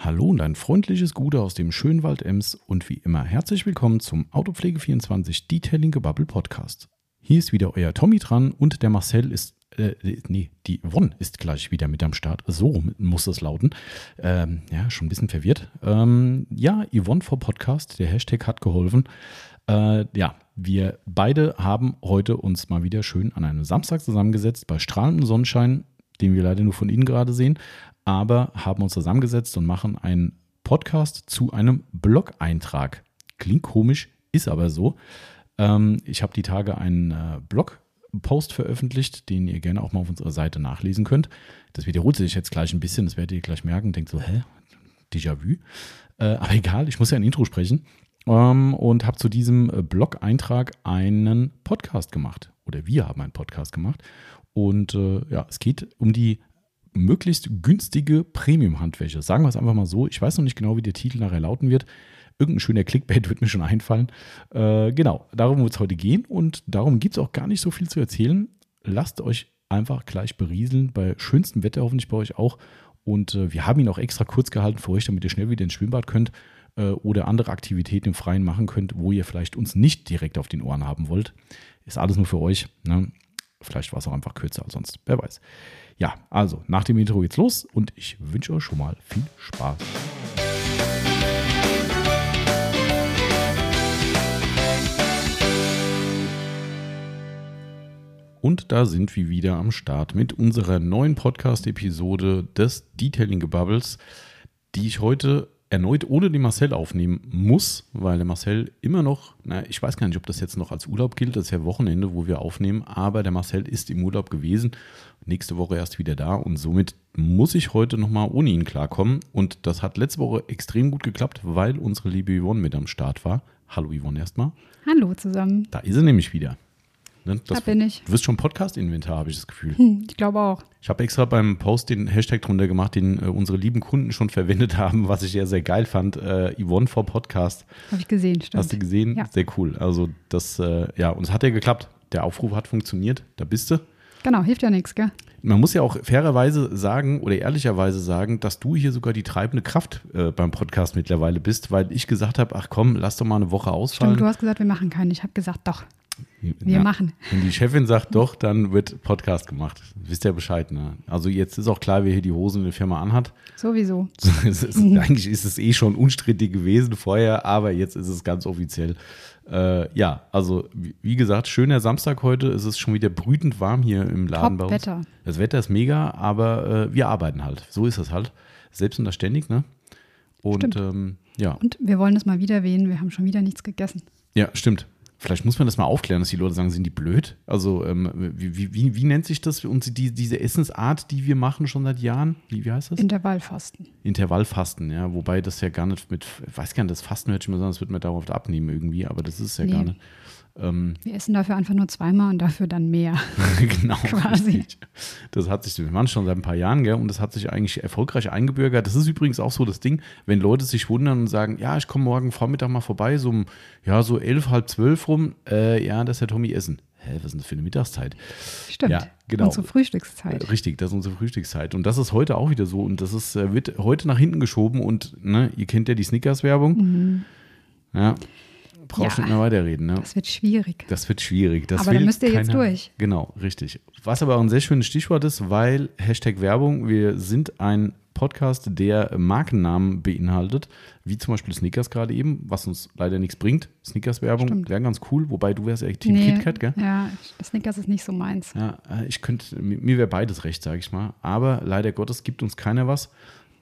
Hallo und ein freundliches Gute aus dem schönen Wald Ems und wie immer herzlich willkommen zum Autopflege24 Detailing Gebubble Podcast. Hier ist wieder euer Tommy dran und der Marcel ist, die Yvonne ist gleich wieder mit am Start. So muss das lauten. Schon ein bisschen verwirrt. Yvonne vor Podcast, der Hashtag hat geholfen. Wir beide haben heute uns mal wieder schön an einem Samstag zusammengesetzt bei strahlendem Sonnenschein, den wir leider nur von innen gerade sehen, aber haben uns zusammengesetzt und machen einen Podcast zu einem Blog-Eintrag. Klingt komisch, ist aber so. Ich habe die Tage einen Blog-Post veröffentlicht, den ihr gerne auch mal auf unserer Seite nachlesen könnt. Das wiederholt sich jetzt gleich ein bisschen, das werdet ihr gleich merken. Denkt so, Déjà-vu? Aber egal, ich muss ja ein Intro sprechen. Und habe zu diesem Blog-Eintrag einen Podcast gemacht. Oder wir haben einen Podcast gemacht. Und es geht um die möglichst günstige Premium-Handwäsche. Sagen wir es einfach mal so. Ich weiß noch nicht genau, wie der Titel nachher lauten wird. Irgendein schöner Clickbait wird mir schon einfallen. Darum wird es heute gehen. Und darum gibt es auch gar nicht so viel zu erzählen. Lasst euch einfach gleich berieseln. Bei schönstem Wetter hoffentlich bei euch auch. Und wir haben ihn auch extra kurz gehalten für euch, damit ihr schnell wieder ins Schwimmbad könnt oder andere Aktivitäten im Freien machen könnt, wo ihr vielleicht uns nicht direkt auf den Ohren haben wollt. Ist alles nur für euch. Ne? Vielleicht war es auch einfach kürzer als sonst. Wer weiß. Ja, also nach dem Intro geht's los und ich wünsche euch schon mal viel Spaß. Und da sind wir wieder am Start mit unserer neuen Podcast-Episode des Detailing Gebubbles, die ich heute erneut ohne den Marcel aufnehmen muss, weil der Marcel immer noch, ich weiß gar nicht, ob das jetzt noch als Urlaub gilt, das ist ja Wochenende, wo wir aufnehmen, aber der Marcel ist im Urlaub gewesen, nächste Woche erst wieder da und somit muss ich heute nochmal ohne ihn klarkommen und das hat letzte Woche extrem gut geklappt, weil unsere liebe Yvonne mit am Start war. Hallo Yvonne erstmal. Hallo zusammen. Da ist sie nämlich wieder. Da bin ich. Du wirst schon Podcast-Inventar, habe ich das Gefühl. Ich glaube auch. Ich habe extra beim Post den Hashtag drunter gemacht, den unsere lieben Kunden schon verwendet haben, was ich ja sehr geil fand. Yvonne for Podcast. Habe ich gesehen, stimmt. Hast du gesehen? Ja. Sehr cool. Also das, und es hat ja geklappt. Der Aufruf hat funktioniert. Da bist du. Genau, hilft ja nichts, gell? Man muss ja auch fairerweise sagen oder ehrlicherweise sagen, dass du hier sogar die treibende Kraft beim Podcast mittlerweile bist, weil ich gesagt habe, ach komm, lass doch mal eine Woche ausfallen. Stimmt, du hast gesagt, wir machen keinen. Ich habe gesagt, doch. Wir machen. Wenn die Chefin sagt doch, dann wird Podcast gemacht. Wisst ihr Bescheid, ne? Also jetzt ist auch klar, wer hier die Hosen in der Firma anhat. Sowieso. Eigentlich ist es schon unstrittig gewesen vorher, aber jetzt ist es ganz offiziell. Also wie gesagt, schöner Samstag heute. Es ist schon wieder brütend warm hier im Laden bei uns. Wetter. Das Wetter ist mega, aber wir arbeiten halt. So ist es halt. Selbst und das ständig, ne? Und Und wir wollen das mal wieder erwähnen. Wir haben schon wieder nichts gegessen. Ja, stimmt. Vielleicht muss man das mal aufklären, dass die Leute sagen, sind die blöd? Also wie nennt sich das und diese Essensart, die wir machen schon seit Jahren? Wie heißt das? Intervallfasten. Intervallfasten, ja. Wobei das ja gar nicht ich weiß gar nicht, das Fasten hört sich mal so an, das wird man dauerhaft abnehmen irgendwie, aber das ist es ja gar nicht. Wir essen dafür einfach nur zweimal und dafür dann mehr. Genau, quasi. Richtig. Das hat sich, wir machen schon seit ein paar Jahren, gell, und das hat sich eigentlich erfolgreich eingebürgert. Das ist übrigens auch so das Ding, wenn Leute sich wundern und sagen, ja, ich komme morgen Vormittag mal vorbei, so 11, halb 12 rum, das ist der Tommy essen. Was ist denn das für eine Mittagszeit? Stimmt, ja, genau. Unsere Frühstückszeit. Richtig, das ist unsere Frühstückszeit. Und das ist heute auch wieder so und das ist, wird heute nach hinten geschoben und ihr kennt ja die Snickers-Werbung. Mhm. Ja. Brauchst nicht mehr weiterreden. Ne? Das wird schwierig. Aber da müsst ihr jetzt durch. Genau, richtig. Was aber auch ein sehr schönes Stichwort ist, weil Hashtag Werbung, wir sind ein Podcast, der Markennamen beinhaltet, wie zum Beispiel Snickers gerade eben, was uns leider nichts bringt. Snickers-Werbung wäre ganz cool, wobei du wärst ja Team KitKat, gell? Ja, Snickers ist nicht so meins. Ja, mir wäre beides recht, sage ich mal. Aber leider Gottes gibt uns keiner was.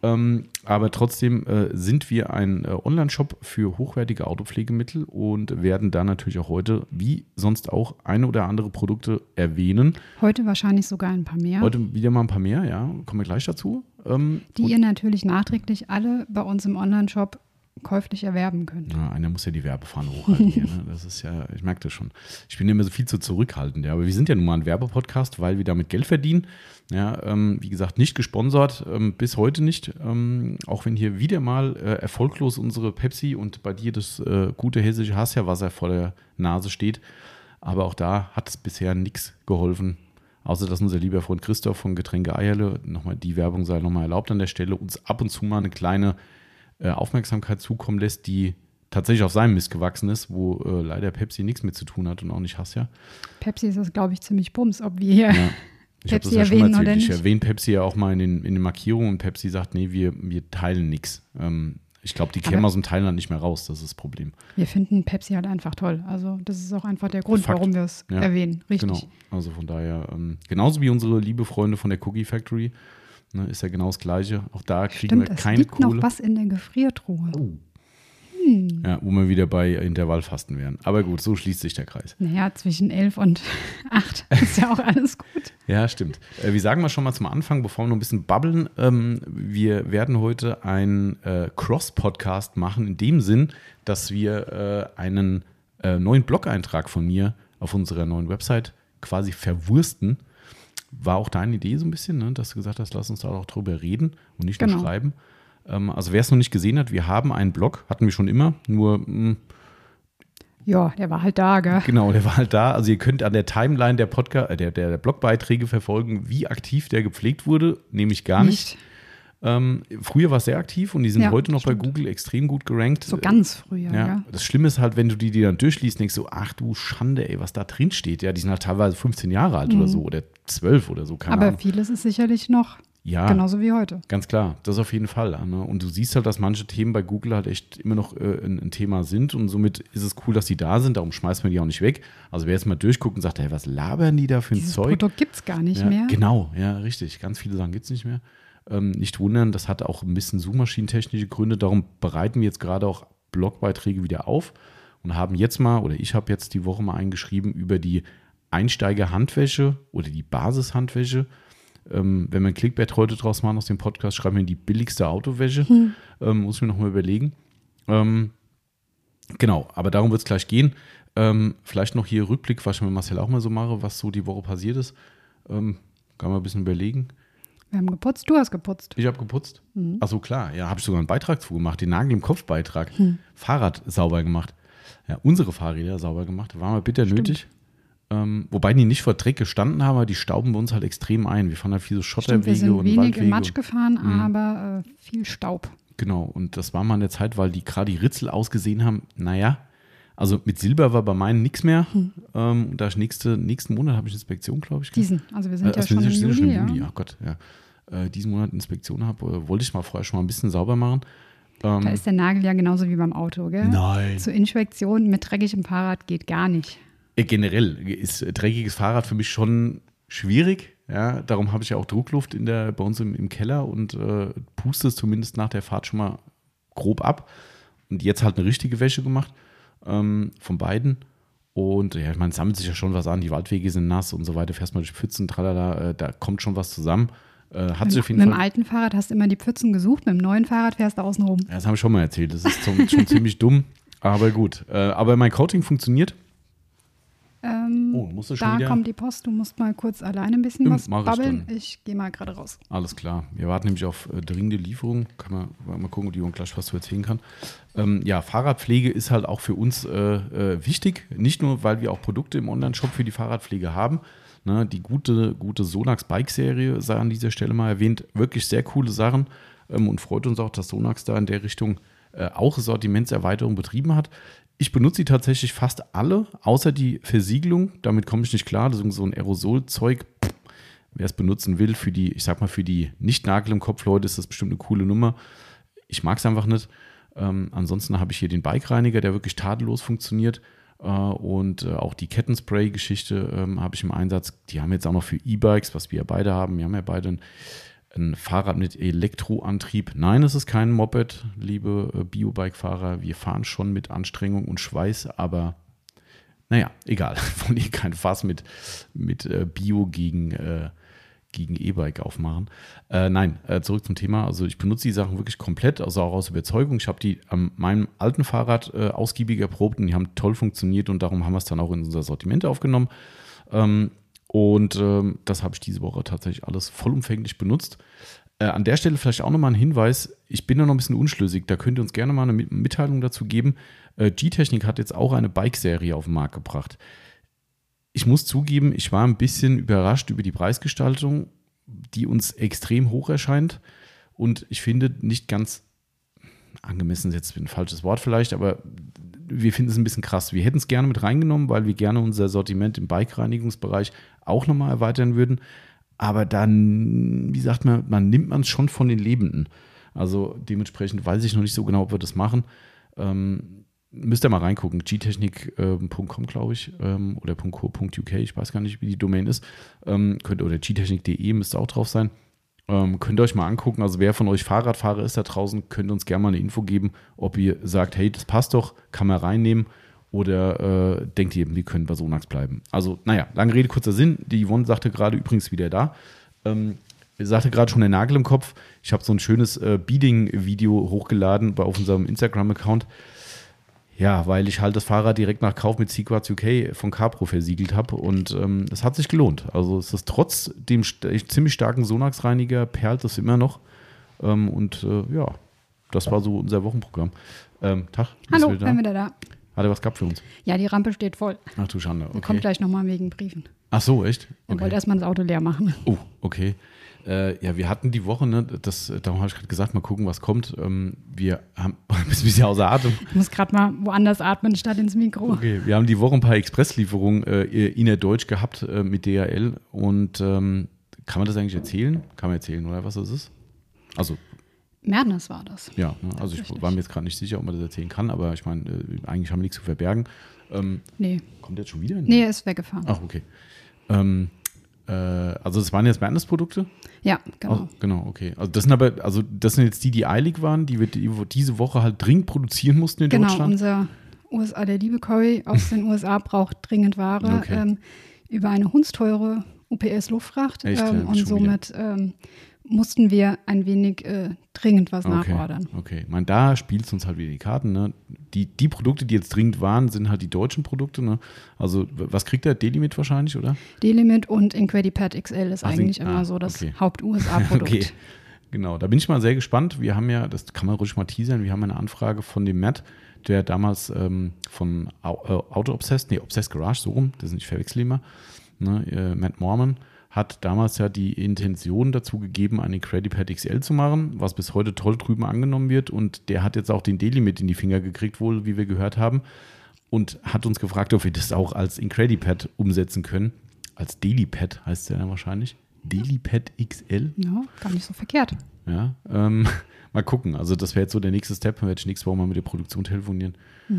Aber trotzdem sind wir ein Online-Shop für hochwertige Autopflegemittel und werden da natürlich auch heute, wie sonst auch, eine oder andere Produkte erwähnen. Heute wahrscheinlich sogar ein paar mehr. Heute wieder mal ein paar mehr, ja. Kommen wir gleich dazu. Die ihr natürlich nachträglich alle bei uns im Online-Shop käuflich erwerben könnt. Ja, einer muss ja die Werbefahne hochhalten hier, ne? Das ist ja, ich merke das schon. Ich bin immer so viel zu zurückhaltend, ja. Aber wir sind ja nun mal ein Werbepodcast, weil wir damit Geld verdienen. Ja, wie gesagt, nicht gesponsert, bis heute nicht. Auch wenn hier wieder mal erfolglos unsere Pepsi und bei dir das gute hessische Hasserwasser vor der Nase steht. Aber auch da hat es bisher nichts geholfen. Außer, dass unser lieber Freund Christoph von Getränke Eierle, nochmal die Werbung sei nochmal erlaubt an der Stelle, uns ab und zu mal eine kleine Aufmerksamkeit zukommen lässt, die tatsächlich auf seinem Mist gewachsen ist, wo leider Pepsi nichts mit zu tun hat und auch nicht Hassia. Pepsi ist das, glaube ich, ziemlich bums, ob wir hier Ich habe das Pepsi ja schon mal erwähnen erzählt. oder Ich nicht. erwähne Pepsi ja auch mal in den Markierungen und Pepsi sagt, nee, wir teilen nichts. Ich glaube, die kämen aus dem Thailand nicht mehr raus, das ist das Problem. Wir finden Pepsi halt einfach toll. Also das ist auch einfach der Grund, Fakt. warum wir es erwähnen. Richtig. Genau, also von daher, genauso wie unsere liebe Freunde von der Cookie Factory, ne, ist ja genau das Gleiche. Auch da kriegen wir es keine liegt Kohle. noch was in der Gefriertruhe. Oh. Ja, wo wir wieder bei Intervallfasten wären. Aber gut, so schließt sich der Kreis. Naja, zwischen 11 und 8 ist ja auch alles gut. Ja, stimmt. Wir sagen mal schon mal zum Anfang, bevor wir noch ein bisschen babbeln, wir werden heute einen Cross-Podcast machen, in dem Sinn, dass wir einen neuen Blog-Eintrag von mir auf unserer neuen Website quasi verwursten. War auch deine Idee so ein bisschen, ne? Dass du gesagt hast, lass uns da auch drüber reden und nicht nur schreiben. Also wer es noch nicht gesehen hat, wir haben einen Blog, hatten wir schon immer, nur ja, der war halt da, gell? Genau, der war halt da. Also ihr könnt an der Timeline der Blogbeiträge verfolgen, wie aktiv der gepflegt wurde, nämlich gar nicht. Früher war es sehr aktiv und die sind heute noch bei Google extrem gut gerankt. So ganz früher, ja. Das Schlimme ist halt, wenn du die dann durchliest, denkst du, ach du Schande, ey, was da drin steht. Ja, die sind halt teilweise 15 Jahre alt oder so oder 12 oder so, keine Ahnung. Aber vieles ist sicherlich noch genauso wie heute. Ganz klar, das auf jeden Fall. Ne? Und du siehst halt, dass manche Themen bei Google halt echt immer noch ein Thema sind und somit ist es cool, dass die da sind, darum schmeißt man die auch nicht weg. Also wer jetzt mal durchguckt und sagt, hey, was labern die da für ein Dieses Zeug? Produkt gibt es gar nicht mehr. Genau, ja, richtig. Ganz viele Sachen gibt es nicht mehr. Nicht wundern, das hat auch ein bisschen suchmaschinentechnische Gründe, darum bereiten wir jetzt gerade auch Blogbeiträge wieder auf und haben jetzt mal, oder ich habe jetzt die Woche mal eingeschrieben über die Einsteiger-Handwäsche oder die Basis-Handwäsche. Wenn wir ein Clickbait heute draus machen aus dem Podcast, schreiben wir die billigste Autowäsche. Muss ich mir nochmal überlegen. Genau, aber darum wird es gleich gehen. Vielleicht noch hier Rückblick, was ich mit Marcel auch mal so mache, was so die Woche passiert ist. Kann man ein bisschen überlegen. Wir haben geputzt, du hast geputzt. Ich habe geputzt. Achso, klar. Ja, habe ich sogar einen Beitrag zu gemacht. Den Nagel im Kopf-Beitrag. Fahrrad sauber gemacht. Ja, unsere Fahrräder sauber gemacht. War mal bitter nötig. Wobei die nicht vor Dreck gestanden haben, aber die stauben bei uns halt extrem ein. Wir fahren halt viel so Schotterwege wir sind und wenig Waldwege. im Matsch gefahren, aber viel Staub. Genau, und das war mal in der Zeit, weil die gerade die Ritzel ausgesehen haben. Naja, also mit Silber war bei meinen nichts mehr. Da ich nächsten Monat habe ich Inspektion, glaube ich. Also wir sind ja schon im Juli. Ach Gott, ja. Diesen Monat Inspektion habe, wollte ich mal vorher schon mal ein bisschen sauber machen. Da ist der Nagel ja genauso wie beim Auto, gell? Nein. Zur Inspektion mit dreckigem Fahrrad geht gar nicht. Generell ist dreckiges Fahrrad für mich schon schwierig. Ja, darum habe ich ja auch Druckluft bei uns im Keller und puste es zumindest nach der Fahrt schon mal grob ab. Und jetzt halt eine richtige Wäsche gemacht von beiden. Und ja, man sammelt sich ja schon was an. Die Waldwege sind nass und so weiter. Fährst mal durch Pfützen, tralala, da kommt schon was zusammen. Hat sich auf jeden mit Fall. dem alten Fahrrad hast du immer die Pfützen gesucht, mit dem neuen Fahrrad fährst du außen rum. Ja, das habe ich schon mal erzählt. Das ist schon ziemlich dumm, aber gut. Aber mein Coating funktioniert. Musst du schon wieder? Kommt die Post, du musst mal kurz alleine ein bisschen was babbeln. Ich gehe mal gerade raus. Alles klar. Wir warten nämlich auf dringende Lieferung. Kann man mal gucken, ob die Jungen gleich was zu erzählen kann. Fahrradpflege ist halt auch für uns wichtig. Nicht nur, weil wir auch Produkte im Onlineshop für die Fahrradpflege haben. Ne, die gute Sonax Bike-Serie sei an dieser Stelle mal erwähnt. Wirklich sehr coole Sachen und freut uns auch, dass Sonax da in der Richtung auch Sortimentserweiterung betrieben hat. Ich benutze sie tatsächlich fast alle, außer die Versiegelung. Damit komme ich nicht klar. Das ist so ein Aerosolzeug. Wer es benutzen will, für die Nicht-Nagel im Kopf-Leute ist das bestimmt eine coole Nummer. Ich mag es einfach nicht. Ansonsten habe ich hier den Bike-Reiniger, der wirklich tadellos funktioniert. Und auch die Kettenspray-Geschichte habe ich im Einsatz. Die haben jetzt auch noch für E-Bikes, was wir ja beide haben. Wir haben ja beide ein Fahrrad mit Elektroantrieb. Nein, es ist kein Moped, liebe Biobike-Fahrer. Wir fahren schon mit Anstrengung und Schweiß, aber naja, egal. Wollen hier kein Fass mit Bio gegen E-Bike aufmachen. Zurück zum Thema. Also ich benutze die Sachen wirklich komplett, also auch aus Überzeugung. Ich habe die an meinem alten Fahrrad ausgiebig erprobt und die haben toll funktioniert und darum haben wir es dann auch in unser Sortiment aufgenommen. Das habe ich diese Woche tatsächlich alles vollumfänglich benutzt. An der Stelle vielleicht auch nochmal ein Hinweis, ich bin da noch ein bisschen unschlüssig, da könnt ihr uns gerne mal eine Mitteilung dazu geben. G-Technik hat jetzt auch eine Bike-Serie auf den Markt gebracht. ich muss zugeben, ich war ein bisschen überrascht über die Preisgestaltung, die uns extrem hoch erscheint und ich finde nicht ganz angemessen, ist jetzt ein falsches Wort vielleicht, aber wir finden es ein bisschen krass. Wir hätten es gerne mit reingenommen, weil wir gerne unser Sortiment im Bike-Reinigungsbereich auch nochmal erweitern würden. Aber dann, wie sagt man nimmt man es schon von den Lebenden. Also dementsprechend weiß ich noch nicht so genau, ob wir das machen. Müsst ihr mal reingucken. gtechnik.com, glaube ich, oder .co.uk, ich weiß gar nicht, wie die Domain ist. Oder gtechnik.de müsste auch drauf sein. Könnt ihr euch mal angucken. Also wer von euch Fahrradfahrer ist da draußen, könnt uns gerne mal eine Info geben, ob ihr sagt, hey, das passt doch, kann man reinnehmen. Oder denkt ihr, wir können bei Sonax bleiben. Also, naja, lange Rede, kurzer Sinn. Die Yvonne sagte gerade übrigens wieder da. Sagte gerade schon der Nagel im Kopf. Ich habe so ein schönes Beading-Video hochgeladen auf unserem Instagram-Account. Ja, weil ich halt das Fahrrad direkt nach Kauf mit Sequats UK von Capro versiegelt habe und es hat sich gelohnt. Also es ist trotz dem ziemlich starken Sonax-Reiniger perlt es immer noch ja, das war so unser Wochenprogramm. Tag. Hallo, bin wieder da. Hat er was gehabt für uns? Ja, die Rampe steht voll. Ach du Schande, okay. Kommt gleich nochmal wegen Briefen. Ach so, echt? Er wollte erstmal das Auto leer machen. Oh, okay. Ja, wir hatten die Woche, ne, darum habe ich gerade gesagt, mal gucken, was kommt. Wir haben ein bisschen außer Atem. Ich muss gerade mal woanders atmen, statt ins Mikro. Okay, wir haben die Woche ein paar Expresslieferungen innerdeutsch gehabt mit DHL und kann man das eigentlich erzählen? Kann man erzählen, oder was das ist? Also Madness war das. Ja, ne, also ich war mir jetzt gerade nicht sicher, ob man das erzählen kann, aber ich meine, eigentlich haben wir nichts zu verbergen. Nee. Kommt der jetzt schon wieder? Nee, er ist weggefahren. Ach, okay. Also es waren jetzt Madness-Produkte? Ja, genau. Oh, genau, okay. Also das sind jetzt die eilig waren, die wir diese Woche halt dringend produzieren mussten in Deutschland? Genau, der liebe Cory aus den USA braucht dringend Ware Okay. Über eine hundsteure UPS-Luftfracht und somit mussten wir ein wenig dringend was nachordern. Okay, ich meine, da spielt es uns halt wieder die Karten. Ne? Die Produkte, die jetzt dringend waren, sind halt die deutschen Produkte. Ne? Also was kriegt der? D-Limit wahrscheinlich, oder? D-Limit und IncrediPad XL ist eigentlich immer so das Haupt-USA-Produkt. Okay, genau. Da bin ich mal sehr gespannt. Wir haben ja, das kann man ruhig mal teasern, wir haben eine Anfrage von dem Matt, der damals von Obsessed Garage, so rum, das ist nicht verwechseln immer, ne? Matt Mormon hat damals ja die Intention dazu gegeben, einen IncrediPad XL zu machen, was bis heute toll drüben angenommen wird. Und der hat jetzt auch den D-Limit in die Finger gekriegt, wohl, wie wir gehört haben. Und hat uns gefragt, ob wir das auch als IncrediPad umsetzen können. Als DailyPad heißt der dann wahrscheinlich. DailyPad XL. Ja, gar nicht so verkehrt. Ja, mal gucken. Also das wäre jetzt so der nächste Step. Dann werde ich nächste Woche mal mit der Produktion telefonieren.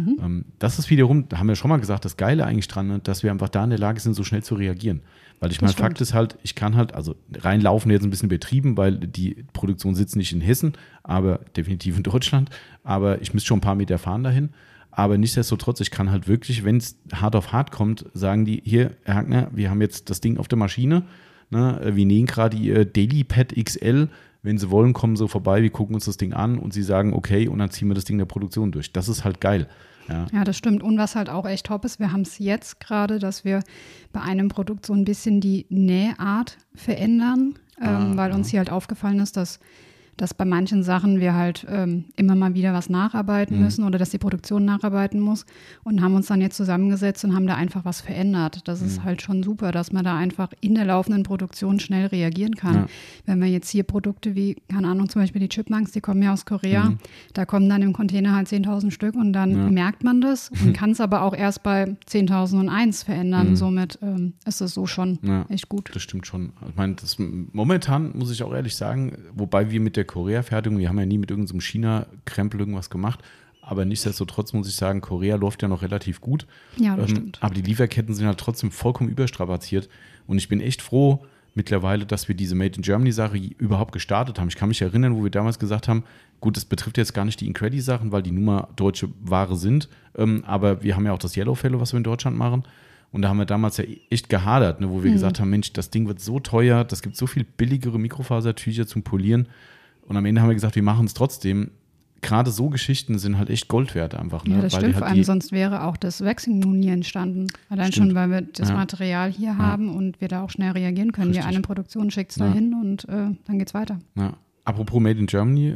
Das ist wiederum, da haben wir schon mal gesagt, das Geile eigentlich dran, ne, dass wir einfach da in der Lage sind, so schnell zu reagieren. Weil ich meine, Fakt ist halt, ich kann halt, also reinlaufen jetzt ein bisschen übertrieben, weil die Produktion sitzt nicht in Hessen, aber definitiv in Deutschland. Aber ich müsste schon ein paar Meter fahren dahin. Aber nichtsdestotrotz, ich kann halt wirklich, wenn es hart auf hart kommt, sagen die, hier, Herr Hackner, wir haben jetzt das Ding auf der Maschine. Ne, wir nähen gerade Ihr DailyPad XL. Wenn Sie wollen, kommen Sie vorbei, wir gucken uns das Ding an und Sie sagen, okay, und dann ziehen wir das Ding der Produktion durch. Das ist halt geil. Ja, das stimmt. Und was halt auch echt top ist, wir haben es jetzt gerade, dass wir bei einem Produkt so ein bisschen die Nähart verändern, weil uns hier halt aufgefallen ist, dass bei manchen Sachen wir halt immer mal wieder was nacharbeiten müssen oder dass die Produktion nacharbeiten muss und haben uns dann jetzt zusammengesetzt und haben da einfach was verändert. Das ist halt schon super, dass man da einfach in der laufenden Produktion schnell reagieren kann. Ja. Wenn wir jetzt hier Produkte wie, keine Ahnung, zum Beispiel die Chipmunks, die kommen ja aus Korea, da kommen dann im Container halt 10.000 Stück und dann merkt man das und kann es aber auch erst bei 10.001 verändern. Somit ist es so schon echt gut. Das stimmt schon. Ich meine, momentan muss ich auch ehrlich sagen, wobei wir mit der Korea-Fertigung, wir haben ja nie mit irgendeinem China-Krempel irgendwas gemacht, aber nichtsdestotrotz muss ich sagen, Korea läuft ja noch relativ gut. Ja, das stimmt. Aber die Lieferketten sind halt trotzdem vollkommen überstrapaziert und ich bin echt froh mittlerweile, dass wir diese Made in Germany-Sache überhaupt gestartet haben. Ich kann mich erinnern, wo wir damals gesagt haben, gut, das betrifft jetzt gar nicht die Incredi-Sachen, weil die nun mal deutsche Ware sind, aber wir haben ja auch das Yellow Fellow, was wir in Deutschland machen. Und da haben wir damals ja echt gehadert, ne, wo wir gesagt haben, Mensch, das Ding wird so teuer, das gibt so viel billigere Mikrofasertücher zum Polieren. Und am Ende haben wir gesagt, wir machen es trotzdem. Gerade so Geschichten sind halt echt Gold wert einfach. Ne? Ja, das stimmt. Vor allem sonst wäre auch das Waxing Moon nie entstanden. Allein schon, weil wir das Material hier haben und wir da auch schnell reagieren können. Die eine Produktion schickt es dahin und dann geht's weiter. Ja. Apropos Made in Germany,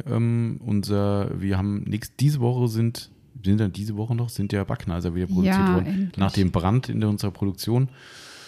wir haben diese Woche sind ja Backneiser wieder produziert worden. Endlich. Nach dem Brand in unserer Produktion.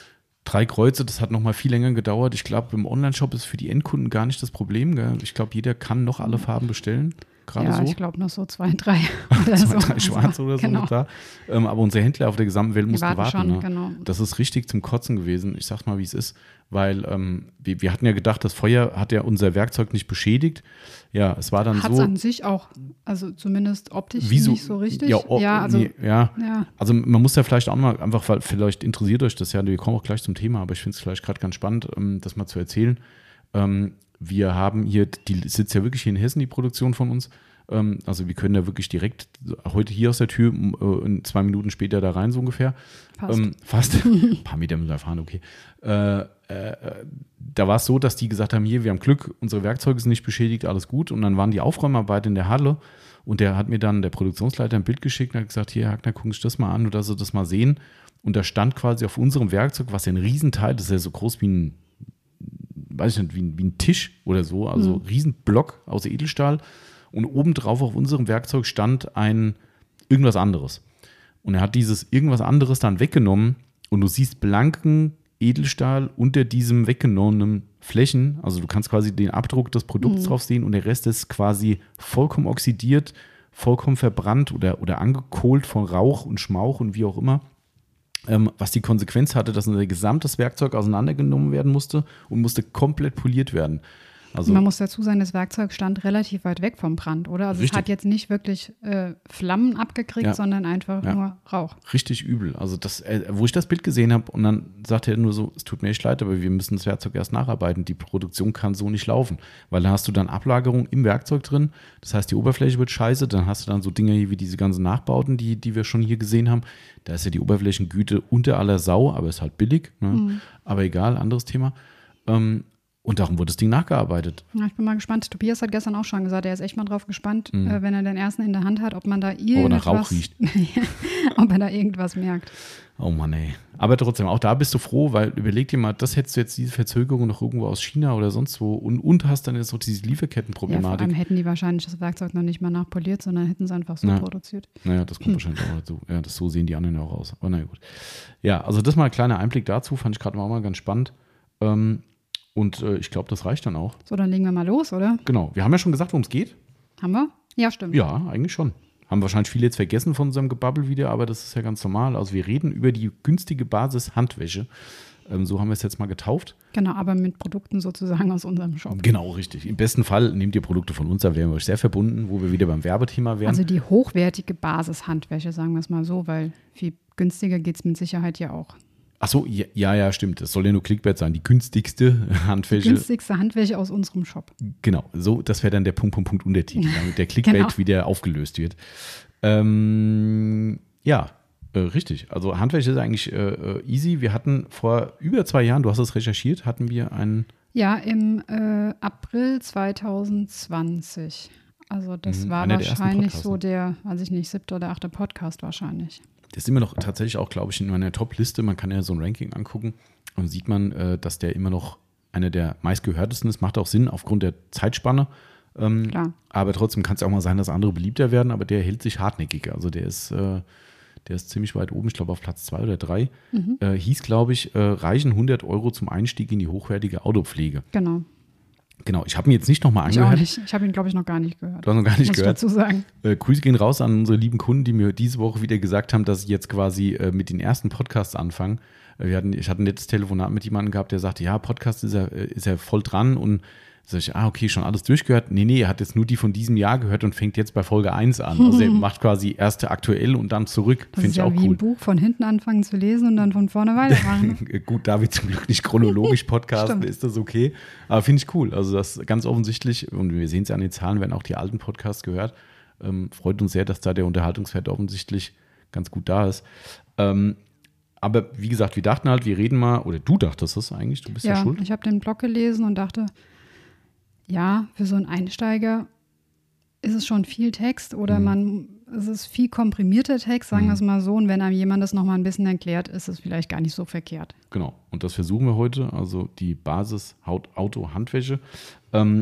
3 Kreuze, das hat nochmal viel länger gedauert. Ich glaube, im Online-Shop ist für die Endkunden gar nicht das Problem. Gell? Ich glaube, jeder kann noch alle Farben bestellen. Gerade ja, so. Ich glaube noch so 2, 3 oder 2, 3 schwarz oder so genau. mit da. Aber unsere Händler auf der gesamten Welt mussten warten. Schon, ne? genau. Das ist richtig zum Kotzen gewesen. Ich sag's mal, wie es ist. Weil wir hatten ja gedacht, das Feuer hat ja unser Werkzeug nicht beschädigt. Ja, es war dann Hat's so. an sich auch, also zumindest optisch nicht so richtig. Ja. Also man muss ja vielleicht auch mal, einfach, weil vielleicht interessiert euch das ja, wir kommen auch gleich zum Thema, aber ich finde es vielleicht gerade ganz spannend, das mal zu erzählen. Wir haben hier, die sitzt ja wirklich hier in Hessen, die Produktion von uns. Also wir können da wirklich direkt heute hier aus der Tür 2 Minuten später da rein, so ungefähr. Fast. Ein paar Meter müssen wir fahren, okay. Da war es so, dass die gesagt haben, hier, wir haben Glück, unsere Werkzeuge sind nicht beschädigt, alles gut. Und dann waren die Aufräumarbeiten in der Halle und der hat mir dann, der Produktionsleiter, ein Bild geschickt und hat gesagt, hier, Hackner, guck dich das mal an, nur dass Sie das mal sehen. Und da stand quasi auf unserem Werkzeug, was ja ein Riesenteil, das ist ja so groß wie ein, weiß ich nicht, wie ein Tisch oder so, also Riesenblock aus Edelstahl. Und obendrauf auf unserem Werkzeug stand ein irgendwas anderes. Und er hat dieses irgendwas anderes dann weggenommen und du siehst blanken Edelstahl unter diesem weggenommenen Flächen. Also du kannst quasi den Abdruck des Produkts drauf sehen und der Rest ist quasi vollkommen oxidiert, vollkommen verbrannt oder angekohlt von Rauch und Schmauch und wie auch immer. Was die Konsequenz hatte, dass unser gesamtes Werkzeug auseinandergenommen werden musste und musste komplett poliert werden. Also, man muss dazu sagen, das Werkzeug stand relativ weit weg vom Brand, oder? Also richtig. Es hat jetzt nicht wirklich Flammen abgekriegt, sondern einfach nur Rauch. Richtig übel. Also das, wo ich das Bild gesehen habe und dann sagte er nur so, es tut mir echt leid, aber wir müssen das Werkzeug erst nacharbeiten. Die Produktion kann so nicht laufen, weil da hast du dann Ablagerung im Werkzeug drin. Das heißt, die Oberfläche wird scheiße. Dann hast du dann so Dinge hier wie diese ganzen Nachbauten, die wir schon hier gesehen haben. Da ist ja die Oberflächengüte unter aller Sau, aber ist halt billig. Ne? Aber egal, anderes Thema. Und darum wurde das Ding nachgearbeitet. Ja, ich bin mal gespannt. Tobias hat gestern auch schon gesagt, er ist echt mal drauf gespannt, wenn er den ersten in der Hand hat, ob man da irgendwas... Ob er nach Rauch riecht. ob er da irgendwas merkt. Oh Mann, ey. Aber trotzdem, auch da bist du froh, weil überleg dir mal, das hättest du jetzt diese Verzögerung noch irgendwo aus China oder sonst wo und hast dann jetzt noch diese Lieferkettenproblematik. Ja, vor allem hätten die wahrscheinlich das Werkzeug noch nicht mal nachpoliert, sondern hätten es einfach so produziert. Naja, das kommt wahrscheinlich auch dazu. Ja, so sehen die anderen ja auch aus. Aber naja, gut. Ja, also das mal ein kleiner Einblick dazu, fand ich gerade auch mal ganz spannend. Und ich glaube, das reicht dann auch. So, dann legen wir mal los, oder? Genau. Wir haben ja schon gesagt, worum es geht. Haben wir? Ja, stimmt. Ja, eigentlich schon. Haben wahrscheinlich viele jetzt vergessen von unserem Gebabbel wieder, aber das ist ja ganz normal. Also wir reden über die günstige Basis Handwäsche. So haben wir es jetzt mal getauft. Genau, aber mit Produkten sozusagen aus unserem Shop. Genau, richtig. Im besten Fall nehmt ihr Produkte von uns, da wären wir euch sehr verbunden, wo wir wieder beim Werbethema wären. Also die hochwertige Basis Handwäsche, sagen wir es mal so, weil viel günstiger geht es mit Sicherheit ja auch. Ach so, ja, stimmt. Das soll ja nur Clickbait sein. Die günstigste Handwäsche. Die günstigste Handwäsche aus unserem Shop. Genau, so, das wäre dann der Punkt Untertitel, damit der Clickbait wieder aufgelöst wird. Richtig. Also Handwäsche ist eigentlich easy. Wir hatten vor über 2 Jahren, du hast es recherchiert, hatten wir einen... Ja, im April 2020. Also das war wahrscheinlich so der, weiß ich nicht, 7. oder 8. Podcast wahrscheinlich. Das ist immer noch tatsächlich auch, glaube ich, in meiner Top-Liste. Man kann ja so ein Ranking angucken und sieht man, dass der immer noch einer der meistgehörtesten ist. Macht auch Sinn aufgrund der Zeitspanne. Klar. Aber trotzdem kann es ja auch mal sein, dass andere beliebter werden. Aber der hält sich hartnäckig. Also der ist ziemlich weit oben. Ich glaube auf Platz 2 oder 3. Hieß, glaube ich, reichen 100 € zum Einstieg in die hochwertige Autopflege. Genau, ich habe ihn jetzt nicht nochmal angehört. Ich auch nicht. Ich habe ihn, glaube ich, noch gar nicht gehört. Du hast noch gar nicht gehört. Muss ich dazu sagen. Grüße gehen raus an unsere lieben Kunden, die mir diese Woche wieder gesagt haben, dass sie jetzt quasi mit den ersten Podcasts anfangen. Ich hatte ein nettes Telefonat mit jemandem gehabt, der sagte, ja, Podcast ist er voll dran und sag ich, okay, schon alles durchgehört. Nee, er hat jetzt nur die von diesem Jahr gehört und fängt jetzt bei Folge 1 an. Also er macht quasi erst aktuell und dann zurück. Finde ich auch cool. Das ist ja wie ein Buch, von hinten anfangen zu lesen und dann von vorne weitermachen. Gut, da wir zum Glück nicht chronologisch podcasten, ist das okay. Aber finde ich cool. Also das ganz offensichtlich, und wir sehen es ja an den Zahlen, werden auch die alten Podcasts gehört. Freut uns sehr, dass da der Unterhaltungswert offensichtlich ganz gut da ist. Aber wie gesagt, wir dachten halt, wir reden mal, oder du dachtest es eigentlich, du bist ja schuld. Ja, ich habe den Blog gelesen und dachte, ja, für so einen Einsteiger ist es schon viel Text oder es ist viel komprimierter Text, sagen wir es mal so. Und wenn einem jemand das nochmal ein bisschen erklärt, ist es vielleicht gar nicht so verkehrt. Genau, und das versuchen wir heute, also die Basis Auto-Handwäsche.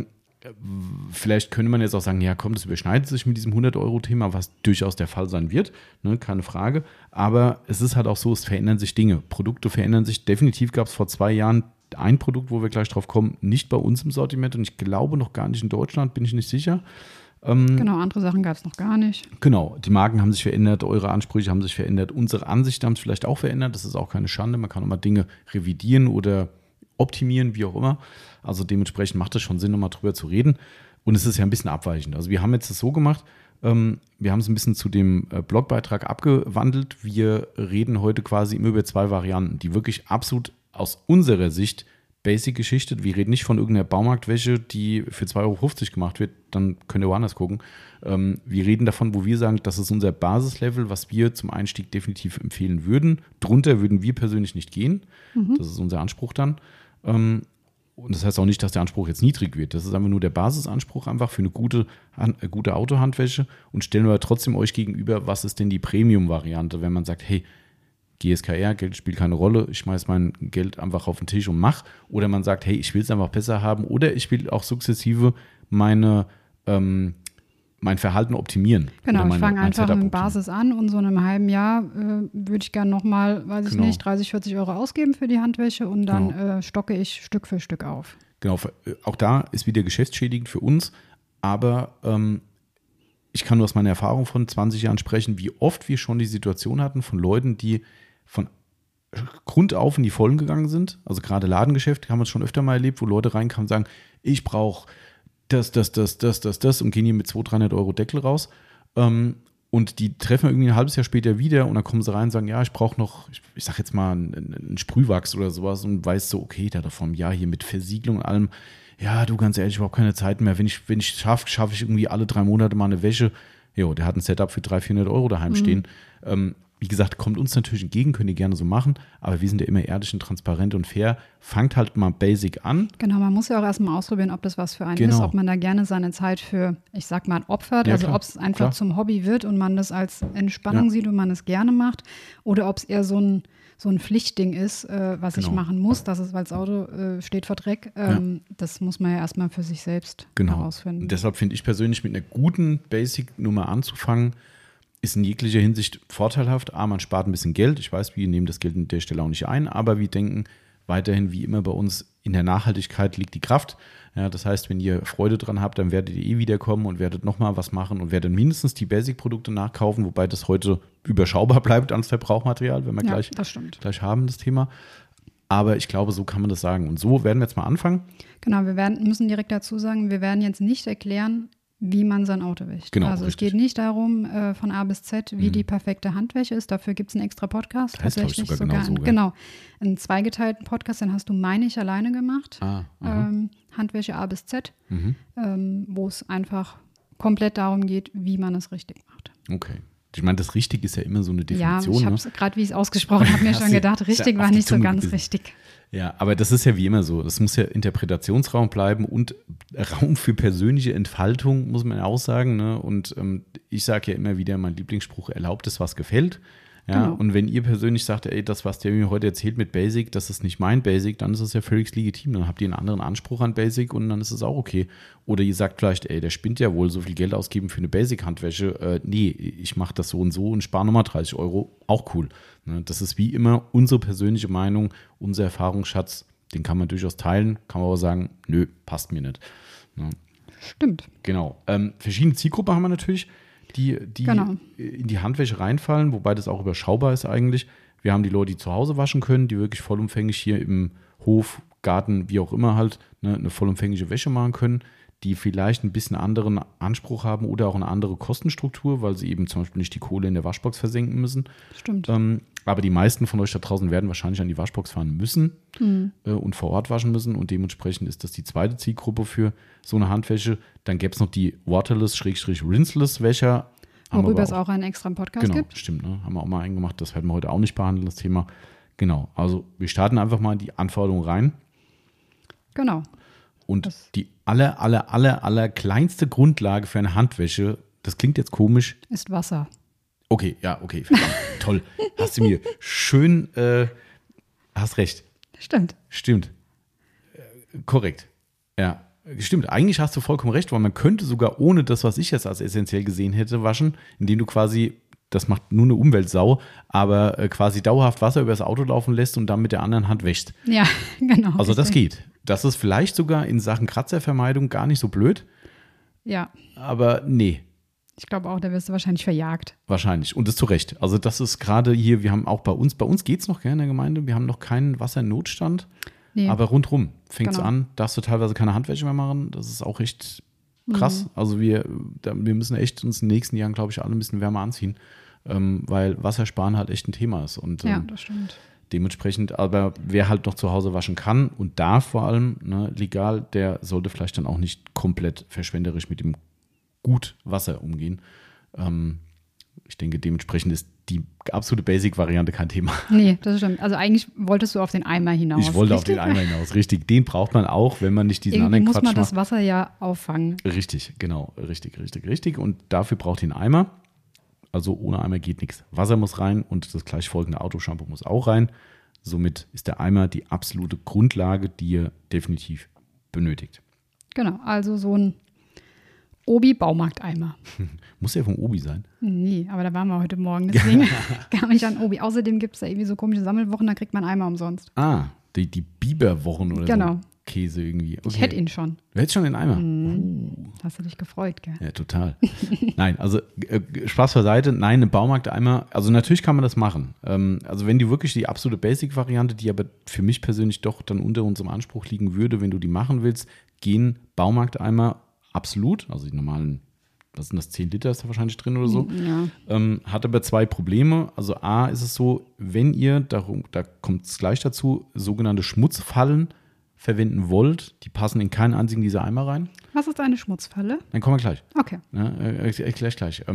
Vielleicht könnte man jetzt auch sagen, ja komm, das überschneidet sich mit diesem 100-Euro-Thema, was durchaus der Fall sein wird, ne, keine Frage. Aber es ist halt auch so, es verändern sich Dinge. Produkte verändern sich. Definitiv gab es vor 2 Jahren ein Produkt, wo wir gleich drauf kommen, nicht bei uns im Sortiment und ich glaube noch gar nicht in Deutschland, bin ich nicht sicher. Genau, andere Sachen gab es noch gar nicht. Genau, die Marken haben sich verändert, eure Ansprüche haben sich verändert, unsere Ansichten haben sich vielleicht auch verändert. Das ist auch keine Schande. Man kann auch mal Dinge revidieren oder optimieren, wie auch immer. Also dementsprechend macht es schon Sinn, nochmal drüber zu reden. Und es ist ja ein bisschen abweichend. Also wir haben jetzt das so gemacht, wir haben es ein bisschen zu dem Blogbeitrag abgewandelt. Wir reden heute quasi immer über 2 Varianten, die wirklich absolut aus unserer Sicht Basic-Geschichte. Wir reden nicht von irgendeiner Baumarktwäsche, die für 2,50 Euro gemacht wird. Dann könnt ihr woanders gucken. Wir reden davon, wo wir sagen, das ist unser Basislevel, was wir zum Einstieg definitiv empfehlen würden. Drunter würden wir persönlich nicht gehen. Das ist unser Anspruch dann. Und das heißt auch nicht, dass der Anspruch jetzt niedrig wird. Das ist einfach nur der Basisanspruch einfach für eine gute Autohandwäsche. Und stellen wir trotzdem euch gegenüber, was ist denn die Premium-Variante, wenn man sagt, hey, GSKR, Geld spielt keine Rolle, ich schmeiß mein Geld einfach auf den Tisch und mach. Oder man sagt, hey, ich will es einfach besser haben. Oder ich will auch sukzessive mein Verhalten optimieren. Genau, ich fange einfach mit Basis an und so in einem halben Jahr würde ich gerne nochmal, weiß ich nicht, 30, 40 Euro ausgeben für die Handwäsche und dann stocke ich Stück für Stück auf. Genau, auch da ist wieder geschäftsschädigend für uns, aber ich kann nur aus meiner Erfahrung von 20 Jahren sprechen, wie oft wir schon die Situation hatten von Leuten, die von Grund auf in die Vollen gegangen sind. Also gerade Ladengeschäft haben wir es schon öfter mal erlebt, wo Leute reinkamen und sagen, ich brauche das und gehen hier mit 200, 300 Euro Deckel raus. Und die treffen irgendwie ein halbes Jahr später wieder und dann kommen sie rein und sagen, ja, ich brauche noch, ich sag jetzt mal, einen Sprühwachs oder sowas und weiß so, okay, da vor einem Jahr hier mit Versiegelung und allem, ja, du, ganz ehrlich, ich habe keine Zeit mehr. Wenn ich schaffe ich irgendwie alle 3 Monate mal eine Wäsche. Jo, der hat ein Setup für 300, 400 Euro daheim stehen. Wie gesagt, kommt uns natürlich entgegen, könnt ihr gerne so machen, aber wir sind ja immer ehrlich und transparent und fair. Fangt halt mal basic an. Genau, man muss ja auch erstmal ausprobieren, ob das was für einen ist, ob man da gerne seine Zeit für, ich sag mal, opfert, also ob es einfach zum Hobby wird und man das als Entspannung sieht und man es gerne macht oder ob es eher so ein Pflichtding ist, was ich machen muss, weil das Auto steht vor Dreck. Das muss man ja erstmal für sich selbst herausfinden. Und deshalb finde ich persönlich, mit einer guten Basic-Nummer anzufangen, ist in jeglicher Hinsicht vorteilhaft. Man spart ein bisschen Geld. Ich weiß, wir nehmen das Geld an der Stelle auch nicht ein, aber wir denken weiterhin, wie immer bei uns, in der Nachhaltigkeit liegt die Kraft. Ja, das heißt, wenn ihr Freude dran habt, dann werdet ihr wiederkommen und werdet nochmal was machen und werdet mindestens die Basic-Produkte nachkaufen, wobei das heute überschaubar bleibt ans Verbrauchmaterial, wenn wir gleich haben, das Thema. Aber ich glaube, so kann man das sagen. Und so werden wir jetzt mal anfangen. Genau, müssen direkt dazu sagen, wir werden jetzt nicht erklären, wie man sein Auto wäscht. Genau, also richtig. Es geht nicht darum, von A bis Z, wie die perfekte Handwäsche ist. Dafür gibt es einen extra Podcast. Das heißt, tatsächlich genau, einen zweigeteilten Podcast, den hast du, meine ich, alleine gemacht. Handwäsche A bis Z, wo es einfach komplett darum geht, wie man es richtig macht. Okay. Ich meine, das richtig ist ja immer so eine Definition. Ja, ich habe es gerade, wie ich es ausgesprochen habe, mir schon gedacht, richtig war nicht so ganz richtig. Ja, aber das ist ja wie immer so. Es muss ja Interpretationsraum bleiben und Raum für persönliche Entfaltung, muss man ja auch sagen. Ne? Und ich sage ja immer wieder, mein Lieblingsspruch, erlaubt es, was gefällt. Ja, genau. Und wenn ihr persönlich sagt, ey, das, was der mir heute erzählt mit Basic, das ist nicht mein Basic, dann ist es ja völlig legitim. Dann habt ihr einen anderen Anspruch an Basic und dann ist es auch okay. Oder ihr sagt vielleicht, ey, der spinnt ja wohl, so viel Geld ausgeben für eine Basic-Handwäsche. Nee, ich mache das so und spare nochmal 30 Euro. Auch cool. Ne? Das ist wie immer unsere persönliche Meinung, unser Erfahrungsschatz. Den kann man durchaus teilen. Kann man aber sagen, nö, passt mir nicht. Ne? Stimmt. Genau. Verschiedene Zielgruppen haben wir natürlich, die in die Handwäsche reinfallen, wobei das auch überschaubar ist eigentlich. Wir haben die Leute, die zu Hause waschen können, die wirklich vollumfänglich hier im Hof, Garten, wie auch immer halt, ne, eine vollumfängliche Wäsche machen können, die vielleicht ein bisschen anderen Anspruch haben oder auch eine andere Kostenstruktur, weil sie eben zum Beispiel nicht die Kohle in der Waschbox versenken müssen. Stimmt. Aber die meisten von euch da draußen werden wahrscheinlich an die Waschbox fahren müssen und vor Ort waschen müssen. Und dementsprechend ist das die zweite Zielgruppe für so eine Handwäsche. Dann gäbe es noch die Waterless-Rinseless-Wäscher. Worüber es auch einen extra Podcast gibt. Genau, stimmt. Ne? Haben wir auch mal eingemacht. Das werden wir heute auch nicht behandeln, das Thema. Genau, also wir starten einfach mal in die Anforderungen rein. Genau. Und die aller kleinste Grundlage für eine Handwäsche, das klingt jetzt komisch. Ist Wasser. Okay, verdammt, toll. Hast du mir schön, hast recht. Stimmt. Korrekt. Ja, Stimmt, eigentlich hast du vollkommen recht, weil man könnte sogar ohne das, was ich jetzt als essentiell gesehen hätte, waschen, indem du quasi, das macht nur eine Umweltsau, aber quasi dauerhaft Wasser über das Auto laufen lässt und dann mit der anderen Hand wäscht. Ja, genau. Also das geht. Das ist vielleicht sogar in Sachen Kratzervermeidung gar nicht so blöd. Ja. Aber nee. Ich glaube auch, da wirst du wahrscheinlich verjagt. Wahrscheinlich. Und das zu Recht. Also das ist gerade hier, wir haben auch bei uns geht es noch gerne in der Gemeinde, wir haben noch keinen Wassernotstand. Nee. Aber rundrum fängt es an, darfst du teilweise keine Handwäsche mehr machen. Das ist auch echt krass. Also wir müssen echt uns in den nächsten Jahren, glaube ich, alle ein bisschen wärmer anziehen, weil Wassersparen halt echt ein Thema ist. Und, ja, das stimmt. Dementsprechend, aber wer halt noch zu Hause waschen kann und darf vor allem, ne, legal, der sollte vielleicht dann auch nicht komplett verschwenderisch mit dem gut Wasser umgehen. Ich denke, dementsprechend ist die absolute Basic-Variante kein Thema. Nee, das stimmt. Also eigentlich wolltest du auf den Eimer hinaus. Ich wollte auf den Eimer hinaus, richtig. Den braucht man auch, wenn man nicht diesen anderen Quatsch macht. Muss man das Wasser ja auffangen. Richtig, genau. Richtig. Und dafür braucht ihr einen Eimer. Also ohne Eimer geht nichts. Wasser muss rein und das gleich folgende Autoshampoo muss auch rein. Somit ist der Eimer die absolute Grundlage, die ihr definitiv benötigt. Genau, also so ein Obi-Baumarkteimer. Muss ja vom Obi sein? Nee, aber da waren wir heute Morgen, deswegen kam ich an Obi. Außerdem gibt es da irgendwie so komische Sammelwochen, da kriegt man Eimer umsonst. Ah, die Biberwochen oder genau. So. Käse irgendwie. Okay. Ich hätte ihn schon. Du hättest schon den Eimer? Hast du dich gefreut, gell? Ja, total. Nein, also Spaß beiseite. Nein, ein Baumarkteimer, also natürlich kann man das machen. Also wenn du wirklich die absolute Basic-Variante, die aber für mich persönlich doch dann unter unserem Anspruch liegen würde, wenn du die machen willst, gehen Baumarkteimer absolut, also die normalen, was sind das, 10 Liter ist da wahrscheinlich drin oder so, ja. Hat aber 2 Probleme. Also A ist es so, wenn ihr, da kommt es gleich dazu, sogenannte Schmutzfallen verwenden wollt, die passen in keinen einzigen dieser Eimer rein. Was ist eine Schmutzfalle? Dann kommen wir gleich. Okay. Ja, gleich.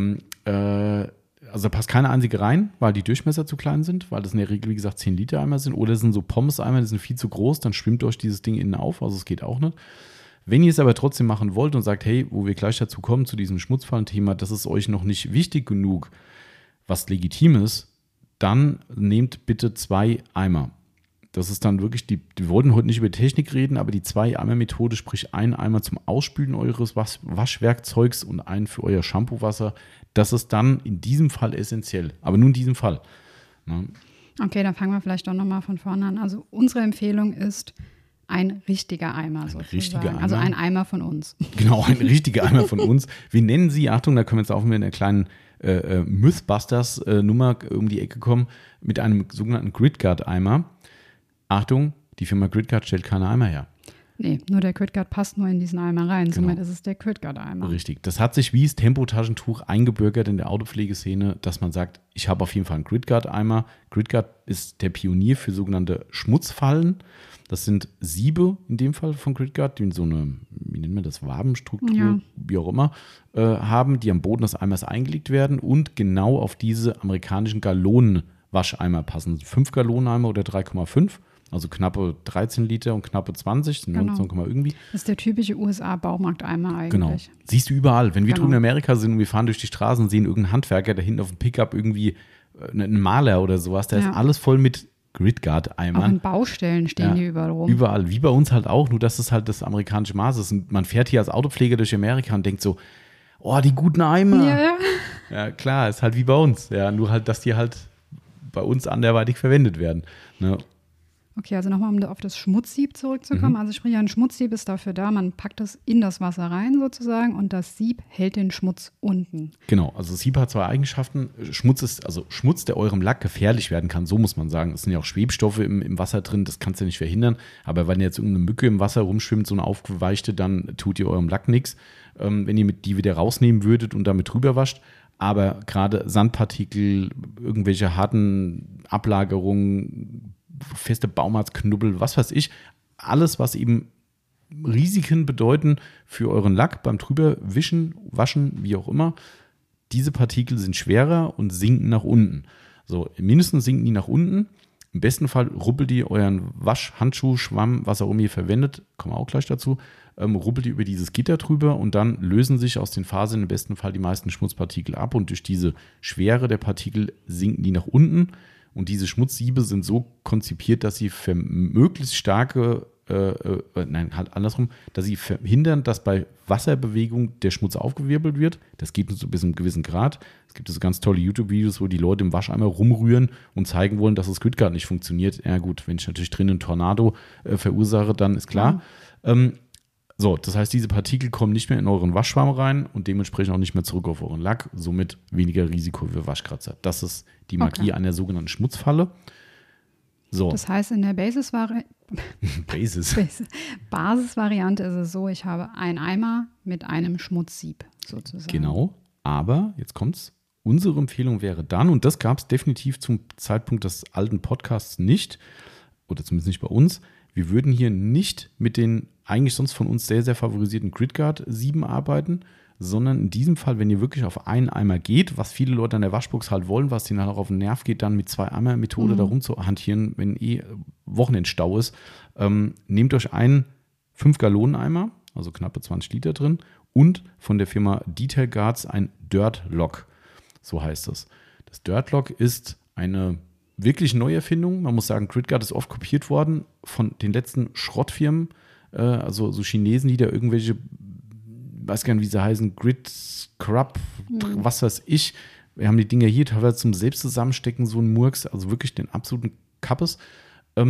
Also da passt keine einzige rein, weil die Durchmesser zu klein sind, weil das in der Regel, wie gesagt, 10 Liter Eimer sind. Oder es sind so Pommes-Eimer, die sind viel zu groß, dann schwimmt euch dieses Ding innen auf, also es geht auch nicht. Wenn ihr es aber trotzdem machen wollt und sagt, hey, wo wir gleich dazu kommen, zu diesem Schmutzfallen-Thema, das ist euch noch nicht wichtig genug, was legitim ist, dann nehmt bitte 2 Eimer. Das ist dann wirklich, wir wollten heute nicht über Technik reden, aber die 2-Eimer-Methode, sprich ein Eimer zum Ausspülen eures Waschwerkzeugs und einen für euer Shampoo-Wasser, das ist dann in diesem Fall essentiell. Aber nur in diesem Fall. Ne? Okay, dann fangen wir vielleicht doch nochmal von vorne an. Also unsere Empfehlung ist ein richtiger Eimer sozusagen. Richtiger Eimer. Also ein Eimer von uns. Genau, ein richtiger Eimer von uns. Wir nennen sie, Achtung, da können wir jetzt auch mit einer kleinen Mythbusters-Nummer um die Ecke kommen, mit einem sogenannten Gridguard-Eimer. Achtung, die Firma Gridguard stellt keine Eimer her. Nee, nur der Gridguard passt nur in diesen Eimer rein. Genau. Somit ist es der Gridguard-Eimer. Richtig. Das hat sich wie das Tempotaschentuch eingebürgert in der Autopflegeszene, dass man sagt, ich habe auf jeden Fall einen Gridguard-Eimer. Gridguard ist der Pionier für sogenannte Schmutzfallen. Das sind Siebe in dem Fall von Gridguard, die so eine, wie nennt man das, Wabenstruktur, wie auch immer, haben, die am Boden des Eimers eingelegt werden und genau auf diese amerikanischen Gallonen-Wascheimer passen. 5-Gallonen-Eimer oder 3,5. Also knappe 13 Liter und knappe 20, 19, irgendwie. Das ist der typische USA-Baumarkteimer eigentlich. Genau. Siehst du überall. Wenn wir drüben in Amerika sind und wir fahren durch die Straßen und sehen irgendeinen Handwerker, der hinten auf dem Pickup irgendwie einen Maler oder sowas, da ist alles voll mit Gridguard-Eimern. Auch in Baustellen stehen die überall rum. Überall. Wie bei uns halt auch, nur dass es halt das amerikanische Maß ist. Und man fährt hier als Autopfleger durch Amerika und denkt so, oh, die guten Eimer. Ja. Ja, klar, ist halt wie bei uns. Ja, nur halt, dass die halt bei uns anderweitig verwendet werden. Ne? Okay, also nochmal, um auf das Schmutzsieb zurückzukommen. Also sprich, ein Schmutzsieb ist dafür da, man packt es in das Wasser rein sozusagen und das Sieb hält den Schmutz unten. Genau, also Sieb hat 2 Eigenschaften. Schmutz, der eurem Lack gefährlich werden kann, so muss man sagen. Es sind ja auch Schwebstoffe im Wasser drin, das kannst du nicht verhindern. Aber wenn jetzt irgendeine Mücke im Wasser rumschwimmt, so eine aufgeweichte, dann tut ihr eurem Lack nichts. Wenn ihr die wieder rausnehmen würdet und damit drüber wascht. Aber gerade Sandpartikel, irgendwelche harten Ablagerungen, feste Baumarktknubbel, was weiß ich, alles, was eben Risiken bedeuten für euren Lack beim Drüberwischen, Waschen, wie auch immer, diese Partikel sind schwerer und sinken nach unten. So, mindestens sinken die nach unten. Im besten Fall ruppelt ihr euren Waschhandschuh, Schwamm, was auch immer ihr verwendet, kommen wir auch gleich dazu, ruppelt ihr über dieses Gitter drüber und dann lösen sich aus den Fasern im besten Fall die meisten Schmutzpartikel ab und durch diese Schwere der Partikel sinken die nach unten. Und diese Schmutzsiebe sind so konzipiert, dass sie für möglichst starke halt andersrum, dass sie verhindern, dass bei Wasserbewegung der Schmutz aufgewirbelt wird. Das geht nur so bis zu einem gewissen Grad. Es gibt so ganz tolle YouTube-Videos, wo die Leute im Wascheimer rumrühren und zeigen wollen, dass das Gridguard nicht funktioniert. Ja gut, wenn ich natürlich drinnen einen Tornado verursache, dann ist klar. So, das heißt, diese Partikel kommen nicht mehr in euren Waschschwamm rein und dementsprechend auch nicht mehr zurück auf euren Lack, somit weniger Risiko für Waschkratzer. Das ist die Magie einer sogenannten Schmutzfalle. So. Das heißt, in der Basisvariante ist es so, ich habe einen Eimer mit einem Schmutzsieb sozusagen. Genau, aber jetzt kommt's. Unsere Empfehlung wäre dann, und das gab es definitiv zum Zeitpunkt des alten Podcasts nicht, oder zumindest nicht bei uns, wir würden hier nicht mit den eigentlich sonst von uns sehr, sehr favorisierten Gridguard-Sieben arbeiten, sondern in diesem Fall, wenn ihr wirklich auf einen Eimer geht, was viele Leute an der Waschbox halt wollen, was denen halt auch auf den Nerv geht, dann mit 2-Eimer-Methode da rumzuhantieren, wenn Wochenendstau ist, nehmt euch einen 5-Gallonen-Eimer, also knappe 20 Liter drin, und von der Firma Detail Guards ein Dirt Lock, so heißt es. Das Dirt Lock ist eine wirklich Neuerfindung. Man muss sagen, Gridguard ist oft kopiert worden von den letzten Schrottfirmen, also so Chinesen, die da irgendwelche, weiß gar nicht, wie sie heißen, Grid Scrub, was weiß ich. Wir haben die Dinger hier teilweise zum Selbstzusammenstecken, so ein Murks, also wirklich den absoluten Kappes. Da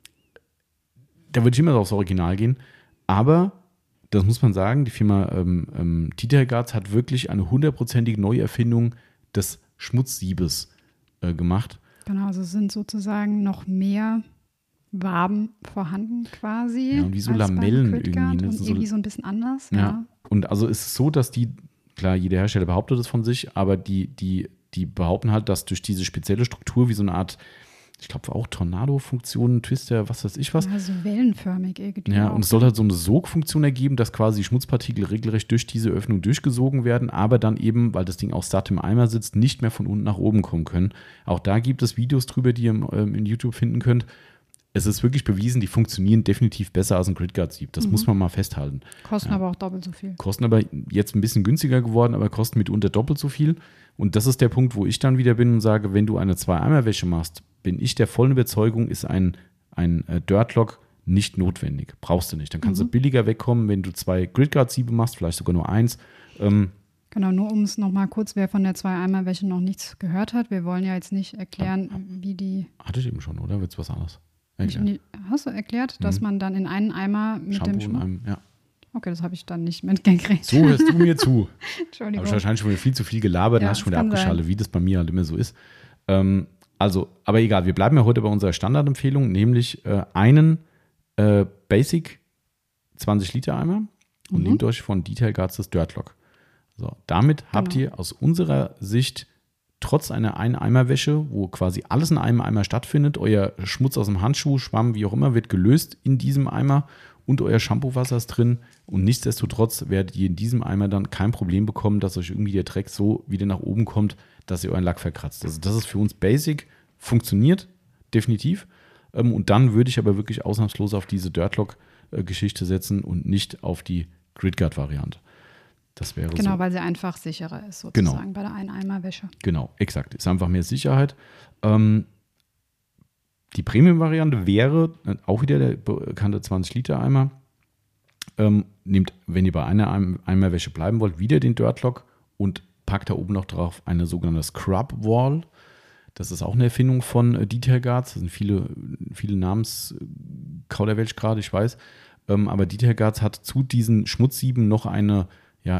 würde ich immer aufs Original gehen. Aber, das muss man sagen, die Firma Detail Guards hat wirklich eine 100%ige Neuerfindung des Schmutzsiebes gemacht. Genau, also sind sozusagen noch mehr Waben vorhanden quasi. Ja, und wie so Lamellen irgendwie. Ne? Und irgendwie so ein bisschen anders. Ja. Und also ist es so, dass klar, jeder Hersteller behauptet es von sich, aber die behaupten halt, dass durch diese spezielle Struktur wie so eine Art, ich glaube auch Tornado-Funktion, Twister, was weiß ich was. Ja, so wellenförmig irgendwie. Ja, und es soll halt so eine Sogfunktion ergeben, dass quasi Schmutzpartikel regelrecht durch diese Öffnung durchgesogen werden, aber dann eben, weil das Ding auch satt im Eimer sitzt, nicht mehr von unten nach oben kommen können. Auch da gibt es Videos drüber, die ihr in YouTube finden könnt. Es ist wirklich bewiesen, die funktionieren definitiv besser als ein Gridguard-Sieb. Das muss man mal festhalten. Kosten aber auch doppelt so viel. Kosten aber jetzt ein bisschen günstiger geworden, aber kosten mitunter doppelt so viel. Und das ist der Punkt, wo ich dann wieder bin und sage, wenn du eine 2-Eimer-Wäsche machst, bin ich der vollen Überzeugung, ist ein Dirt Lock nicht notwendig. Brauchst du nicht. Dann kannst du billiger wegkommen, wenn du 2 Gridguard-Siebe machst, vielleicht sogar nur 1. Genau, nur um es nochmal kurz, wer von der 2-Eimer-Wäsche noch nichts gehört hat. Wir wollen ja jetzt nicht erklären, wie die... Hatte ich eben schon, oder? Wird es was anderes? Hast du erklärt, dass man dann in einen Eimer mit Shampoo dem Shampoo... ja. Okay, das habe ich dann nicht mitgekriegt. So hörst du mir zu. Entschuldigung. Habe ich wahrscheinlich schon wieder viel zu viel gelabert, dann hast du schon wieder abgeschaltet, wie das bei mir halt immer so ist. Aber egal, wir bleiben ja heute bei unserer Standardempfehlung, nämlich einen Basic 20 Liter Eimer und nehmt euch von Detail Guards das Dirt Lock. So, damit habt ihr aus unserer Sicht trotz einer Ein-Eimer-Wäsche, wo quasi alles in einem Eimer stattfindet, euer Schmutz aus dem Handschuh, Schwamm, wie auch immer, wird gelöst in diesem Eimer und euer Shampoo-Wasser ist drin und nichtsdestotrotz werdet ihr in diesem Eimer dann kein Problem bekommen, dass euch irgendwie der Dreck so wieder nach oben kommt, dass ihr euren Lack verkratzt. Also das ist für uns basic, funktioniert definitiv und dann würde ich aber wirklich ausnahmslos auf diese Dirt Lock-Geschichte setzen und nicht auf die Gridguard-Variante. Das wäre genau, so. weil sie einfach sicherer ist sozusagen bei der Ein-Eimer-Wäsche. Genau, exakt. Ist einfach mehr Sicherheit. Die Premium-Variante wäre auch wieder der bekannte 20-Liter-Eimer. Nehmt, wenn ihr bei einer Eimerwäsche bleiben wollt, wieder den Dirt Lock und packt da oben noch drauf eine sogenannte Scrub Wall. Das ist auch eine Erfindung von Detail Guards. Das sind viele Namenskauderwelsch gerade, ich weiß. Aber Detail Guards hat zu diesen Schmutzsieben noch eine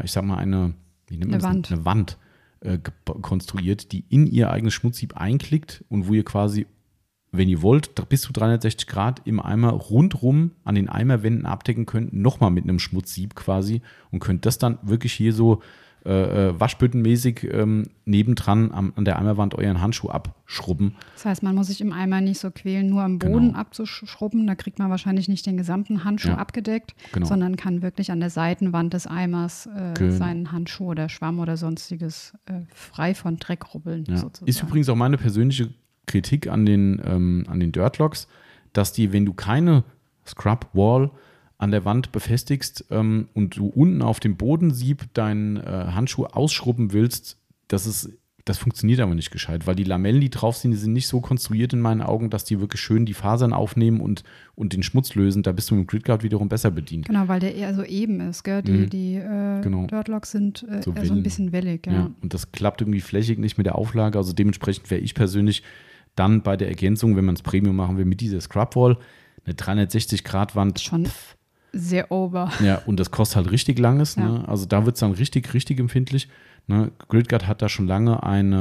Wand konstruiert, die in ihr eigenes Schmutzsieb einklickt und wo ihr quasi, wenn ihr wollt, bis zu 360 Grad im Eimer rundrum an den Eimerwänden abdecken könnt, nochmal mit einem Schmutzsieb quasi und könnt das dann wirklich hier so waschbüttenmäßig nebendran an der Eimerwand euren Handschuh abschrubben. Das heißt, man muss sich im Eimer nicht so quälen, nur am Boden abzuschrubben. Da kriegt man wahrscheinlich nicht den gesamten Handschuh abgedeckt, sondern kann wirklich an der Seitenwand des Eimers seinen Handschuh oder Schwamm oder sonstiges frei von Dreck rubbeln. Sozusagen. Ist übrigens auch meine persönliche Kritik an den Dirt Locks, dass die, wenn du keine Scrub Wall an der Wand befestigst und du unten auf dem Bodенsieb deinen Handschuh ausschrubben willst, das ist das funktioniert aber nicht gescheit, weil die Lamellen, die drauf sind, die sind nicht so konstruiert in meinen Augen, dass die wirklich schön die Fasern aufnehmen und den Schmutz lösen. Da bist du mit dem Gridguard wiederum besser bedient. Genau, weil der eher so eben ist, gell? Die genau. Dirtloks sind so eher so ein bisschen wellig. Ja. Und das klappt irgendwie flächig nicht mit der Auflage. Also dementsprechend wäre ich persönlich dann bei der Ergänzung, wenn man es Premium machen will, mit dieser Scrubwall, eine 360-Grad-Wand. Schon sehr over. Ja, und das kostet halt richtig langes. Ja. Ne? Also da wird es dann richtig, richtig empfindlich. Ne? Gridguard hat da schon lange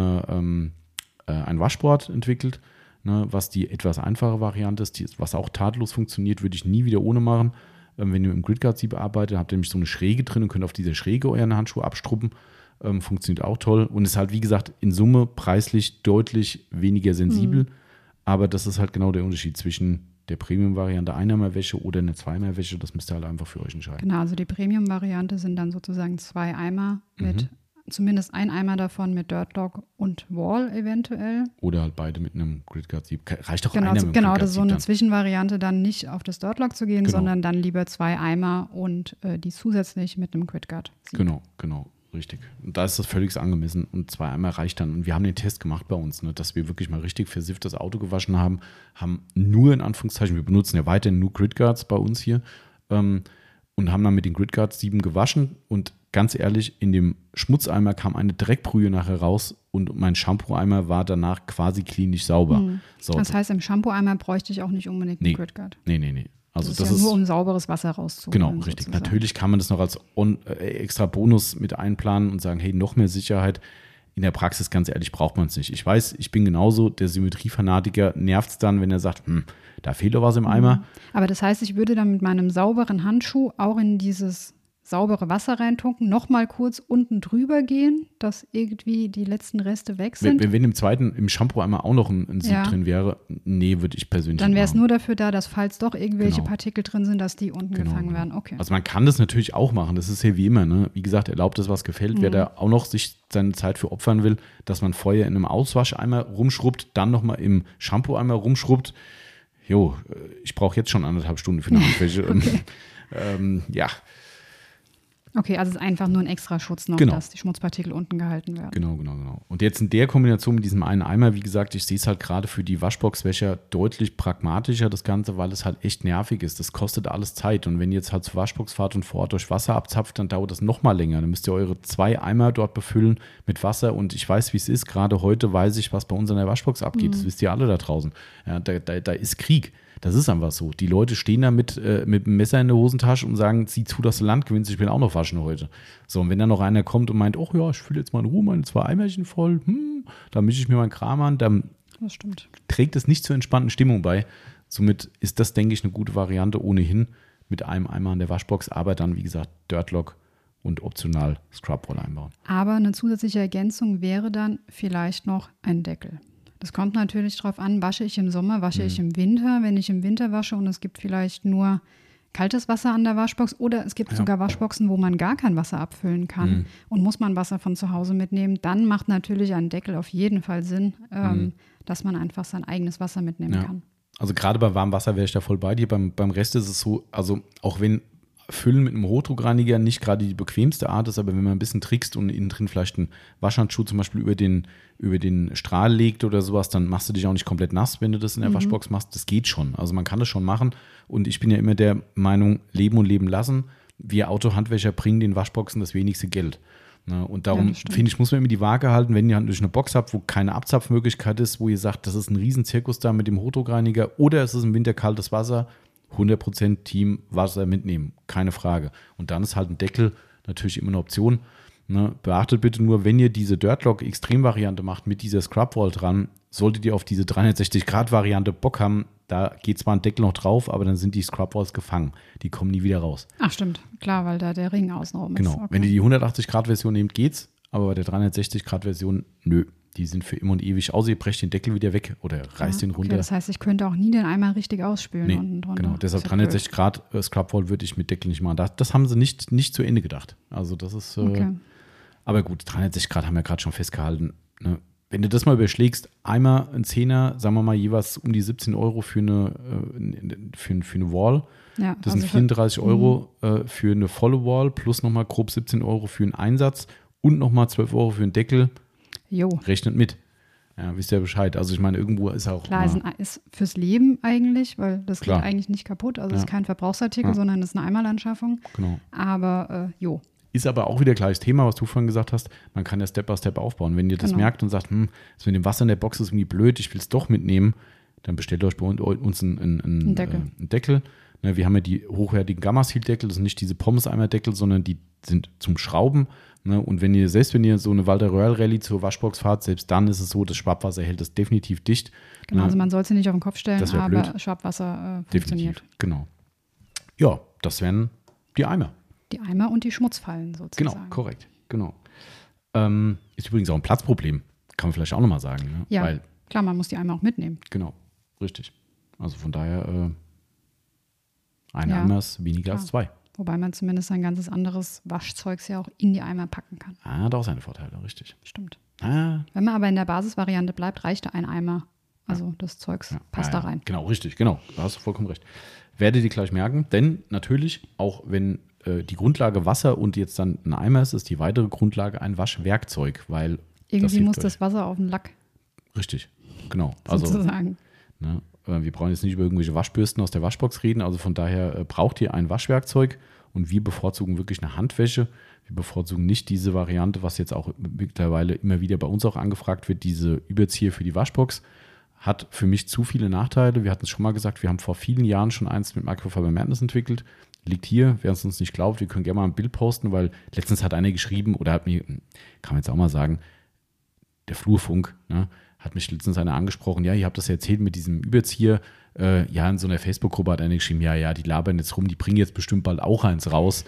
ein Washboard entwickelt, ne? Was die etwas einfache Variante ist, was auch tadellos funktioniert, würde ich nie wieder ohne machen. Wenn ihr im Gridguard-Sieb arbeitet, habt ihr nämlich so eine Schräge drin und könnt auf dieser Schräge euren Handschuh abstruppen. Funktioniert auch toll und ist halt, wie gesagt, in Summe preislich deutlich weniger sensibel. Aber das ist halt genau der Unterschied zwischen der Premium-Variante Eineimerwäsche oder eine Zweieimerwäsche. Das müsst ihr halt einfach für euch entscheiden. Genau, also die Premium-Variante sind dann sozusagen 2 Eimer mit zumindest ein Eimer davon mit Dirtlog und Wall eventuell. Oder halt beide mit einem Gridguard-Sieb. Reicht doch genau, einer mit genau, das ist so eine Zwischenvariante, dann nicht auf das Dirtlog zu gehen, genau. sondern dann lieber 2 Eimer und die zusätzlich mit einem Gridguard-Sieb. Genau. Richtig. Und da ist das völlig angemessen und 2 Eimer reicht dann. Und wir haben den Test gemacht bei uns, ne, dass wir wirklich mal richtig versifft das Auto gewaschen haben nur in Anführungszeichen, wir benutzen ja weiterhin nur Gridguards bei uns hier und haben dann mit den Gridguards 7 gewaschen und ganz ehrlich, in dem Schmutzeimer kam eine Dreckbrühe nachher raus und mein Shampoo-Eimer war danach quasi klinisch sauber. So, das heißt, im Shampoo-Eimer bräuchte ich auch nicht unbedingt einen Gridguard. Nee. Also das ist ja nur, um sauberes Wasser rauszuholen. Genau, richtig. Sozusagen. Natürlich kann man das noch als extra Bonus mit einplanen und sagen, hey, noch mehr Sicherheit. In der Praxis, ganz ehrlich, braucht man es nicht. Ich weiß, ich bin genauso, der Symmetriefanatiker nervt es dann, wenn er sagt, da fehlt doch was im Eimer. Aber das heißt, ich würde dann mit meinem sauberen Handschuh auch in dieses saubere Wasser reintunken, nochmal kurz unten drüber gehen, dass irgendwie die letzten Reste weg sind. Wenn im Shampoo einmal auch noch ein Sieb drin wäre, nee, würde ich persönlich dann wäre es nur dafür da, dass falls doch irgendwelche Partikel drin sind, dass die unten gefangen werden. Okay. Also man kann das natürlich auch machen, das ist ja wie immer, ne? Wie gesagt, erlaubt es, was gefällt. Wer da auch noch sich seine Zeit für opfern will, dass man vorher in einem Auswascheimer rumschrubbt, dann nochmal im Shampoo-Eimer rumschrubbt. Ich brauche jetzt schon 1,5 Stunden für eine Handwäsche. Okay. Ja. Okay, also es ist einfach nur ein extra Schutz noch, dass die Schmutzpartikel unten gehalten werden. Genau. Und jetzt in der Kombination mit diesem einen Eimer, wie gesagt, ich sehe es halt gerade für die Waschboxwäscher deutlich pragmatischer, das Ganze, weil es halt echt nervig ist. Das kostet alles Zeit. Und wenn ihr jetzt halt zur Waschbox fahrt und vor Ort durch Wasser abzapft, dann dauert das noch mal länger. Dann müsst ihr eure 2 Eimer dort befüllen mit Wasser. Und ich weiß, wie es ist. Gerade heute weiß ich, was bei uns an der Waschbox abgeht. Das wisst ihr alle da draußen. Ja, da ist Krieg. Das ist einfach so. Die Leute stehen da mit dem Messer in der Hosentasche und sagen, zieh zu, dass du Land gewinnst, ich will auch noch waschen heute. So, und wenn dann noch einer kommt und meint, ich fülle jetzt mal in Ruhe meine 2 Eimerchen voll, dann mische ich mir meinen Kram an, dann trägt es nicht zur entspannten Stimmung bei. Somit ist das, denke ich, eine gute Variante ohnehin mit einem Eimer an der Waschbox, aber dann, wie gesagt, Dirtlog und optional Scrubroll einbauen. Aber eine zusätzliche Ergänzung wäre dann vielleicht noch ein Deckel. Das kommt natürlich drauf an, wasche ich im Sommer, wasche ich im Winter. Wenn ich im Winter wasche und es gibt vielleicht nur kaltes Wasser an der Waschbox oder es gibt sogar Waschboxen, wo man gar kein Wasser abfüllen kann und muss man Wasser von zu Hause mitnehmen, dann macht natürlich ein Deckel auf jeden Fall Sinn, dass man einfach sein eigenes Wasser mitnehmen kann. Also gerade bei warmem Wasser wäre ich da voll bei dir. Beim Rest ist es so, also auch wenn Füllen mit einem Hochdruckreiniger nicht gerade die bequemste Art ist, aber wenn man ein bisschen trickst und innen drin vielleicht einen Waschhandschuh zum Beispiel über den Strahl legt oder sowas, dann machst du dich auch nicht komplett nass, wenn du das in der Waschbox machst. Das geht schon. Also man kann das schon machen. Und ich bin ja immer der Meinung, leben und leben lassen. Wir Autohandwäscher bringen den Waschboxen das wenigste Geld. Und darum, finde ich, muss man immer die Waage halten, wenn ihr durch eine Box habt, wo keine Abzapfmöglichkeit ist, wo ihr sagt, das ist ein Riesenzirkus da mit dem Hochdruckreiniger oder es ist im Winter kaltes Wasser, 100% Team Wasser mitnehmen, keine Frage. Und dann ist halt ein Deckel natürlich immer eine Option. Ne? Beachtet bitte nur, wenn ihr diese Dirtlog Extrem-Variante macht mit dieser Scrubwall dran, solltet ihr auf diese 360-Grad-Variante Bock haben, da geht zwar ein Deckel noch drauf, aber dann sind die Scrubwalls gefangen. Die kommen nie wieder raus. Ach stimmt, klar, weil da der Ring außenrum ist. Genau, okay. Wenn ihr die 180-Grad-Version nehmt, geht's, aber bei der 360-Grad-Version, nö. Die sind für immer und ewig, außer ihr brecht den Deckel wieder weg oder reißt den runter. Okay, das heißt, ich könnte auch nie den Eimer richtig ausspülen. Nee, genau, deshalb 360 Grad Scrubwall würde ich mit Deckel nicht machen. Das haben sie nicht zu Ende gedacht. Also das ist, aber gut, 360 Grad haben wir gerade schon festgehalten. Ne? Wenn du das mal überschlägst, einmal ein Zehner, sagen wir mal jeweils um die 17 Euro für eine Wall. Ja, das sind 34 Euro für eine volle Wall plus nochmal grob 17 Euro für einen Einsatz und nochmal 12 Euro für einen Deckel. Jo. Rechnet mit. Ja, wisst ihr Bescheid. Also ich meine, irgendwo ist auch Klar, ist fürs Leben eigentlich, weil das Klar. geht eigentlich nicht kaputt. Also es Ja. ist kein Verbrauchsartikel, Ja. sondern es ist eine Einmalanschaffung. Genau. Aber jo. Ist aber auch wieder gleiches Thema, was du vorhin gesagt hast. Man kann ja Step by Step aufbauen. Wenn ihr das Genau. merkt und sagt, das mit dem Wasser in der Box ist irgendwie blöd, ich will es doch mitnehmen, dann bestellt euch bei uns einen Deckel. Ne, wir haben ja die hochwertigen Gamma-Seal-Deckel, das sind nicht diese Pommes-Eimer-Deckel, sondern die sind zum Schrauben. Ne, und wenn ihr so eine Walter Royal Rallye zur Waschbox fahrt, selbst dann ist es so, das Schwabbwasser hält das definitiv dicht. Genau, Ne, also man soll sie nicht auf den Kopf stellen, das wär aber blöd. Schwabbwasser definitiv, funktioniert. genau. Ja, das wären die Eimer. Die Eimer und die Schmutzfallen sozusagen. Genau, korrekt, genau. Ist übrigens auch ein Platzproblem, kann man vielleicht auch nochmal sagen. Ne? Ja, Weil, klar, man muss die Eimer auch mitnehmen. genau, richtig. Also von daher, ein Ja, Eimer ist weniger klar. als 2. Wobei man zumindest ein ganzes anderes Waschzeugs ja auch in die Eimer packen kann. Hat auch seine Vorteile, richtig. Stimmt. Ah, Wenn man aber in der Basisvariante bleibt, reicht da ein Eimer. Also das Zeugs passt da rein. Genau, richtig, genau. Da hast du vollkommen recht. Werdet ihr gleich merken, denn natürlich, auch wenn die Grundlage Wasser und jetzt dann ein Eimer ist die weitere Grundlage ein Waschwerkzeug, weil Irgendwie muss euch. das Wasser auf den Lack Richtig, genau. Also, sozusagen. ne, wir brauchen jetzt nicht über irgendwelche Waschbürsten aus der Waschbox reden, also von daher braucht ihr ein Waschwerkzeug und wir bevorzugen wirklich eine Handwäsche. Wir bevorzugen nicht diese Variante, was jetzt auch mittlerweile immer wieder bei uns auch angefragt wird, diese Überzieher für die Waschbox. Hat für mich zu viele Nachteile. Wir hatten es schon mal gesagt, wir haben vor vielen Jahren schon eins mit Microfiber Madness entwickelt. Liegt hier, wer es uns nicht glaubt, wir können gerne mal ein Bild posten, weil letztens hat einer geschrieben oder hat mir, kann man jetzt auch mal sagen, der Flurfunk, ne, hat mich letztens einer angesprochen, ja, ihr habt das ja erzählt mit diesem Überzieher, ja, in so einer Facebook-Gruppe hat einer geschrieben, ja, die labern jetzt rum, die bringen jetzt bestimmt bald auch eins raus.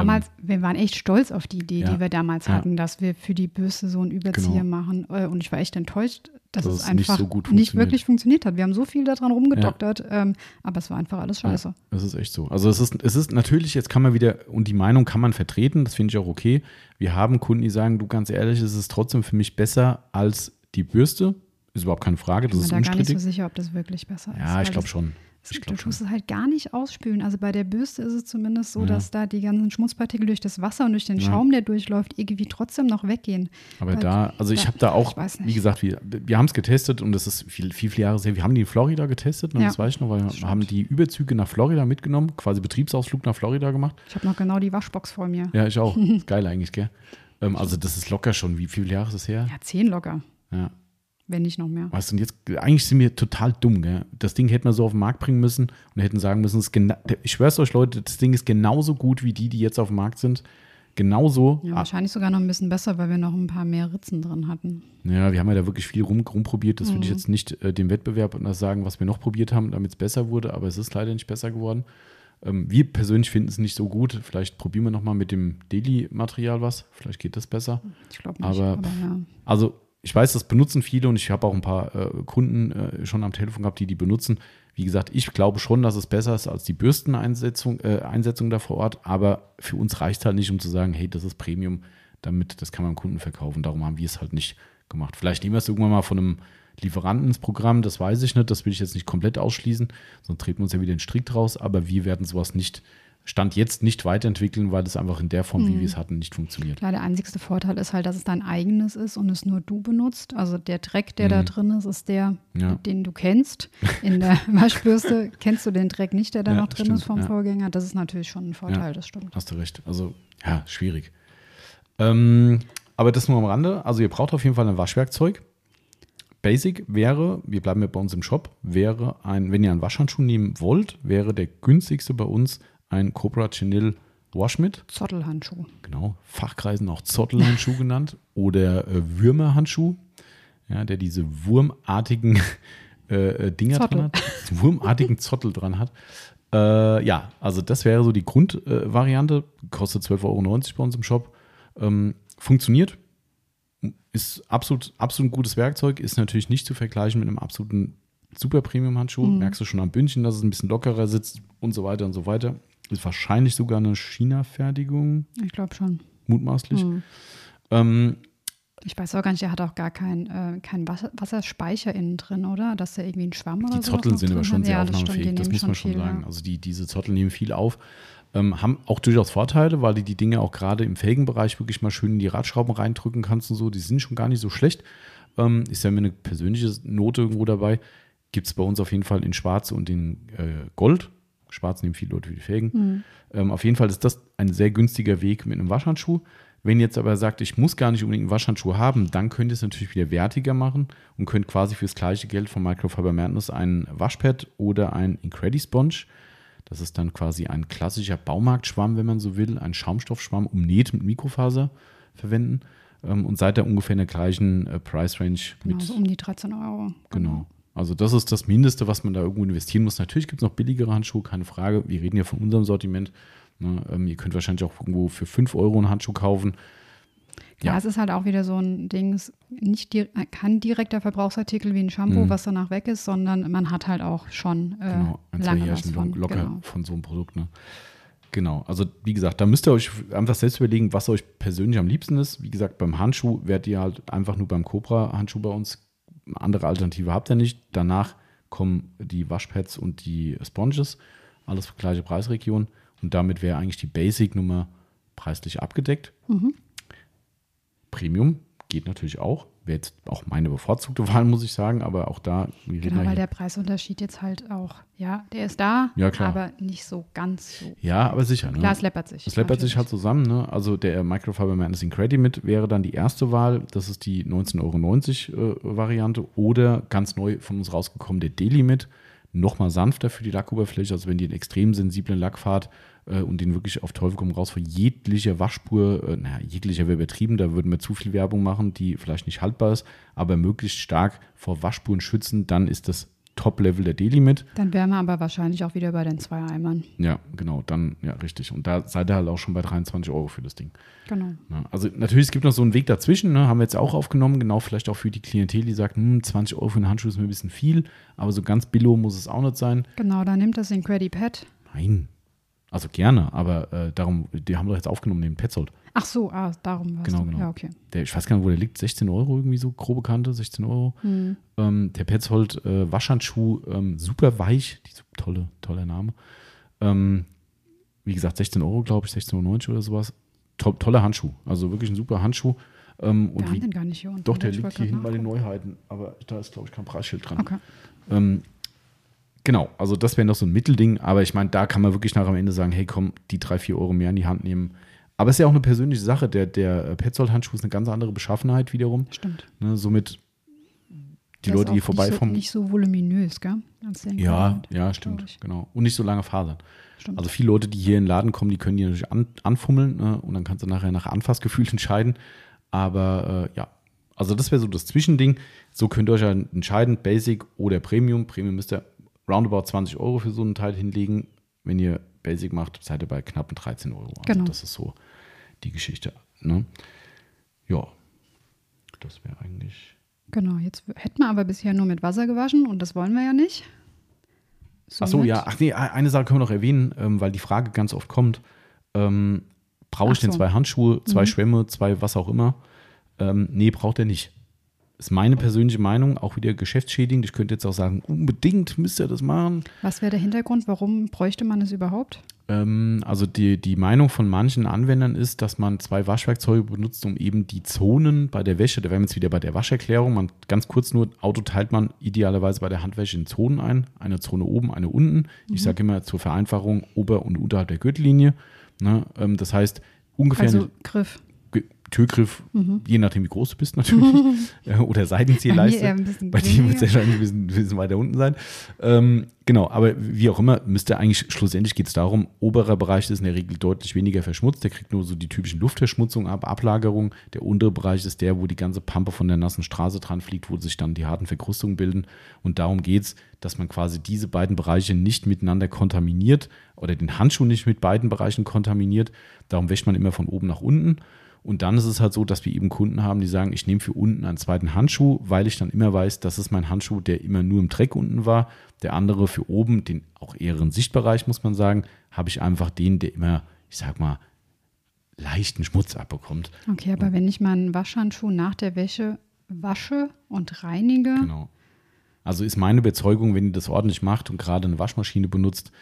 Wir waren echt stolz auf die Idee, Ja, die wir damals hatten, dass wir für die Bürste so einen Überzieher machen. Und ich war echt enttäuscht, dass es einfach nicht wirklich funktioniert hat. Wir haben so viel daran rumgedoktert, aber es war einfach alles scheiße. Ja, das ist echt so. Also es ist natürlich, jetzt kann man wieder, und die Meinung kann man vertreten, das finde ich auch okay. Wir haben Kunden, die sagen, du, ganz ehrlich, es ist trotzdem für mich besser als die Bürste. Ist überhaupt keine Frage, das ist unstrittig. Ich bin mir da gar nicht so sicher, ob das wirklich besser ist. Ja, ich glaube schon. Du tust es halt gar nicht ausspülen. Also bei der Bürste ist es zumindest so, dass da die ganzen Schmutzpartikel durch das Wasser und durch den Schaum, der durchläuft, irgendwie trotzdem noch weggehen. Aber ich habe da auch, wie gesagt, wir haben es getestet und das ist viele Jahre her. Wir haben die in Florida getestet, ne, das weiß ich noch, weil wir haben die Überzüge nach Florida mitgenommen, quasi Betriebsausflug nach Florida gemacht. Ich habe noch genau die Waschbox vor mir. Ja, ich auch. Geil eigentlich, gell? Also das ist locker schon. Wie viele Jahre ist das her? Ja, 10 locker. Ja. Wenn nicht noch mehr. Weißt du, und jetzt, eigentlich sind wir total dumm, gell? Das Ding hätten wir so auf den Markt bringen müssen und hätten sagen müssen, ich schwör's euch, Leute, das Ding ist genauso gut wie die jetzt auf dem Markt sind. Genauso. Ja, wahrscheinlich sogar noch ein bisschen besser, weil wir noch ein paar mehr Ritzen drin hatten. Ja, wir haben ja da wirklich viel rumprobiert. Das will ich jetzt nicht dem Wettbewerb sagen, was wir noch probiert haben, damit es besser wurde, aber es ist leider nicht besser geworden. Wir persönlich finden es nicht so gut. Vielleicht probieren wir nochmal mit dem Deli-Material was. Vielleicht geht das besser. Ich glaube nicht. Aber ja. Also ich weiß, das benutzen viele und ich habe auch ein paar Kunden schon am Telefon gehabt, die benutzen. Wie gesagt, ich glaube schon, dass es besser ist als die Bürsteneinsetzung da vor Ort. Aber für uns reicht es halt nicht, um zu sagen, hey, das ist Premium. Das kann man dem Kunden verkaufen. Darum haben wir es halt nicht gemacht. Vielleicht nehmen wir es irgendwann mal von einem Lieferanten ins Programm, das weiß ich nicht, das will ich jetzt nicht komplett ausschließen, sonst treten wir uns ja wieder den Strick draus, aber wir werden sowas Stand jetzt nicht weiterentwickeln, weil das einfach in der Form, wie wir es hatten, nicht funktioniert. Klar, der einzigste Vorteil ist halt, dass es dein eigenes ist und es nur du benutzt. Also der Dreck, der da drin ist der, den du kennst. In der Waschbürste kennst du den Dreck nicht, der da noch drin ist vom Vorgänger. Das ist natürlich schon ein Vorteil, das stimmt. Hast du recht. Also, ja, schwierig. Aber das nur am Rande. Also ihr braucht auf jeden Fall ein Waschwerkzeug. Basic wäre, wir bleiben ja bei uns im Shop, wenn ihr einen Waschhandschuh nehmen wollt, wäre der günstigste bei uns ein Cobra Chenille Washmit. Zottelhandschuh. Genau, Fachkreisen auch Zottelhandschuh genannt oder Würmerhandschuh, ja, der diese wurmartigen Dinger dran hat, wurmartigen Zottel dran hat. Ja, also das wäre so die Grundvariante, kostet 12,90 € bei uns im Shop. Funktioniert. Ist absolut ein gutes Werkzeug, ist natürlich nicht zu vergleichen mit einem absoluten Super-Premium-Handschuh. Merkst du schon am Bündchen, dass es ein bisschen lockerer sitzt und so weiter und so weiter. Ist wahrscheinlich sogar eine China-Fertigung. Ich glaube schon. Mutmaßlich. Ich weiß auch gar nicht, der hat auch gar kein Wasserspeicher innen drin, oder? Dass da irgendwie ein Schwamm oder so. Die Zotteln sind aber schon sehr ja, aufnahmefähig, das muss man schon viel, sagen. Ja. Also diese Zotteln nehmen viel auf. Haben auch durchaus Vorteile, weil du die Dinge auch gerade im Felgenbereich wirklich mal schön in die Radschrauben reindrücken kannst und so. Die sind schon gar nicht so schlecht. Ist ja mir eine persönliche Note irgendwo dabei. Gibt es bei uns auf jeden Fall in Schwarz und in Gold. Schwarz nehmen viele Leute für die Felgen. Auf jeden Fall ist das ein sehr günstiger Weg mit einem Waschhandschuh. Wenn ihr jetzt aber sagt, ich muss gar nicht unbedingt einen Waschhandschuh haben, dann könnt ihr es natürlich wieder wertiger machen und könnt quasi fürs gleiche Geld von Microfiber Madness ein Waschpad oder ein Incredi-Sponge. Das ist dann quasi ein klassischer Baumarktschwamm, wenn man so will, ein Schaumstoffschwamm umnäht mit Mikrofaser verwenden und seid da ungefähr in der gleichen Price-Range. Genau, so um die 13 Euro. Genau. Also das ist das Mindeste, was man da irgendwo investieren muss. Natürlich gibt es noch billigere Handschuhe, keine Frage. Wir reden ja von unserem Sortiment. Ne? Ihr könnt wahrscheinlich auch irgendwo für 5 Euro einen Handschuh kaufen. Ja, es ist halt auch wieder so ein Ding, es ist kein direkter Verbrauchsartikel wie ein Shampoo, was danach weg ist, sondern man hat halt auch schon lange was von. Locker von so einem Produkt. Ne? Genau, also wie gesagt, da müsst ihr euch einfach selbst überlegen, was euch persönlich am liebsten ist. Wie gesagt, beim Handschuh werdet ihr halt einfach nur beim Cobra-Handschuh bei uns. Eine andere Alternative habt ihr nicht. Danach kommen die Waschpads und die Sponges, alles gleiche Preisregion. Und damit wäre eigentlich die Basic-Nummer preislich abgedeckt. Premium geht natürlich auch. Wäre jetzt auch meine bevorzugte Wahl, muss ich sagen. Aber auch da. Genau, weil der Preisunterschied jetzt halt auch, ja, der ist da, ja, klar. Aber nicht so ganz so. Ja, aber sicher. Ne? Klar, es läppert sich. Es läppert sich halt zusammen. Ne? Also der Microfiber Madness Incredi mit wäre dann die erste Wahl. Das ist die 19,90 € Variante. Oder ganz neu von uns rausgekommen, der Daily mit. Nochmal sanfter für die Lackoberfläche. Also wenn ihr einen extrem sensiblen Lack fahrt und den wirklich auf Teufel komm raus vor jeglicher Waschspur, jeglicher wäre übertrieben, da würden wir zu viel Werbung machen, die vielleicht nicht haltbar ist, aber möglichst stark vor Waschspuren schützen, dann ist das Top-Level der Daily mit. Dann wären wir aber wahrscheinlich auch wieder bei den 2 Eimern. Ja, genau, dann, ja, richtig. Und da seid ihr halt auch schon bei 23 € für das Ding. Genau. Ja, also natürlich, es gibt noch so einen Weg dazwischen, ne, haben wir jetzt auch aufgenommen, genau vielleicht auch für die Klientel, die sagt, 20 € für einen Handschuh ist mir ein bisschen viel, aber so ganz billo muss es auch nicht sein. Genau, da nimmt das Incredi Pad. Nein, also gerne, aber darum, die haben wir doch jetzt aufgenommen, den Petzold. Ach so, darum was. Genau. Ja, okay. Ich weiß gar nicht, wo der liegt, 16 € irgendwie so, grobe Kante, 16 €. Der Petzold Waschhandschuh, super weich, toller Name. Wie gesagt, 16 €, glaube ich, 16,90 € oder sowas. Toller Handschuh, also wirklich ein super Handschuh. Wir haben den gar nicht hier unten. Doch, der liegt hier hinten bei den Neuheiten, aber da ist, glaube ich, kein Preisschild dran. Okay. Genau, also das wäre noch so ein Mittelding, aber ich meine, da kann man wirklich nach am Ende sagen, hey komm, die 3-4 € mehr in die Hand nehmen. Aber es ist ja auch eine persönliche Sache, der Petzold-Handschuh ist eine ganz andere Beschaffenheit wiederum. Stimmt. Ne, somit die Leute, die vorbeikommen. Nicht so voluminös, gell? Ja, stimmt, genau. Und nicht so lange Fasern. Stimmt. Also viele Leute, die hier in den Laden kommen, die können die natürlich anfummeln, ne, und dann kannst du nachher nach Anfassgefühl entscheiden. Aber ja, also das wäre so das Zwischending. So könnt ihr euch halt entscheiden, Basic oder Premium. Premium müsst ihr roundabout 20 € für so einen Teil hinlegen. Wenn ihr Basic macht, seid ihr bei knappen 13 €. Also genau. Das ist so die Geschichte. Ne? Ja, das wäre eigentlich... Genau, jetzt hätten wir aber bisher nur mit Wasser gewaschen und das wollen wir ja nicht. Achso, ja. Ach nee, eine Sache können wir noch erwähnen, weil die Frage ganz oft kommt, brauche ich denn 2 Handschuhe, 2 Schwämme, 2 was auch immer? Nee, braucht er nicht. Ist meine persönliche Meinung, auch wieder geschäftsschädigend. Ich könnte jetzt auch sagen, unbedingt müsst ihr das machen. Was wäre der Hintergrund? Warum bräuchte man es überhaupt? Also die Meinung von manchen Anwendern ist, dass man 2 Waschwerkzeuge benutzt, um eben die Zonen bei der Wäsche, da wären wir jetzt wieder bei der Wascherklärung, ganz kurz nur, Auto teilt man idealerweise bei der Handwäsche in Zonen ein. Eine Zone oben, eine unten. Ich sage immer zur Vereinfachung ober- und unterhalb der Gürtellinie. Ne? Das heißt ungefähr... Also Griff. Türgriff, je nachdem wie groß du bist natürlich, oder Seitenziehleiste. Bei dir wird es wahrscheinlich ein bisschen weiter unten sein. Genau, aber wie auch immer, schlussendlich geht es darum, oberer Bereich ist in der Regel deutlich weniger verschmutzt, der kriegt nur so die typischen Luftverschmutzungen ab, Ablagerung. Der untere Bereich ist der, wo die ganze Pampe von der nassen Straße dran fliegt, wo sich dann die harten Verkrustungen bilden. Und darum geht es, dass man quasi diese beiden Bereiche nicht miteinander kontaminiert oder den Handschuh nicht mit beiden Bereichen kontaminiert. Darum wäscht man immer von oben nach unten. Und dann ist es halt so, dass wir eben Kunden haben, die sagen, ich nehme für unten einen zweiten Handschuh, weil ich dann immer weiß, das ist mein Handschuh, der immer nur im Dreck unten war. Der andere für oben, den auch eheren Sichtbereich, muss man sagen, habe ich einfach den, der immer, ich sag mal, leichten Schmutz abbekommt. Okay, aber wenn ich meinen Waschhandschuh nach der Wäsche wasche und reinige. Genau. Also ist meine Überzeugung, wenn ihr das ordentlich macht und gerade eine Waschmaschine benutzt,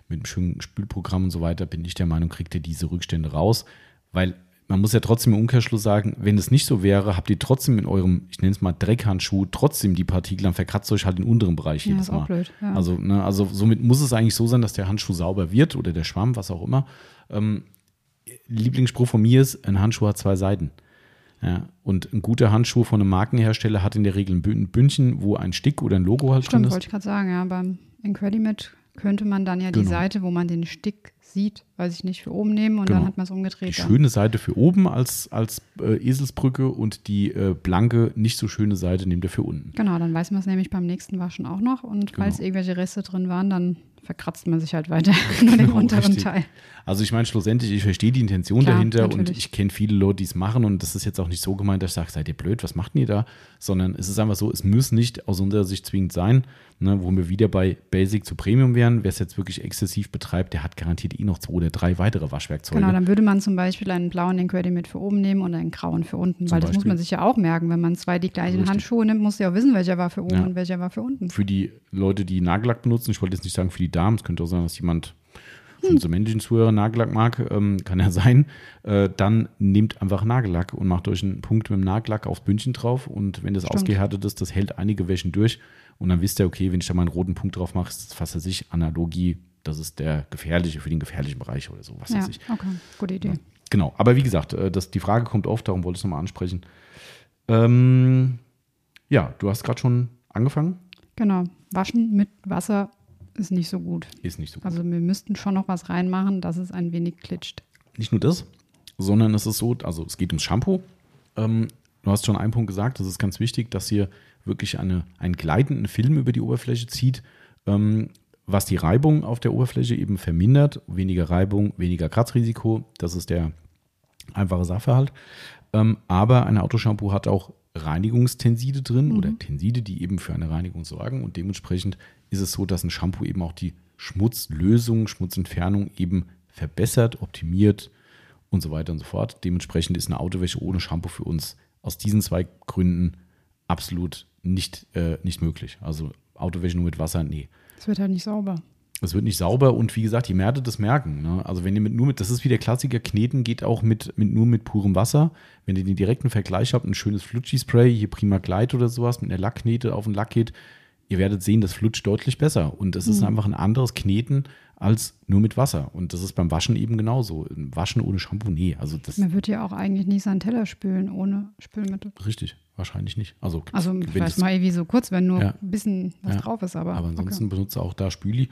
mit einem schönen Spülprogramm und so weiter, bin ich der Meinung, kriegt ihr diese Rückstände raus, weil man muss ja trotzdem im Umkehrschluss sagen, wenn es nicht so wäre, habt ihr trotzdem in eurem, ich nenne es mal Dreckhandschuh, trotzdem die Partikel, dann verkratzt euch halt den unteren Bereich jedes Mal. Blöd, ja. Also somit muss es eigentlich so sein, dass der Handschuh sauber wird oder der Schwamm, was auch immer. Lieblingsspruch von mir ist, ein Handschuh hat 2 Seiten. Ja, und ein guter Handschuh von einem Markenhersteller hat in der Regel ein Bündchen, wo ein Stick oder ein Logo halt drin ist. Wollte ich gerade sagen, ja, beim Incredimate könnte man dann ja die Seite, wo man den Stick sieht, weiß ich nicht, für oben nehmen und dann hat man es umgedreht. Die schöne Seite für oben als Eselsbrücke und die blanke, nicht so schöne Seite nehmt ihr für unten. Genau, dann weiß man es nämlich beim nächsten Waschen auch noch und falls irgendwelche Reste drin waren, dann verkratzt man sich halt weiter nur den unteren Teil. Also ich meine, schlussendlich, ich verstehe die Intention dahinter natürlich. Und ich kenne viele Leute, die es machen und das ist jetzt auch nicht so gemeint, dass ich sage, seid ihr blöd, was macht ihr da? Sondern es ist einfach so, es muss nicht aus unserer Sicht zwingend sein, ne, wo wir wieder bei Basic zu Premium wären. Wer es jetzt wirklich exzessiv betreibt, der hat garantiert noch 2 oder 3 weitere Waschwerkzeuge. Genau, dann würde man zum Beispiel einen blauen Incredimate für oben nehmen und einen grauen für unten, weil das muss man sich ja auch merken. Wenn man 2 die gleichen Handschuhe nimmt, muss ja auch wissen, welcher war für oben und welcher war für unten. Für die Leute, die Nagellack benutzen, ich wollte jetzt nicht sagen für die Damen, es könnte auch sein, dass jemand von so männlichen Zuhörer Nagellack mag, kann ja sein, dann nehmt einfach Nagellack und macht euch einen Punkt mit dem Nagellack aufs Bündchen drauf und wenn das ausgehärtet ist, das hält einige Wäschen durch und dann wisst ihr, okay, wenn ich da mal einen roten Punkt drauf mache, ist das fast für sich Analogie, das ist der gefährliche für den gefährlichen Bereich oder so, was weiß ich. Okay, gute Idee. Ja, genau, aber wie gesagt, die Frage kommt oft, darum wollte ich es nochmal ansprechen. Ja, du hast gerade schon angefangen. Genau, waschen mit Wasser ist nicht so gut. Also wir müssten schon noch was reinmachen, dass es ein wenig klitscht. Nicht nur das, sondern es ist so, also es geht ums Shampoo. Du hast schon einen Punkt gesagt, das ist ganz wichtig, dass ihr wirklich einen gleitenden Film über die Oberfläche zieht, was die Reibung auf der Oberfläche eben vermindert. Weniger Reibung, weniger Kratzrisiko, das ist der einfache Sachverhalt. Aber ein Autoshampoo hat auch Reinigungstenside drin oder Tenside, die eben für eine Reinigung sorgen und dementsprechend ist es so, dass ein Shampoo eben auch die Schmutzlösung, Schmutzentfernung eben verbessert, optimiert und so weiter und so fort. Dementsprechend ist eine Autowäsche ohne Shampoo für uns aus diesen 2 Gründen absolut nicht möglich. Also Autowäsche nur mit Wasser, nee. Es wird halt nicht sauber. Es wird nicht sauber und wie gesagt, ihr werdet das merken. Ne? Also wenn ihr das ist wie der Klassiker, Kneten geht auch nur mit purem Wasser. Wenn ihr den direkten Vergleich habt, ein schönes Flutschi-Spray, hier Prima Glide oder sowas, mit einer Lackknete auf den Lack geht, ihr werdet sehen, das flutscht deutlich besser. Und es ist einfach ein anderes Kneten als nur mit Wasser. Und das ist beim Waschen eben genauso. Waschen ohne Shampoo, nee. Also man wird ja auch eigentlich nie seinen Teller spülen ohne Spülmittel. Richtig, wahrscheinlich nicht. Also vielleicht mal irgendwie so kurz, wenn nur ein bisschen was drauf ist. Aber ansonsten benutze auch da Spüli.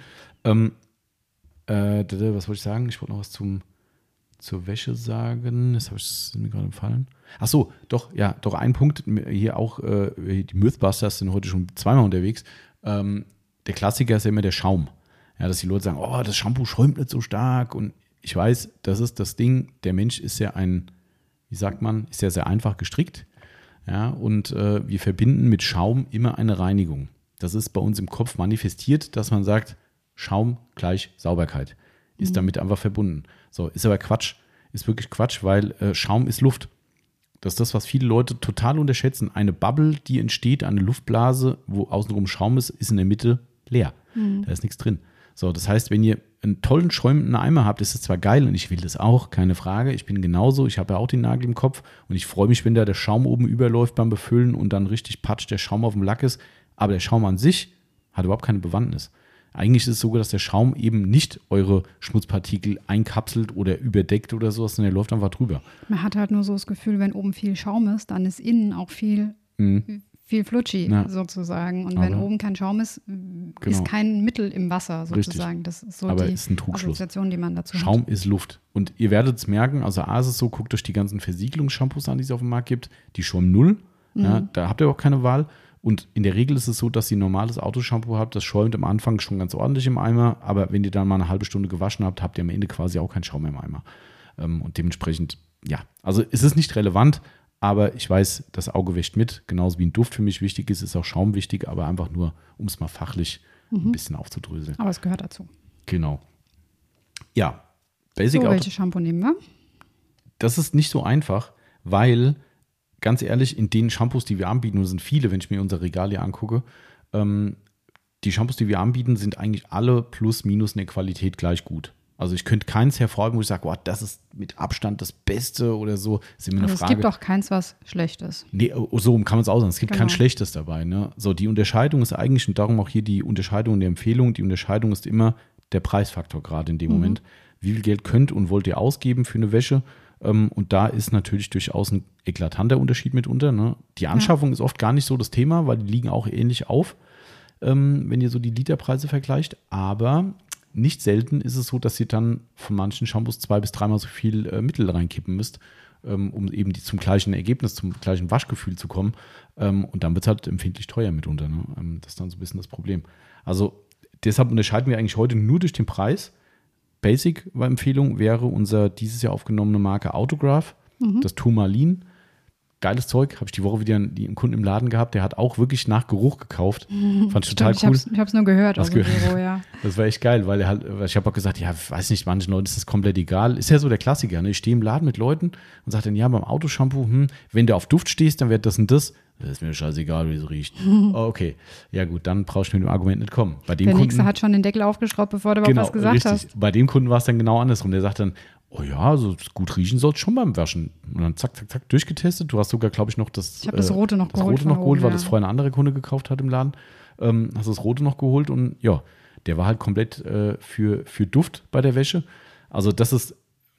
Was wollte ich sagen? Ich wollte noch was zur Wäsche sagen. Das ist mir gerade entfallen. Ach so, doch ein Punkt. Hier auch, die Mythbusters sind heute schon 2-mal unterwegs. Der Klassiker ist ja immer der Schaum. Ja, dass die Leute sagen, oh, das Shampoo schäumt nicht so stark. Und ich weiß, das ist das Ding. Der Mensch ist ja ist ja sehr einfach gestrickt. Ja, und wir verbinden mit Schaum immer eine Reinigung. Das ist bei uns im Kopf manifestiert, dass man sagt, Schaum gleich Sauberkeit. Ist damit einfach verbunden. So, ist aber Quatsch. Ist wirklich Quatsch, weil Schaum ist Luft. Das ist das, was viele Leute total unterschätzen. Eine Bubble, die entsteht, eine Luftblase, wo außenrum Schaum ist in der Mitte leer. Da ist nichts drin. So, das heißt, wenn ihr einen tollen schäumenden Eimer habt, ist es zwar geil und ich will das auch, keine Frage. Ich bin genauso, ich habe ja auch den Nagel im Kopf und ich freue mich, wenn da der Schaum oben überläuft beim Befüllen und dann richtig patsch der Schaum auf dem Lack ist. Aber der Schaum an sich hat überhaupt keine Bewandtnis. Eigentlich ist es so, dass der Schaum eben nicht eure Schmutzpartikel einkapselt oder überdeckt oder sowas, sondern er läuft einfach drüber. Man hat halt nur so das Gefühl, wenn oben viel Schaum ist, dann ist innen auch viel Flutschi sozusagen. Und wenn oben kein Schaum ist, ist kein Mittel im Wasser sozusagen. Richtig. Das ist so ist ein Trugschluss. Assoziation, die man dazu hat. Schaum ist Luft. Und ihr werdet es merken, also A ist es so, guckt euch die ganzen Versiegelungsshampoos an, die es auf dem Markt gibt, die schäumen null. Ja, da habt ihr auch keine Wahl. Und in der Regel ist es so, dass ihr ein normales Autoshampoo habt, das schäumt am Anfang schon ganz ordentlich im Eimer, aber wenn ihr dann mal eine halbe Stunde gewaschen habt, habt ihr am Ende quasi auch keinen Schaum mehr im Eimer. Und dementsprechend, ja, also es ist nicht relevant, aber ich weiß, das Auge wäscht mit, genauso wie ein Duft für mich wichtig ist auch Schaum wichtig, aber einfach nur, um es mal fachlich ein bisschen aufzudröseln. Aber es gehört dazu. Genau. Ja, Basic Auto. Welches Shampoo nehmen wir? Das ist nicht so einfach, weil ganz ehrlich, in den Shampoos, die wir anbieten, und es sind viele, wenn ich mir unser Regal hier angucke, die Shampoos, die wir anbieten, sind eigentlich alle plus minus in der Qualität gleich gut. Also ich könnte keins hervorheben, wo ich sage, wow, das ist mit Abstand das Beste oder so. Ist immer eine Frage. Es gibt auch keins, was schlecht ist. Nee, so kann man es auch sagen. Es gibt kein Schlechtes dabei. Ne? So, die Unterscheidung ist eigentlich, und darum auch hier die Unterscheidung der Empfehlung, die Unterscheidung ist immer der Preisfaktor gerade in dem Moment. Wie viel Geld könnt und wollt ihr ausgeben für eine Wäsche? Und da ist natürlich durchaus ein eklatanter Unterschied mitunter. Ne? Die Anschaffung ist oft gar nicht so das Thema, weil die liegen auch ähnlich auf, wenn ihr so die Literpreise vergleicht. Aber nicht selten ist es so, dass ihr dann von manchen Shampoos 2- bis 3-mal so viel Mittel reinkippen müsst, um eben zum gleichen Ergebnis, zum gleichen Waschgefühl zu kommen. Und dann wird es halt empfindlich teuer mitunter. Ne? Das ist dann so ein bisschen das Problem. Also deshalb unterscheiden wir eigentlich heute nur durch den Preis. Basic-Empfehlung wäre unser dieses Jahr aufgenommene Marke Autograph, das Turmalin. Geiles Zeug, habe ich die Woche wieder einen Kunden im Laden gehabt, der hat auch wirklich nach Geruch gekauft. Fand ich total cool. Ich habe es nur gehört aus dem Büro, ja. Das war echt geil, weil ich habe auch gesagt, ja, weiß nicht, manchen Leuten ist das komplett egal. Ist ja so der Klassiker, ne? Ich stehe im Laden mit Leuten und sage dann, ja, beim Autoshampoo, wenn du auf Duft stehst, dann wird das und das. Das ist mir scheißegal, wie es riecht. Oh, okay, ja gut, dann brauchst du mit dem Argument nicht kommen. Bei dem der Kunden, Nächste hat schon den Deckel aufgeschraubt, bevor du überhaupt was gesagt richtig. hast. Bei dem Kunden war es dann genau andersrum. Der sagt dann, oh ja, so gut riechen soll es schon beim Waschen. Und dann zack, zack, zack, durchgetestet. Du hast sogar, glaube ich, noch ich habe das Rote noch geholt. Weil das vorher ein anderer Kunde gekauft hat im Laden. Hast das Rote noch geholt und ja, der war halt komplett für Duft bei der Wäsche. Also das ist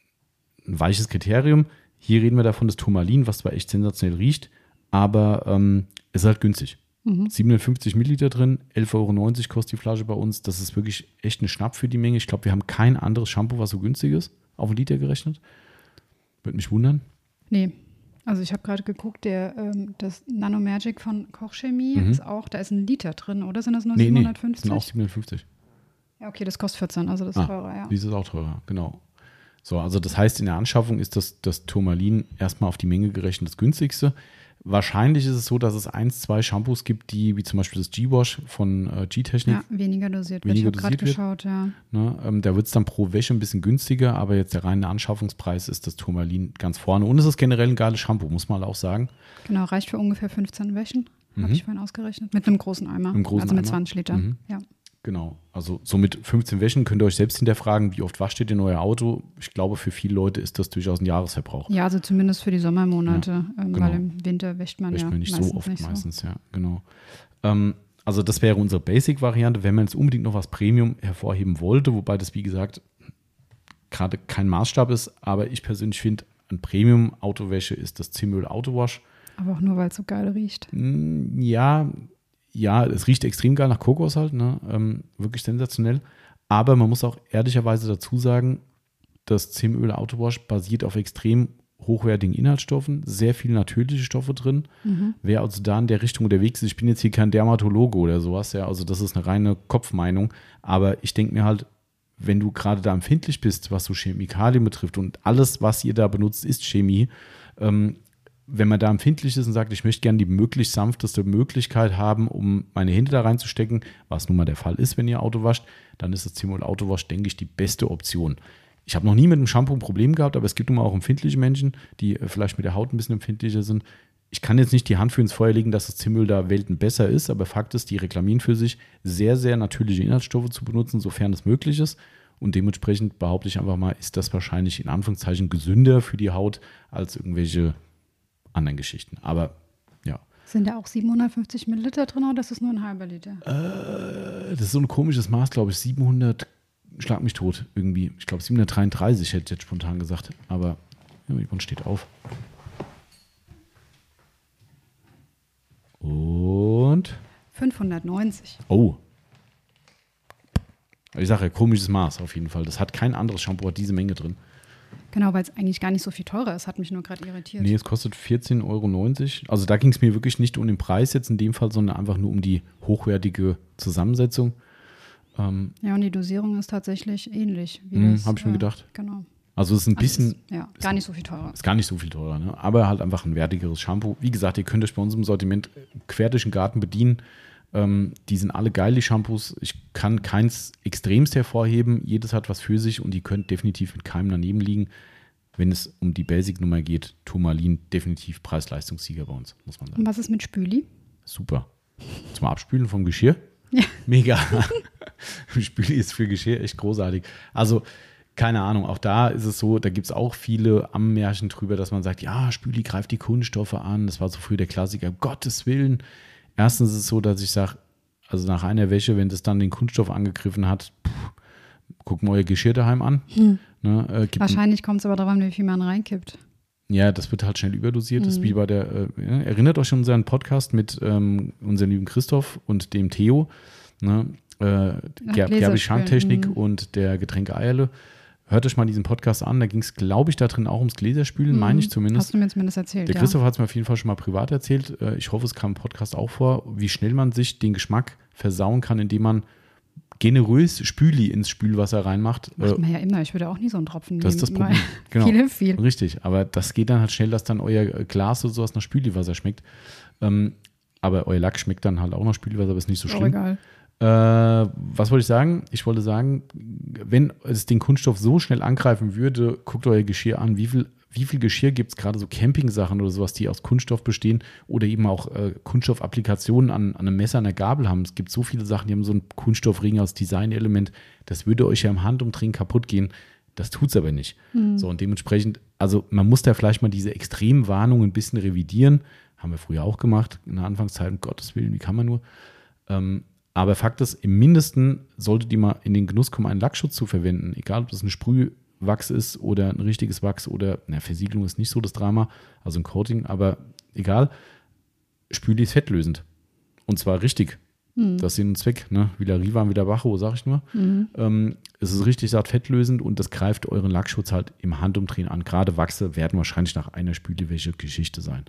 ein weiches Kriterium. Hier reden wir davon, das Turmalin, was zwar echt sensationell riecht, aber es ist halt günstig. 750 Milliliter drin, 11,90 Euro kostet die Flasche bei uns. Das ist wirklich echt ein Schnapp für die Menge. Ich glaube, wir haben kein anderes Shampoo, was so günstig ist, auf einen Liter gerechnet. Würde mich wundern. Nee, also ich habe gerade geguckt, das Nanomagic von Kochchemie ist auch, da ist ein Liter drin, oder? Sind das nur 750? Nee, sind auch 750. Ja, okay, das kostet 14, also das ist teurer, ja. Dieses ist auch teurer, genau. So, also das heißt, in der Anschaffung ist das Turmalin erstmal auf die Menge gerechnet das günstigste. Wahrscheinlich ist es so, dass es 1-2 Shampoos gibt, die, wie zum Beispiel das G-Wash von G-Technik. Ja, weniger dosiert wird. Ich habe gerade geschaut, ja. Ne, da wird es dann pro Wäsche ein bisschen günstiger, aber jetzt der reine Anschaffungspreis ist das Turmalin ganz vorne. Und es ist generell ein geiles Shampoo, muss man auch sagen. Genau, reicht für ungefähr 15 Wäschen, habe ich vorhin ausgerechnet. Mit einem großen Eimer, mit 20 Liter. Ja. Genau, also so mit 15 Wäschen könnt ihr euch selbst hinterfragen, wie oft wascht ihr denn euer Auto? Ich glaube, für viele Leute ist das durchaus ein Jahresverbrauch. Ja, also zumindest für die Sommermonate, genau. Weil im Winter wäscht man nicht so oft meistens, ja, genau. Also das wäre unsere Basic-Variante, wenn man jetzt unbedingt noch was Premium hervorheben wollte, wobei das, wie gesagt, gerade kein Maßstab ist, aber ich persönlich finde, ein Premium-Autowäsche ist das Zimöl Autowash. Aber auch nur, weil es so geil riecht. Ja, es riecht extrem geil nach Kokos halt, ne? Wirklich sensationell. Aber man muss auch ehrlicherweise dazu sagen, das Zimöl Autowash basiert auf extrem hochwertigen Inhaltsstoffen, sehr viele natürliche Stoffe drin. Wer also da in der Richtung unterwegs ist, ich bin jetzt hier kein Dermatologe oder sowas, ja, also das ist eine reine Kopfmeinung, aber ich denke mir halt, wenn du gerade da empfindlich bist, was so Chemikalien betrifft und alles, was ihr da benutzt, ist Chemie, wenn man da empfindlich ist und sagt, ich möchte gerne die möglichst sanfteste Möglichkeit haben, um meine Hände da reinzustecken, was nun mal der Fall ist, wenn ihr Auto wascht, dann ist das Zimöl Autowash, denke ich, die beste Option. Ich habe noch nie mit dem Shampoo ein Problem gehabt, aber es gibt nun mal auch empfindliche Menschen, die vielleicht mit der Haut ein bisschen empfindlicher sind. Ich kann jetzt nicht die Hand für ins Feuer legen, dass das Zimöl da Welten besser ist, aber Fakt ist, die reklamieren für sich, sehr, sehr natürliche Inhaltsstoffe zu benutzen, sofern es möglich ist. Und dementsprechend behaupte ich einfach mal, ist das wahrscheinlich in Anführungszeichen gesünder für die Haut als irgendwelche anderen Geschichten. Aber ja. Sind da auch 750 Milliliter drin oder ist das nur ein halber Liter? Das ist so ein komisches Maß, glaube ich. 700, schlag mich tot irgendwie. Ich glaube 733 hätte ich jetzt spontan gesagt. Aber ja, jemand steht auf. Und 590. Oh. Ich sage ja, komisches Maß auf jeden Fall. Das hat kein anderes Shampoo, hat diese Menge drin. Genau, weil es eigentlich gar nicht so viel teurer ist, hat mich nur gerade irritiert. Nee, es kostet 14,90 Euro. Also da ging es mir wirklich nicht um den Preis jetzt in dem Fall, sondern einfach nur um die hochwertige Zusammensetzung. Ja, und die Dosierung ist tatsächlich ähnlich. Habe ich mir gedacht. Genau. Also es ist ein bisschen... Ist gar nicht so viel teurer. Ist gar nicht so viel teurer, ne? Aber halt einfach ein wertigeres Shampoo. Wie gesagt, ihr könnt euch bei uns im Sortiment quer durch den Garten bedienen. Die sind alle geil, die Shampoos. Ich kann keins extremst hervorheben. Jedes hat was für sich und die könnt definitiv mit keinem daneben liegen. Wenn es um die Basic-Nummer geht, Turmalin definitiv Preis-Leistungssieger bei uns, muss man sagen. Und was ist mit Spüli? Super. Zum Abspülen vom Geschirr. Ja. Mega. Spüli ist für Geschirr echt großartig. Also, keine Ahnung, auch da ist es so, da gibt es auch viele Ammärchen drüber, dass man sagt, ja, Spüli greift die Kunststoffe an. Das war so früh der Klassiker, um Gottes Willen. Erstens ist es so, dass ich sage, also nach einer Wäsche, wenn das dann den Kunststoff angegriffen hat, guckt mal euer Geschirr daheim an. Ne, Wahrscheinlich kommt es aber darauf an, wie viel man reinkippt. Ja, das wird halt schnell überdosiert. Das ist wie bei der, erinnert euch an unseren Podcast mit unserem lieben Christoph und dem Theo, ne? Gerbi-Schanktechnik und der Getränke Eierle. Hört euch mal diesen Podcast an, da ging es, glaube ich, da drin auch ums Gläserspülen, meine ich zumindest. Hast du mir zumindest erzählt, Der Christoph hat es mir auf jeden Fall schon mal privat erzählt. Ich hoffe, es kam im Podcast auch vor, wie schnell man sich den Geschmack versauen kann, indem man generös Spüli ins Spülwasser reinmacht. Macht man ja immer, ich würde auch nie so einen Tropfen nehmen. Das ist das Problem. Genau. Viel hilft viel. Richtig, aber das geht dann halt schnell, dass dann euer Glas oder sowas nach Spüliwasser schmeckt. Aber euer Lack schmeckt dann halt auch nach Spüliwasser, aber ist nicht so schlimm. Egal. Was wollte ich sagen? Ich wollte sagen, wenn es den Kunststoff so schnell angreifen würde, guckt euer Geschirr an, wie viel Geschirr gibt es, gerade so Campingsachen oder sowas, die aus Kunststoff bestehen oder eben auch Kunststoffapplikationen an einem Messer, einer Gabel haben. Es gibt so viele Sachen, die haben so einen Kunststoffring als Designelement. Das würde euch ja im Handumdrehen kaputt gehen. Das tut es aber nicht. So, und dementsprechend, also man muss da vielleicht mal diese Extremwarnung ein bisschen revidieren. Haben wir früher auch gemacht, in der Anfangszeit, um Gottes Willen, wie kann man nur? Aber Fakt ist, im Mindesten solltet ihr mal in den Genuss kommen, einen Lackschutz zu verwenden. Egal, ob das ein Sprühwachs ist oder ein richtiges Wachs oder, Versiegelung ist nicht so das Drama, also ein Coating, aber egal. Spüli ist fettlösend. Und zwar richtig. Das ist Sinn und Zweck, ne? Wieder Riva, wieder Bacho, sag ich nur. Es ist richtig satt fettlösend und das greift euren Lackschutz halt im Handumdrehen an. Gerade Wachse werden wahrscheinlich nach einer Spüliwäsche Geschichte sein.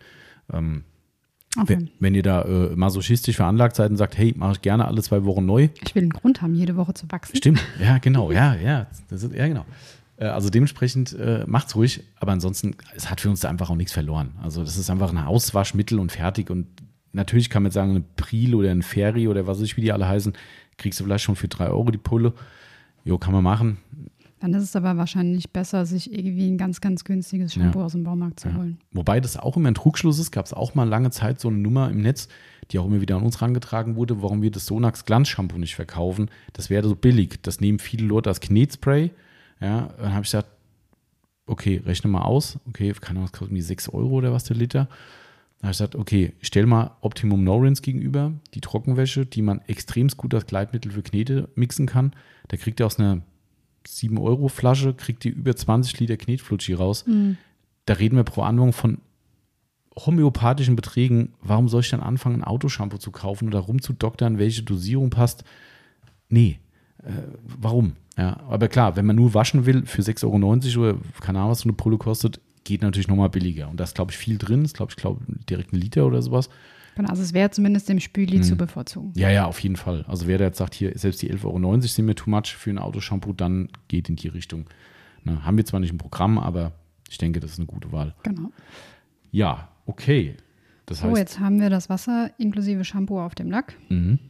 Okay. Wenn ihr da masochistisch veranlagt seid und sagt, hey, mache ich gerne alle 2 Wochen neu. Ich will einen Grund haben, jede Woche zu wachsen. Stimmt, ja, genau, ja, das ist, ja, genau. Also dementsprechend macht's ruhig, aber ansonsten, es hat für uns da einfach auch nichts verloren. Also das ist einfach ein Hauswaschmittel und fertig und natürlich kann man jetzt sagen, eine Pril oder ein Ferry oder was weiß ich, wie die alle heißen, kriegst du vielleicht schon für 3 Euro die Pulle. Jo, kann man machen. Dann ist es aber wahrscheinlich besser, sich irgendwie ein ganz, ganz günstiges Shampoo aus dem Baumarkt zu holen. Wobei das auch immer ein Trugschluss ist, gab es auch mal lange Zeit so eine Nummer im Netz, die auch immer wieder an uns herangetragen wurde, warum wir das Sonax Glanzshampoo nicht verkaufen. Das wäre so billig. Das nehmen viele Leute als Knetspray. Ja, dann habe ich gesagt, okay, rechne mal aus. Okay, keine Ahnung, das kostet irgendwie 6 Euro oder was der Liter. Dann habe ich gesagt, okay, stell mal Optimum No-Rinse gegenüber, die Trockenwäsche, die man extremst gut als Gleitmittel für Knete mixen kann. Da kriegt ihr aus einer 7-Euro-Flasche, kriegt ihr über 20 Liter Knetflutschi raus. Da reden wir pro Anwendung von homöopathischen Beträgen. Warum soll ich dann anfangen, ein Autoshampoo zu kaufen oder rumzudoktern, welche Dosierung passt? Nee, warum? Ja, aber klar, wenn man nur waschen will für 6,90 Euro oder keine Ahnung, was so eine Pulle kostet, geht natürlich nochmal billiger. Und da ist, glaube ich, viel drin. Das ist, glaube ich, direkt 1 Liter oder sowas. Genau, also es wäre zumindest dem Spüli zu bevorzugen. Ja, auf jeden Fall. Also wer da jetzt sagt, hier selbst die 11,90 Euro sind mir too much für ein Autoshampoo, dann geht in die Richtung. Na, haben wir zwar nicht im Programm, aber ich denke, das ist eine gute Wahl. Genau. Ja, okay. Das heißt, jetzt haben wir das Wasser inklusive Shampoo auf dem Lack.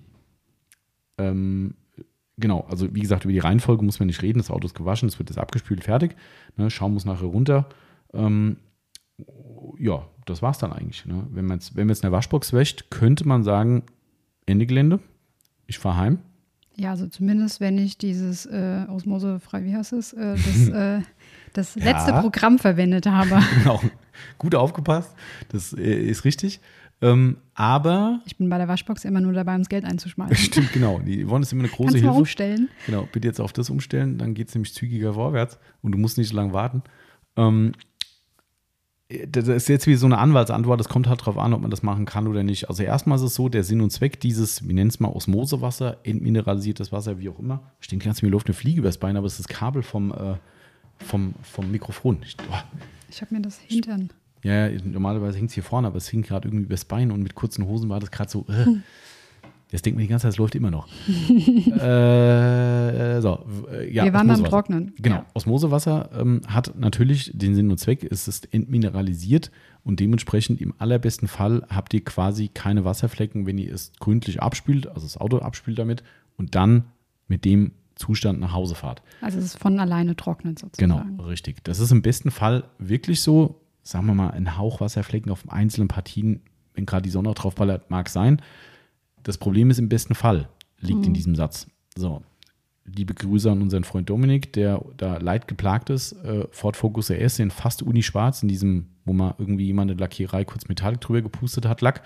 Genau, also wie gesagt, über die Reihenfolge muss man nicht reden. Das Auto ist gewaschen, es wird jetzt abgespült, fertig. Ne, Schaum muss nachher runter. Ja, das war's dann eigentlich. Ne? Wenn man jetzt in der Waschbox wäscht, könnte man sagen, Ende Gelände, ich fahre heim. Ja, also zumindest, wenn ich dieses osmosefrei, wie heißt es, das letzte Programm verwendet habe. Genau, gut aufgepasst, das ist richtig. Aber ich bin bei der Waschbox immer nur dabei, ums Geld einzuschmeißen. Stimmt, genau. Die wollen es immer eine große Kannst Hilfe. Kannst du umstellen. Genau, bitte jetzt auf das umstellen, dann geht es nämlich zügiger vorwärts und du musst nicht so lange warten. Das ist jetzt wie so eine Anwaltsantwort, das kommt halt drauf an, ob man das machen kann oder nicht. Also erstmal ist es so, der Sinn und Zweck dieses, wir nennen es mal Osmosewasser, entmineralisiertes Wasser, wie auch immer. Steht ganz, mir läuft eine Fliege übers Bein, aber es ist das Kabel vom Mikrofon. Ich habe mir das Hintern. Ja, normalerweise hängt es hier vorne, aber es hing gerade irgendwie übers Bein und mit kurzen Hosen war das gerade so. Jetzt denkt man die ganze Zeit, es läuft immer noch. Wir waren beim Trocknen. Genau, ja. Osmosewasser hat natürlich den Sinn und Zweck, es ist entmineralisiert und dementsprechend im allerbesten Fall habt ihr quasi keine Wasserflecken, wenn ihr es gründlich abspült, also das Auto abspült damit und dann mit dem Zustand nach Hause fahrt. Also es ist von alleine trocknet sozusagen. Genau, richtig. Das ist im besten Fall wirklich so, sagen wir mal, ein Hauch Wasserflecken auf einzelnen Partien, wenn gerade die Sonne drauf ballert, mag sein. Das Problem ist im besten Fall. liegt in diesem Satz. So, liebe Grüße an unseren Freund Dominik, der da leidgeplagt ist. Ford Focus RS in fast unischwarz, in diesem, wo mal irgendwie jemand in der Lackierei kurz Metallic drüber gepustet hat, Lack.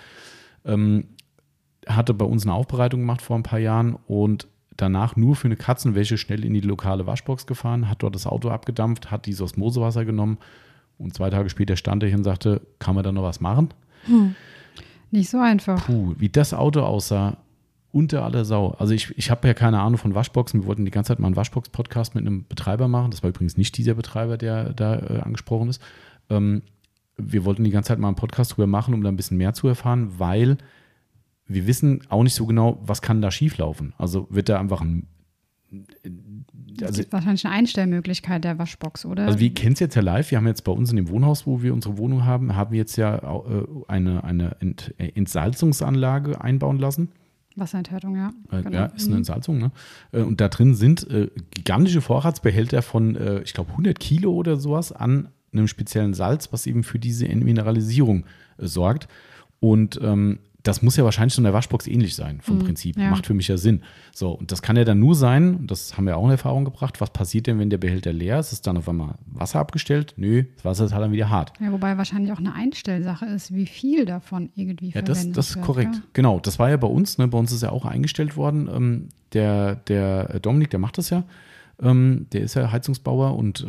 Hatte bei uns eine Aufbereitung gemacht vor ein paar Jahren und danach nur für eine Katzenwäsche schnell in die lokale Waschbox gefahren, hat dort das Auto abgedampft, hat dieses Osmosewasser genommen und 2 Tage später stand er hier und sagte, kann man da noch was machen? Nicht so einfach. Puh, wie das Auto aussah, unter aller Sau. Also ich habe ja keine Ahnung von Waschboxen. Wir wollten die ganze Zeit mal einen Waschbox-Podcast mit einem Betreiber machen. Das war übrigens nicht dieser Betreiber, der da angesprochen ist. Wir wollten die ganze Zeit mal einen Podcast drüber machen, um da ein bisschen mehr zu erfahren, weil wir wissen auch nicht so genau, was kann da schieflaufen. Also wird da einfach ein... Das ist wahrscheinlich eine Einstellmöglichkeit der Waschbox, oder? Also wir kennen es jetzt ja live. Wir haben jetzt bei uns in dem Wohnhaus, wo wir unsere Wohnung haben wir jetzt ja eine Entsalzungsanlage einbauen lassen. Wasserenthärtung, ja. Genau. Ja, ist eine Entsalzung, ne? Und da drin sind gigantische Vorratsbehälter von, ich glaube, 100 Kilo oder sowas an einem speziellen Salz, was eben für diese Entmineralisierung sorgt. Und das muss ja wahrscheinlich so in der Waschbox ähnlich sein, vom Prinzip. Ja. Macht für mich ja Sinn. So, und das kann ja dann nur sein, und das haben wir auch in Erfahrung gebracht, was passiert denn, wenn der Behälter leer ist? Ist dann auf einmal Wasser abgestellt? Nö, das Wasser ist halt dann wieder hart. Ja, wobei wahrscheinlich auch eine Einstellsache ist, wie viel davon irgendwie verwendet wird. Ja, das ist korrekt. Ja. Genau, das war ja bei uns. Ne? Bei uns ist ja auch eingestellt worden. Der Dominik, der macht das ja. Der ist ja Heizungsbauer und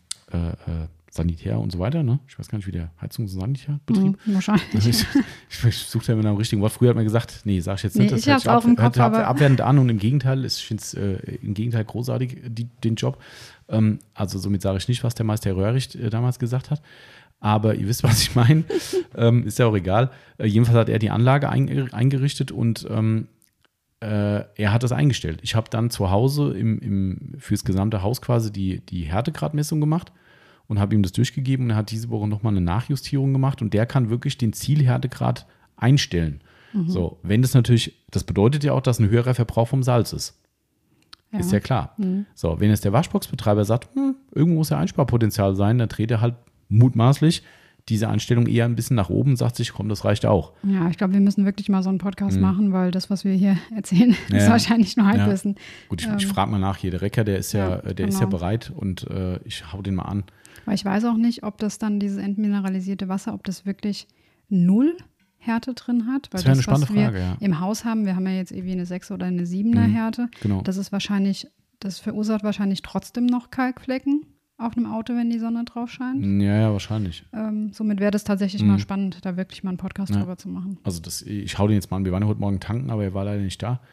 Sanitär und so weiter, ne? Ich weiß gar nicht, wie der Heizungs- und Sanitärbetrieb. Wahrscheinlich. Ich suche da mit einem richtigen Wort. Früher hat man gesagt, nee, sag ich jetzt nicht. Nee, das hört sich auch im Kopf, aber abwertend an und im Gegenteil, ich finde es im Gegenteil großartig, den Job. Also somit sage ich nicht, was der Meister Röhricht damals gesagt hat. Aber ihr wisst, was ich meine. Ist ja auch egal. Jedenfalls hat er die Anlage eingerichtet und er hat das eingestellt. Ich habe dann zu Hause fürs gesamte Haus quasi die Härtegradmessung gemacht und habe ihm das durchgegeben und er hat diese Woche nochmal eine Nachjustierung gemacht und der kann wirklich den Zielhärtegrad einstellen. So, wenn das natürlich, das bedeutet ja auch, dass ein höherer Verbrauch vom Salz ist. Ja. Ist ja klar. So, wenn jetzt der Waschboxbetreiber sagt, irgendwo muss ja Einsparpotenzial sein, dann dreht er halt mutmaßlich diese Einstellung eher ein bisschen nach oben und sagt sich, komm, das reicht auch. Ja, ich glaube, wir müssen wirklich mal so einen Podcast machen, weil das, was wir hier erzählen, ist wahrscheinlich nur Halbwissen. Ja. Gut, ich frage mal nach hier. Der Recker, der ist ja bereit und ich hau den mal an. Aber ich weiß auch nicht, ob das dann dieses entmineralisierte Wasser, ob das wirklich 0 Härte drin hat. Weil das wäre eine spannende Frage, Frage, ja. Im Haus haben, wir haben ja jetzt irgendwie eine 6 oder eine 7er Härte. Genau. Das verursacht wahrscheinlich trotzdem noch Kalkflecken auf einem Auto, wenn die Sonne drauf scheint. Ja, wahrscheinlich. Somit wäre das tatsächlich mal spannend, da wirklich mal einen Podcast drüber zu machen. Also ich hau den jetzt mal an. Wir waren ja heute Morgen tanken, aber er war leider nicht da.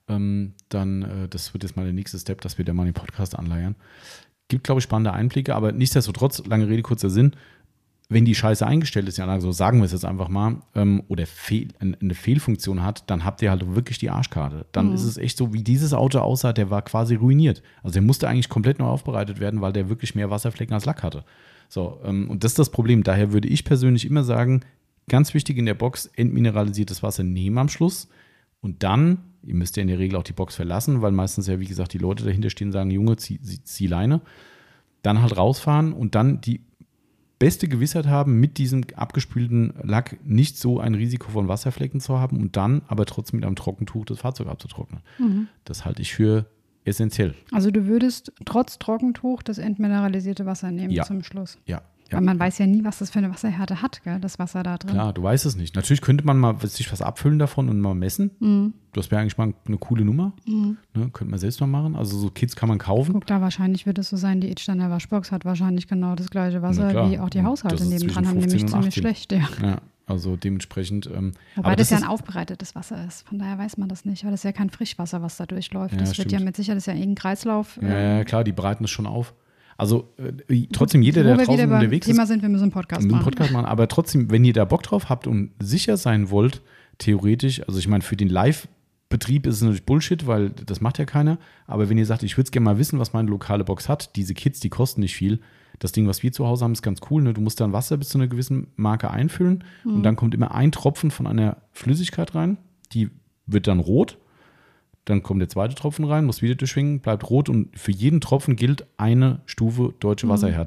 Das wird jetzt mal der nächste Step, dass wir da mal den Podcast anleiern. Gibt, glaube ich, spannende Einblicke, aber nichtsdestotrotz, lange Rede, kurzer Sinn, wenn die Scheiße eingestellt ist, ja, so sagen wir es jetzt einfach mal, oder eine Fehlfunktion hat, dann habt ihr halt wirklich die Arschkarte. Dann ist es echt so, wie dieses Auto aussah, der war quasi ruiniert. Also der musste eigentlich komplett neu aufbereitet werden, weil der wirklich mehr Wasserflecken als Lack hatte. So, und das ist das Problem. Daher würde ich persönlich immer sagen, ganz wichtig in der Box, entmineralisiertes Wasser nehmen am Schluss und dann, ihr müsst ja in der Regel auch die Box verlassen, weil meistens ja, wie gesagt, die Leute dahinter stehen und sagen, Junge, zieh Leine. Dann halt rausfahren und dann die beste Gewissheit haben, mit diesem abgespülten Lack nicht so ein Risiko von Wasserflecken zu haben und dann aber trotzdem mit einem Trockentuch das Fahrzeug abzutrocknen. Das halte ich für essentiell. Also du würdest trotz Trockentuch das entmineralisierte Wasser nehmen zum Schluss? Ja. Weil man weiß ja nie, was das für eine Wasserhärte hat, gell, das Wasser da drin. Klar, du weißt es nicht. Natürlich könnte man mal sich was abfüllen davon und mal messen. Das wäre eigentlich mal eine coole Nummer. Ne, könnte man selbst mal machen. Also so Kits kann man kaufen. Guck, da wahrscheinlich wird es so sein, die Idsteiner Waschbox hat wahrscheinlich genau das gleiche Wasser wie auch die Haushalte nebendran haben, nämlich ziemlich schlecht. Ja, also dementsprechend. Wobei das ja ein aufbereitetes Wasser ist. Von daher weiß man das nicht, weil das ist ja kein Frischwasser, was da durchläuft. Das wird ja mit Sicherheit, das ist ja irgendein Kreislauf. Ja, klar, die bereiten es schon auf. Also trotzdem jeder, der draußen unterwegs ist. Thema sind, wir müssen einen Podcast machen. Aber trotzdem, wenn ihr da Bock drauf habt und sicher sein wollt, theoretisch, also ich meine, für den Live-Betrieb ist es natürlich Bullshit, weil das macht ja keiner. Aber wenn ihr sagt, ich würde es gerne mal wissen, was meine lokale Box hat, diese Kits, die kosten nicht viel. Das Ding, was wir zu Hause haben, ist ganz cool. Ne? Du musst dann Wasser bis zu einer gewissen Marke einfüllen und dann kommt immer ein Tropfen von einer Flüssigkeit rein. Die wird dann rot. Dann kommt der zweite Tropfen rein, muss wieder durchschwingen, bleibt rot und für jeden Tropfen gilt eine Stufe deutsche Wasserhärte.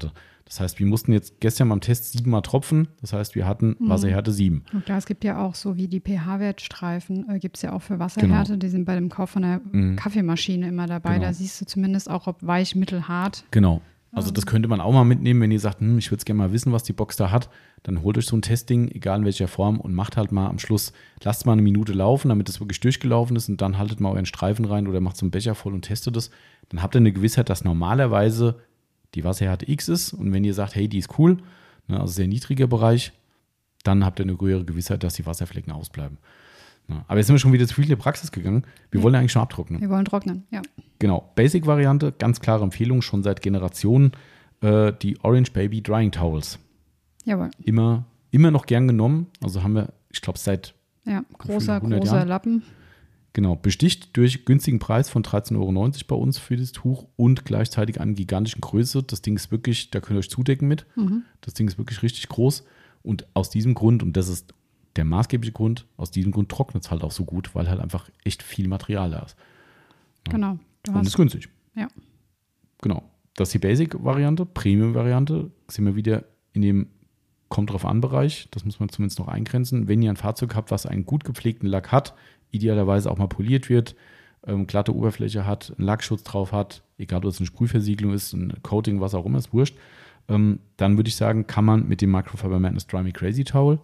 Das heißt, wir mussten jetzt gestern beim Test 7 Mal tropfen. Das heißt, wir hatten Wasserhärte 7. Und klar, es gibt ja auch so wie die pH-Wertstreifen, gibt es ja auch für Wasserhärte. Genau. Die sind bei dem Kauf von der Kaffeemaschine immer dabei. Genau. Da siehst du zumindest auch, ob weich, mittel, hart. Genau. Also das könnte man auch mal mitnehmen, wenn ihr sagt, ich würde es gerne mal wissen, was die Box da hat. Dann holt euch so ein Testing, egal in welcher Form, und macht halt mal am Schluss, lasst mal eine Minute laufen, damit es wirklich durchgelaufen ist, und dann haltet mal euren Streifen rein oder macht so einen Becher voll und testet es. Dann habt ihr eine Gewissheit, dass normalerweise die Wasserhärte X ist, und wenn ihr sagt, hey, die ist cool, ne, also sehr niedriger Bereich, dann habt ihr eine höhere Gewissheit, dass die Wasserflecken ausbleiben. Ja, aber jetzt sind wir schon wieder zu viel in die Praxis gegangen. Wir wollen ja eigentlich schon abtrocknen. Wir wollen trocknen, ja. Genau. Basic-Variante, ganz klare Empfehlung, schon seit Generationen, die Orange Baby Drying Towels. Jawohl. Immer noch gern genommen. Also haben wir, ich glaube, seit großer Jahren. Lappen. Genau. Besticht durch günstigen Preis von 13,90 € bei uns für das Tuch und gleichzeitig eine gigantischen Größe. Das Ding ist wirklich, da könnt ihr euch zudecken mit. Das Ding ist wirklich richtig groß. Und aus diesem Grund, und das ist der maßgebliche Grund, aus diesem Grund trocknet es halt auch so gut, weil halt einfach echt viel Material da ist. Ja. Genau. Und ist günstig. Ja. Genau. Das ist die Basic-Variante. Premium-Variante sind wir wieder in dem Kommt-drauf-an-Bereich. Das muss man zumindest noch eingrenzen. Wenn ihr ein Fahrzeug habt, was einen gut gepflegten Lack hat, idealerweise auch mal poliert wird, glatte Oberfläche hat, einen Lackschutz drauf hat, egal ob es eine Sprühversiegelung ist, ein Coating, was auch immer, ist wurscht, dann würde ich sagen, kann man mit dem Microfiber Madness Dry Me Crazy Towel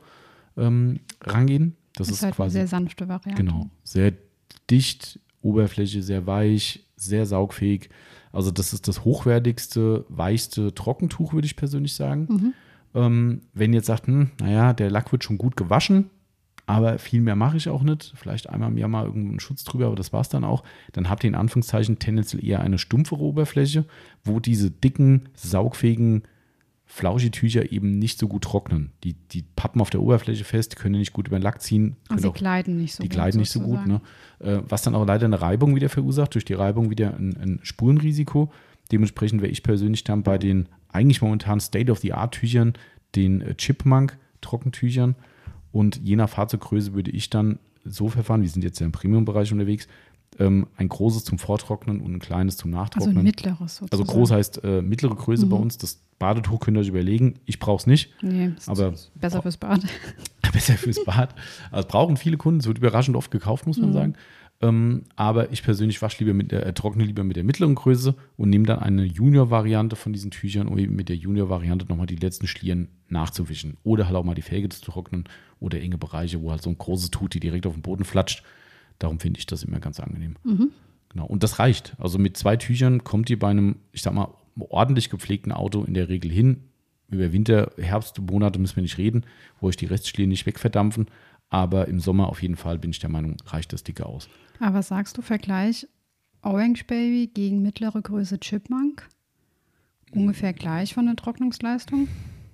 rangehen. Das ist halt quasi eine sehr sanfte Variante. Genau, sehr dicht, Oberfläche sehr weich, sehr saugfähig. Also das ist das hochwertigste, weichste Trockentuch, würde ich persönlich sagen. Wenn ihr jetzt sagt, der Lack wird schon gut gewaschen, aber viel mehr mache ich auch nicht, vielleicht einmal im Jahr mal irgendeinen Schutz drüber, aber das war es dann auch, dann habt ihr in Anführungszeichen tendenziell eher eine stumpfere Oberfläche, wo diese dicken, saugfähigen Flauschi-Tücher eben nicht so gut trocknen. Die pappen auf der Oberfläche fest, die können nicht gut über den Lack ziehen. Und sie gleiten nicht so gut. Die gleiten nicht so gut, ne? Was dann auch leider eine Reibung wieder verursacht, durch die Reibung wieder ein Spurenrisiko. Dementsprechend wäre ich persönlich dann bei den eigentlich momentan State-of-the-Art-Tüchern, den Chipmunk-Trockentüchern, und je nach Fahrzeuggröße würde ich dann so verfahren, wir sind jetzt ja im Premium-Bereich unterwegs, ein großes zum Vortrocknen und ein kleines zum Nachtrocknen. Also ein mittleres sozusagen. Also groß heißt mittlere Größe bei uns. Das Badetuch könnt ihr euch überlegen. Ich brauche es nicht. Nee, aber besser fürs Bad. Besser fürs Bad. Also brauchen viele Kunden. Es wird überraschend oft gekauft, muss man sagen. Aber ich persönlich trockne lieber mit der mittleren Größe und nehme dann eine Junior-Variante von diesen Tüchern, um eben mit der Junior-Variante nochmal die letzten Schlieren nachzuwischen. Oder halt auch mal die Felge zu trocknen oder enge Bereiche, wo halt so ein großes Tuch, die direkt auf den Boden flatscht. Darum finde ich das immer ganz angenehm. Genau. Und das reicht. Also mit 2 Tüchern kommt ihr bei einem, ich sag mal, ordentlich gepflegten Auto in der Regel hin. Über Winter-, Herbstmonate müssen wir nicht reden, wo euch die Restschlieren nicht wegverdampfen. Aber im Sommer auf jeden Fall, bin ich der Meinung, reicht das dicke aus. Aber was sagst du, Vergleich Orange Baby gegen mittlere Größe Chipmunk? Ungefähr gleich von der Trocknungsleistung?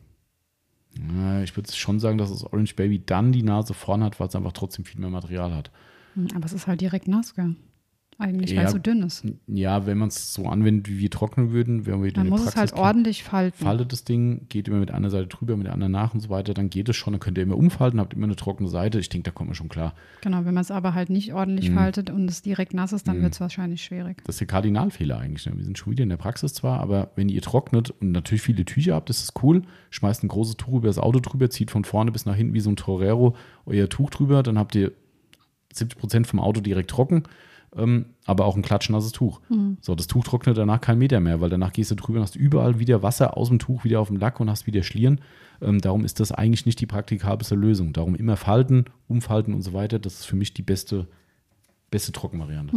Ja, ich würde schon sagen, dass das Orange Baby dann die Nase vorn hat, weil es einfach trotzdem viel mehr Material hat. Aber es ist halt direkt nass, gell? Eigentlich, weil es so dünn ist. Ja, wenn man es so anwendet, wie wir trocknen würden, wenn wir dann muss es halt ordentlich falten. Faltet das Ding, geht immer mit einer Seite drüber, mit der anderen nach und so weiter, dann geht es schon, dann könnt ihr immer umfalten, habt immer eine trockene Seite. Ich denke, da kommt man schon klar. Genau, wenn man es aber halt nicht ordentlich faltet und es direkt nass ist, dann wird es wahrscheinlich schwierig. Das ist der Kardinalfehler eigentlich. Ne? Wir sind schon wieder in der Praxis zwar, aber wenn ihr trocknet und natürlich viele Tücher habt, ist das cool. Schmeißt ein großes Tuch über das Auto drüber, zieht von vorne bis nach hinten wie so ein Torero euer Tuch drüber, dann habt ihr 70% vom Auto direkt trocken. Aber auch ein klatschnasses Tuch. So, das Tuch trocknet danach keinen Meter mehr, weil danach gehst du drüber und hast überall wieder Wasser aus dem Tuch wieder auf dem Lack und hast wieder Schlieren. Darum ist das eigentlich nicht die praktikabelste Lösung. Darum immer falten, umfalten und so weiter. Das ist für mich die beste Trockenvariante.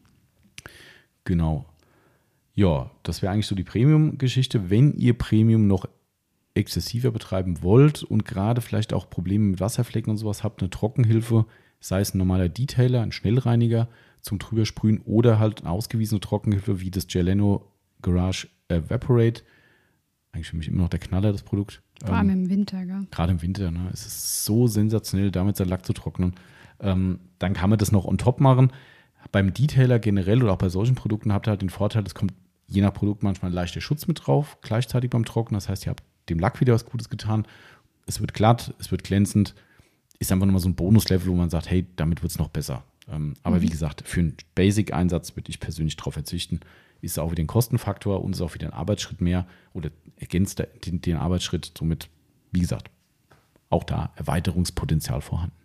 Genau. Ja, das wäre eigentlich so die Premium-Geschichte. Wenn ihr Premium noch exzessiver betreiben wollt und gerade vielleicht auch Probleme mit Wasserflecken und sowas habt, eine Trockenhilfe, sei es ein normaler Detailer, ein Schnellreiniger zum Drübersprühen oder halt eine ausgewiesene Trockenhilfe wie das Geleno Garage Evaporate. Eigentlich für mich immer noch der Knaller, das Produkt. Vor allem im Winter, gell? Gerade im Winter, ne? Es ist so sensationell, damit seinen Lack zu trocknen. Dann kann man das noch on top machen. Beim Detailer generell oder auch bei solchen Produkten habt ihr halt den Vorteil, es kommt je nach Produkt manchmal ein leichter Schutz mit drauf, gleichzeitig beim Trocknen. Das heißt, ihr habt dem Lack wieder was Gutes getan. Es wird glatt, es wird glänzend. Ist einfach nochmal so ein Bonuslevel, wo man sagt, hey, damit wird es noch besser. Aber wie gesagt, für einen Basic-Einsatz würde ich persönlich darauf verzichten. Ist auch wieder ein Kostenfaktor und ist auch wieder ein Arbeitsschritt mehr oder ergänzt den Arbeitsschritt. Somit, wie gesagt, auch da Erweiterungspotenzial vorhanden.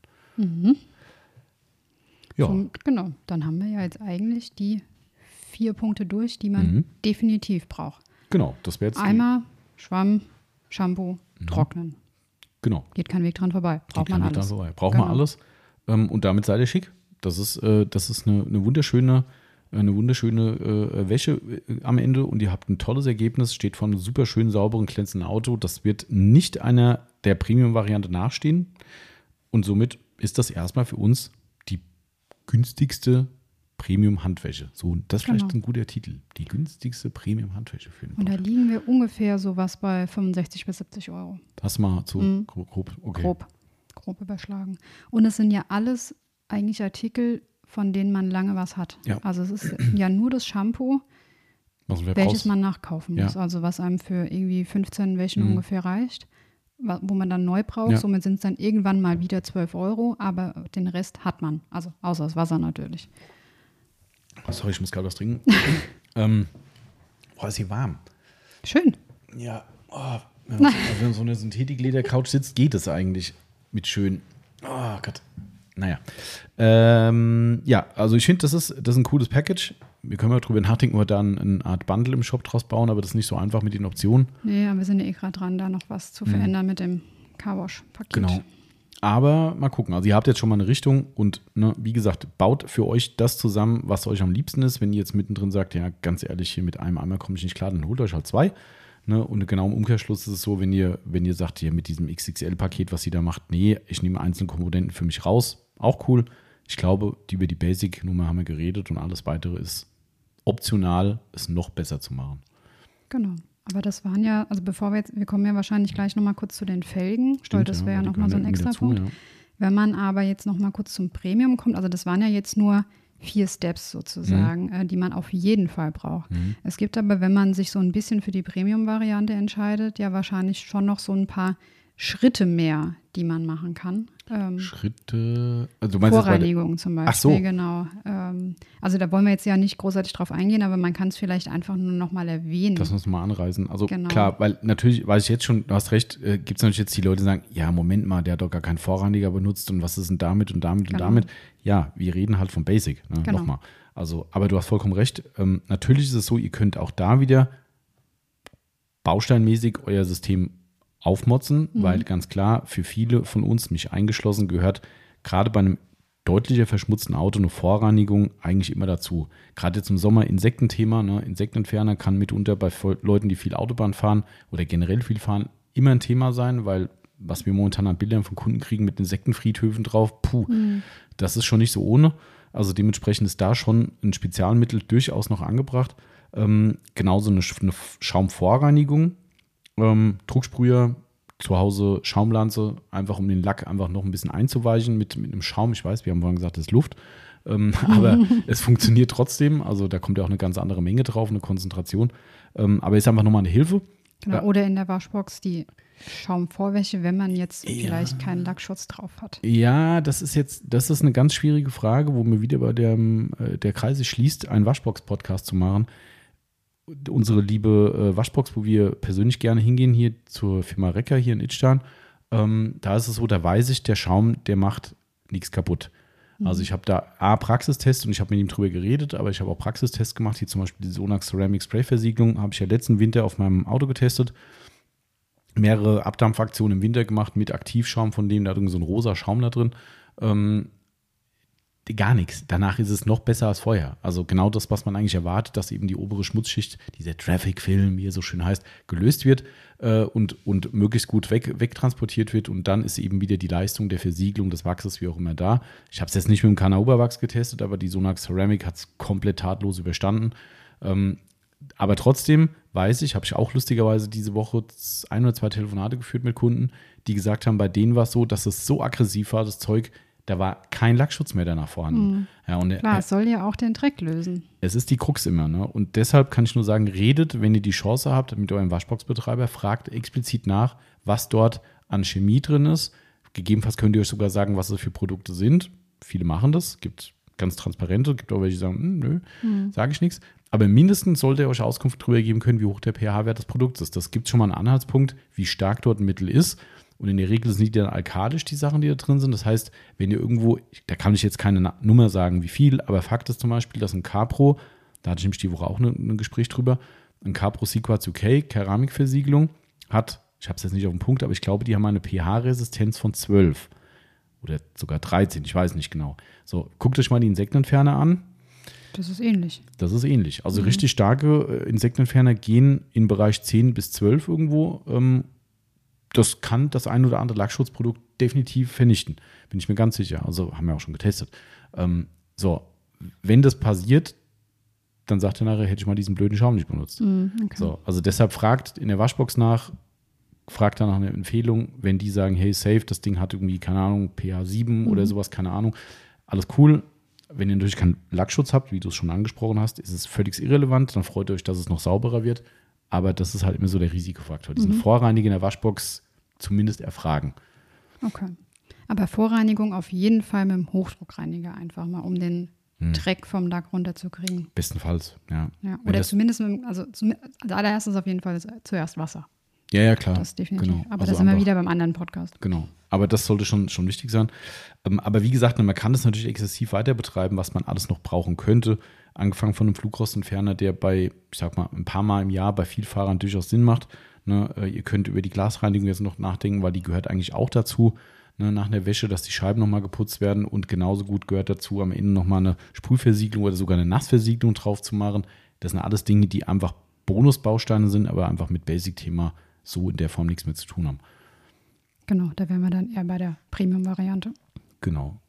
Ja. Genau, dann haben wir ja jetzt eigentlich die 4 Punkte durch, die man definitiv braucht. Genau, das wäre jetzt Eimer, Schwamm, Shampoo, Trocknen. Genau. Geht kein Weg dran vorbei. Braucht man alles. Braucht man alles. Und damit seid ihr schick. Das ist eine wunderschöne Wäsche am Ende und ihr habt ein tolles Ergebnis. Steht vor einem super schönen, sauberen, glänzenden Auto. Das wird nicht einer der Premium-Variante nachstehen. Und somit ist das erstmal für uns die günstigste Premium-Handwäsche. So, das ist vielleicht ein guter Titel. Die günstigste Premium-Handwäsche für den Und da liegen wir ungefähr sowas bei 65 bis 70 Euro. Das mal so grob. Okay. Grob überschlagen. Und es sind ja alles eigentlich Artikel, von denen man lange was hat. Ja. Also es ist ja nur das Shampoo, welches man nachkaufen muss. Also was einem für irgendwie 15 Wäschen ungefähr reicht, wo man dann neu braucht. Ja. Somit sind es dann irgendwann mal wieder 12 Euro, aber den Rest hat man. Also außer das Wasser natürlich. Oh, sorry, ich muss gerade was trinken. Ist hier warm. Schön. Ja, wenn man auf so einer Synthetikleder-Couch sitzt, geht es eigentlich mit schön. Oh Gott. Naja. Ja, also ich finde, das ist ein cooles Package. Wir können mal drüber nachdenken, ob wir da eine Art Bundle im Shop draus bauen, aber das ist nicht so einfach mit den Optionen. Nee, aber wir sind ja gerade dran, da noch was zu verändern mit dem Carwash-Paket. Genau. Aber mal gucken. Also ihr habt jetzt schon mal eine Richtung und wie gesagt, baut für euch das zusammen, was euch am liebsten ist. Wenn ihr jetzt mittendrin sagt, ja, ganz ehrlich, hier mit einem Eimer komme ich nicht klar, dann holt euch halt 2. Und genau im Umkehrschluss ist es so, wenn ihr sagt, hier mit diesem XXL-Paket, was ihr da macht, nee, ich nehme einzelne Komponenten für mich raus, auch cool. Ich glaube, über die Basic-Nummer haben wir geredet und alles Weitere ist optional, es noch besser zu machen. Genau. Aber das waren ja, also wir kommen ja wahrscheinlich gleich nochmal kurz zu den Felgen, weil das wäre ja nochmal so ein extra Punkt. Ja. Wenn man aber jetzt nochmal kurz zum Premium kommt, also das waren ja jetzt nur 4 Steps sozusagen, die man auf jeden Fall braucht. Es gibt aber, wenn man sich so ein bisschen für die Premium-Variante entscheidet, ja wahrscheinlich schon noch so ein paar Schritte mehr, die man machen kann. Schritte, also du meinst Vorreinigung zum Beispiel, ach so. Genau. Also da wollen wir jetzt ja nicht großartig drauf eingehen, aber man kann es vielleicht einfach nur noch mal erwähnen. Das muss man anreißen. Also genau. Klar, weil natürlich, weiß ich jetzt schon, du hast recht, gibt es natürlich jetzt die Leute, die sagen, ja, Moment mal, der hat doch gar keinen Vorreiniger benutzt und was ist denn damit und damit und damit. Ja, wir reden halt vom Basic, genau. Nochmal. Also, aber du hast vollkommen recht. Natürlich ist es so, ihr könnt auch da wieder bausteinmäßig euer System aufmotzen, weil ganz klar für viele von uns, mich eingeschlossen, gehört gerade bei einem deutlicher verschmutzten Auto eine Vorreinigung eigentlich immer dazu. Gerade jetzt im Sommer Insektenthema, Insektenentferner kann mitunter bei Leuten, die viel Autobahn fahren oder generell viel fahren, immer ein Thema sein, weil was wir momentan an Bildern von Kunden kriegen mit Insektenfriedhöfen drauf, das ist schon nicht so ohne. Also dementsprechend ist da schon ein Spezialmittel durchaus noch angebracht. Genauso eine Schaumvorreinigung. Drucksprüher, zu Hause Schaumlanze, einfach um den Lack einfach noch ein bisschen einzuweichen mit einem Schaum. Ich weiß, wir haben vorhin gesagt, das ist Luft, aber es funktioniert trotzdem. Also da kommt ja auch eine ganz andere Menge drauf, eine Konzentration. Aber ist einfach nochmal eine Hilfe. Genau, oder in der Waschbox die Schaumvorwäsche, wenn man jetzt vielleicht keinen Lackschutz drauf hat. Ja, das ist eine ganz schwierige Frage, wo mir wieder bei der Kreis sich schließt, einen Waschbox-Podcast zu machen. Unsere liebe Waschbox, wo wir persönlich gerne hingehen, hier zur Firma Recker hier in Idstein, da ist es so, da weiß ich, der Schaum, der macht nichts kaputt. Also ich habe da Praxistest und ich habe mit ihm drüber geredet, aber ich habe auch Praxistests gemacht, hier zum Beispiel die Sonax Ceramic Spray Versiegelung, habe ich ja letzten Winter auf meinem Auto getestet. Mehrere Abdampfaktionen im Winter gemacht mit Aktivschaum von dem, da hat irgendwie so ein rosa Schaum da drin. Gar nichts. Danach ist es noch besser als vorher. Also genau das, was man eigentlich erwartet, dass eben die obere Schmutzschicht, dieser Traffic-Film, wie er so schön heißt, gelöst wird und möglichst gut wegtransportiert wird. Und dann ist eben wieder die Leistung der Versiegelung des Wachses, wie auch immer, da. Ich habe es jetzt nicht mit dem Kana-Oberwachs getestet, aber die Sonax Ceramic hat es komplett tatlos überstanden. Aber trotzdem weiß ich, habe ich auch lustigerweise diese Woche 1 oder 2 Telefonate geführt mit Kunden, die gesagt haben, bei denen war es so, dass es so aggressiv war, das Zeug, da war kein Lackschutz mehr danach vorhanden. Ja, und klar, es soll ja auch den Dreck lösen. Es ist die Krux immer. Und deshalb kann ich nur sagen, redet, wenn ihr die Chance habt, mit eurem Waschboxbetreiber, fragt explizit nach, was dort an Chemie drin ist. Gegebenenfalls könnt ihr euch sogar sagen, was es für Produkte sind. Viele machen das. Es gibt ganz transparente, gibt auch welche, die sagen, nö, sage ich nichts. Aber mindestens sollte er euch Auskunft darüber geben können, wie hoch der pH-Wert des Produkts ist. Das gibt schon mal einen Anhaltspunkt, wie stark dort ein Mittel ist. Und in der Regel sind die dann alkalisch, die Sachen, die da drin sind. Das heißt, wenn ihr irgendwo, da kann ich jetzt keine Nummer sagen, wie viel, aber Fakt ist zum Beispiel, dass ein Capro, da hatte ich nämlich die Woche auch ein Gespräch drüber, ein Capro Sequartz UK, Keramikversiegelung, hat, ich habe es jetzt nicht auf den Punkt, aber ich glaube, die haben eine pH-Resistenz von 12 oder sogar 13, ich weiß nicht genau. So, guckt euch mal die Insektenentferner an. Das ist ähnlich. Das ist ähnlich. Also richtig starke Insektenentferner gehen im Bereich 10 bis 12 irgendwo. Das kann das ein oder andere Lackschutzprodukt definitiv vernichten. Bin ich mir ganz sicher. Also haben wir auch schon getestet. So, wenn das passiert, dann sagt er nachher, hätte ich mal diesen blöden Schaum nicht benutzt. Okay. So, also deshalb fragt in der Waschbox nach, fragt dann nach einer Empfehlung, wenn die sagen, hey, safe, das Ding hat irgendwie, keine Ahnung, pH 7 oder sowas, keine Ahnung. Alles cool. Wenn ihr natürlich keinen Lackschutz habt, wie du es schon angesprochen hast, ist es völlig irrelevant. Dann freut ihr euch, dass es noch sauberer wird. Aber das ist halt immer so der Risikofaktor. Diesen Vorreiniger in der Waschbox zumindest erfragen. Okay. Aber Vorreinigung auf jeden Fall mit dem Hochdruckreiniger einfach mal, um den Dreck vom Lack runterzukriegen. Bestenfalls, ja. Oder zumindest, als allererstes auf jeden Fall zuerst Wasser. Ja, klar. Das definitiv. Genau. Aber also das sind wir wieder beim anderen Podcast. Genau. Aber das sollte schon wichtig sein. Aber wie gesagt, man kann das natürlich exzessiv weiter betreiben, was man alles noch brauchen könnte. Angefangen von einem Flugrostentferner, der bei, ich sag mal, ein paar Mal im Jahr bei Vielfahrern durchaus Sinn macht. Ne, ihr könnt über die Glasreinigung jetzt noch nachdenken, weil die gehört eigentlich auch dazu. Ne, nach einer Wäsche, dass die Scheiben nochmal geputzt werden. Und genauso gut gehört dazu, am Ende nochmal eine Sprühversiegelung oder sogar eine Nassversiegelung drauf zu machen. Das sind alles Dinge, die einfach Bonusbausteine sind, aber einfach mit Basic-Thema so in der Form nichts mehr zu tun haben. Genau, da wären wir dann eher bei der Premium-Variante. Genau.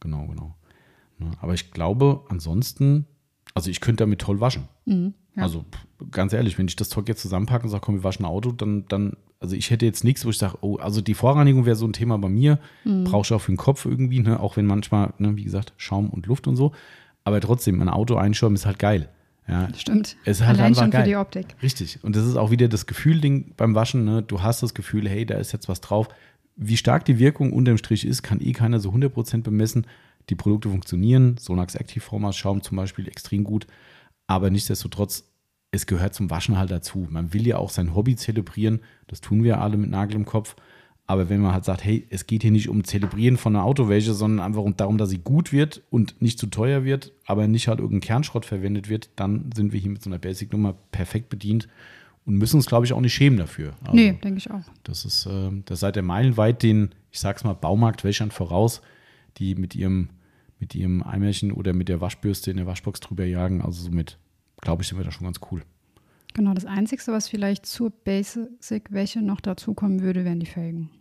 Ne, aber ich glaube, ansonsten, also ich könnte damit toll waschen. Ja. Also ganz ehrlich, wenn ich das Zeug jetzt zusammenpacke und sage, komm, wir waschen ein Auto, dann, also ich hätte jetzt nichts, wo ich sage, oh, also die Vorreinigung wäre so ein Thema bei mir, brauche ich auch für den Kopf irgendwie, ne, auch wenn manchmal, ne, wie gesagt, Schaum und Luft und so, aber trotzdem, ein Auto einschäumen ist halt geil. Ja, stimmt. Es ist halt Allein einfach schon geil. für die Optik. Richtig. Und das ist auch wieder das Gefühl-Ding beim Waschen. Ne? Du hast das Gefühl, hey, da ist jetzt was drauf. Wie stark die Wirkung unterm Strich ist, kann keiner so 100% bemessen. Die Produkte funktionieren. Sonax Active Formas Schaum zum Beispiel extrem gut. Aber nichtsdestotrotz, es gehört zum Waschen halt dazu. Man will ja auch sein Hobby zelebrieren. Das tun wir alle mit Nagel im Kopf. Aber wenn man halt sagt, hey, es geht hier nicht um Zelebrieren von einer Autowäsche, sondern einfach darum, dass sie gut wird und nicht zu teuer wird, aber nicht halt irgendein Kernschrott verwendet wird, dann sind wir hier mit so einer Basic-Nummer perfekt bedient und müssen uns, glaube ich, auch nicht schämen dafür. Also, nee, denke ich auch. Das ist, da seid ihr meilenweit den, ich sag's mal, Baumarktwäschern voraus, die mit ihrem Eimerchen oder mit der Waschbürste in der Waschbox drüber jagen. Also somit, glaube ich, sind wir da schon ganz cool. Genau, das Einzige, was vielleicht zur Basic-Wäsche noch dazukommen würde, wären die Felgen.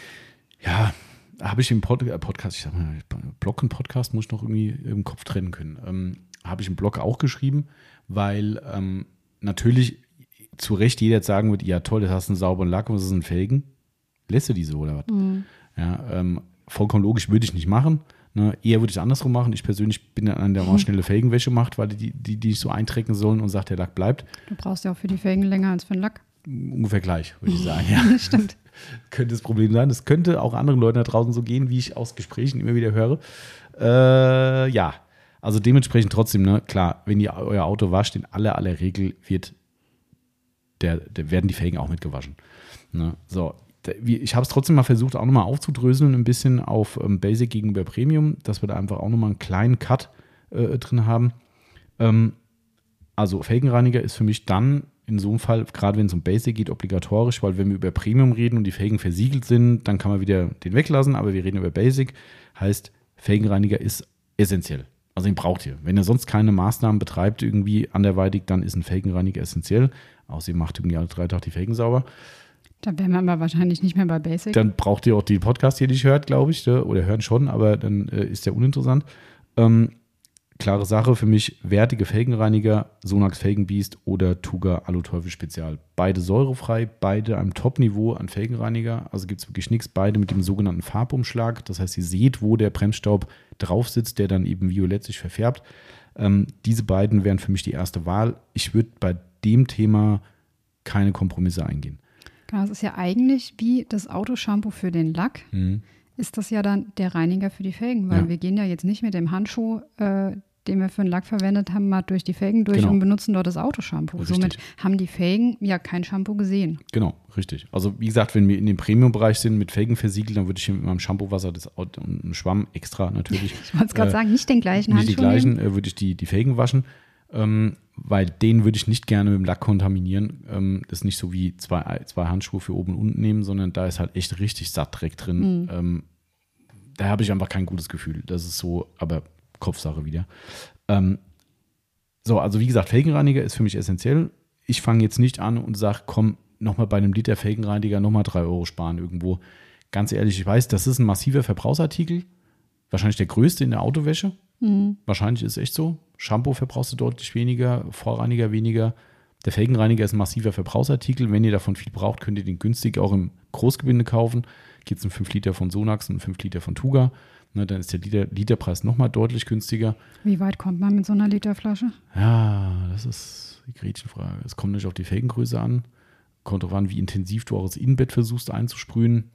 Ja, habe ich im Podcast, ich sag mal, Blog und Podcast muss ich noch irgendwie im Kopf trennen können. Habe ich im Blog auch geschrieben, weil natürlich zu Recht jeder jetzt sagen wird, ja toll, das hast einen sauberen Lack und das sind Felgen. Lässt du diese oder was? Ja, vollkommen logisch würde ich nicht machen. Ne? Eher würde ich es andersrum machen. Ich persönlich bin dann einer, der mal schnelle Felgenwäsche macht, weil die nicht so eintrecken sollen und sagt, der Lack bleibt. Du brauchst ja auch für die Felgen länger als für den Lack. Ungefähr gleich, würde ich sagen. Ja. Stimmt. Könnte das Problem sein. Das könnte auch anderen Leuten da draußen so gehen, wie ich aus Gesprächen immer wieder höre. Ja, also dementsprechend trotzdem, ne, klar, wenn ihr euer Auto wascht, in aller Regel werden die Felgen auch mitgewaschen. Ne? So, ich habe es trotzdem mal versucht, auch nochmal aufzudröseln, ein bisschen auf Basic gegenüber Premium, dass wir da einfach auch nochmal einen kleinen Cut drin haben. Also Felgenreiniger ist für mich dann in so einem Fall, gerade wenn es um Basic geht, obligatorisch, weil wenn wir über Premium reden und die Felgen versiegelt sind, dann kann man wieder den weglassen, aber wir reden über Basic, heißt Felgenreiniger ist essentiell. Also den braucht ihr. Wenn ihr sonst keine Maßnahmen betreibt irgendwie anderweitig, dann ist ein Felgenreiniger essentiell. Außer ihr macht irgendwie alle 3 Tage die Felgen sauber. Dann wären wir aber wahrscheinlich nicht mehr bei Basic. Dann braucht ihr auch die Podcast, die ihr nicht hört, glaube ich, oder hören schon, aber dann ist der uninteressant. Klare Sache für mich, wertige Felgenreiniger, Sonax Felgenbeast oder Tuga Aluteufel Spezial. Beide säurefrei, beide am Top-Niveau an Felgenreiniger. Also gibt es wirklich nichts. Beide mit dem sogenannten Farbumschlag. Das heißt, ihr seht, wo der Bremsstaub drauf sitzt, der dann eben violett sich verfärbt. Diese beiden wären für mich die erste Wahl. Ich würde bei dem Thema keine Kompromisse eingehen. Genau, das ist ja eigentlich wie das Autoshampoo für den Lack. Ist das ja dann der Reiniger für die Felgen, weil wir gehen ja jetzt nicht mit dem Handschuh den wir für den Lack verwendet haben, mal durch die Felgen durch und benutzen dort das Autoshampoo. Richtig. Somit haben die Felgen ja kein Shampoo gesehen. Genau, richtig. Also wie gesagt, wenn wir in dem Premium-Bereich sind mit Felgen versiegelt, dann würde ich hier mit meinem Shampoo-Wasser und einem Schwamm extra natürlich. Ich wollte es gerade sagen, nicht den gleichen Handschuh. Nicht die gleichen, würde ich die Felgen waschen, weil den würde ich nicht gerne mit dem Lack kontaminieren. Das ist nicht so wie zwei Handschuhe für oben und unten nehmen, sondern da ist halt echt richtig Sattdreck drin. Da habe ich einfach kein gutes Gefühl. Das ist so, aber Kopfsache wieder. Also wie gesagt, Felgenreiniger ist für mich essentiell. Ich fange jetzt nicht an und sage, komm, nochmal bei einem Liter Felgenreiniger nochmal 3 Euro sparen irgendwo. Ganz ehrlich, ich weiß, das ist ein massiver Verbrauchsartikel. Wahrscheinlich der größte in der Autowäsche. Wahrscheinlich ist es echt so. Shampoo verbrauchst du deutlich weniger, Vorreiniger weniger. Der Felgenreiniger ist ein massiver Verbrauchsartikel. Wenn ihr davon viel braucht, könnt ihr den günstig auch im Großgebinde kaufen. Gibt es einen 5 Liter von Sonax und einen 5 Liter von Tuga. Ne, dann ist der Literpreis nochmal deutlich günstiger. Wie weit kommt man mit so einer Literflasche? Ja, das ist die Gretchenfrage. Es kommt nicht auf die Felgengröße an. Kommt darauf an, wie intensiv du auch das Innenbett versuchst einzusprühen.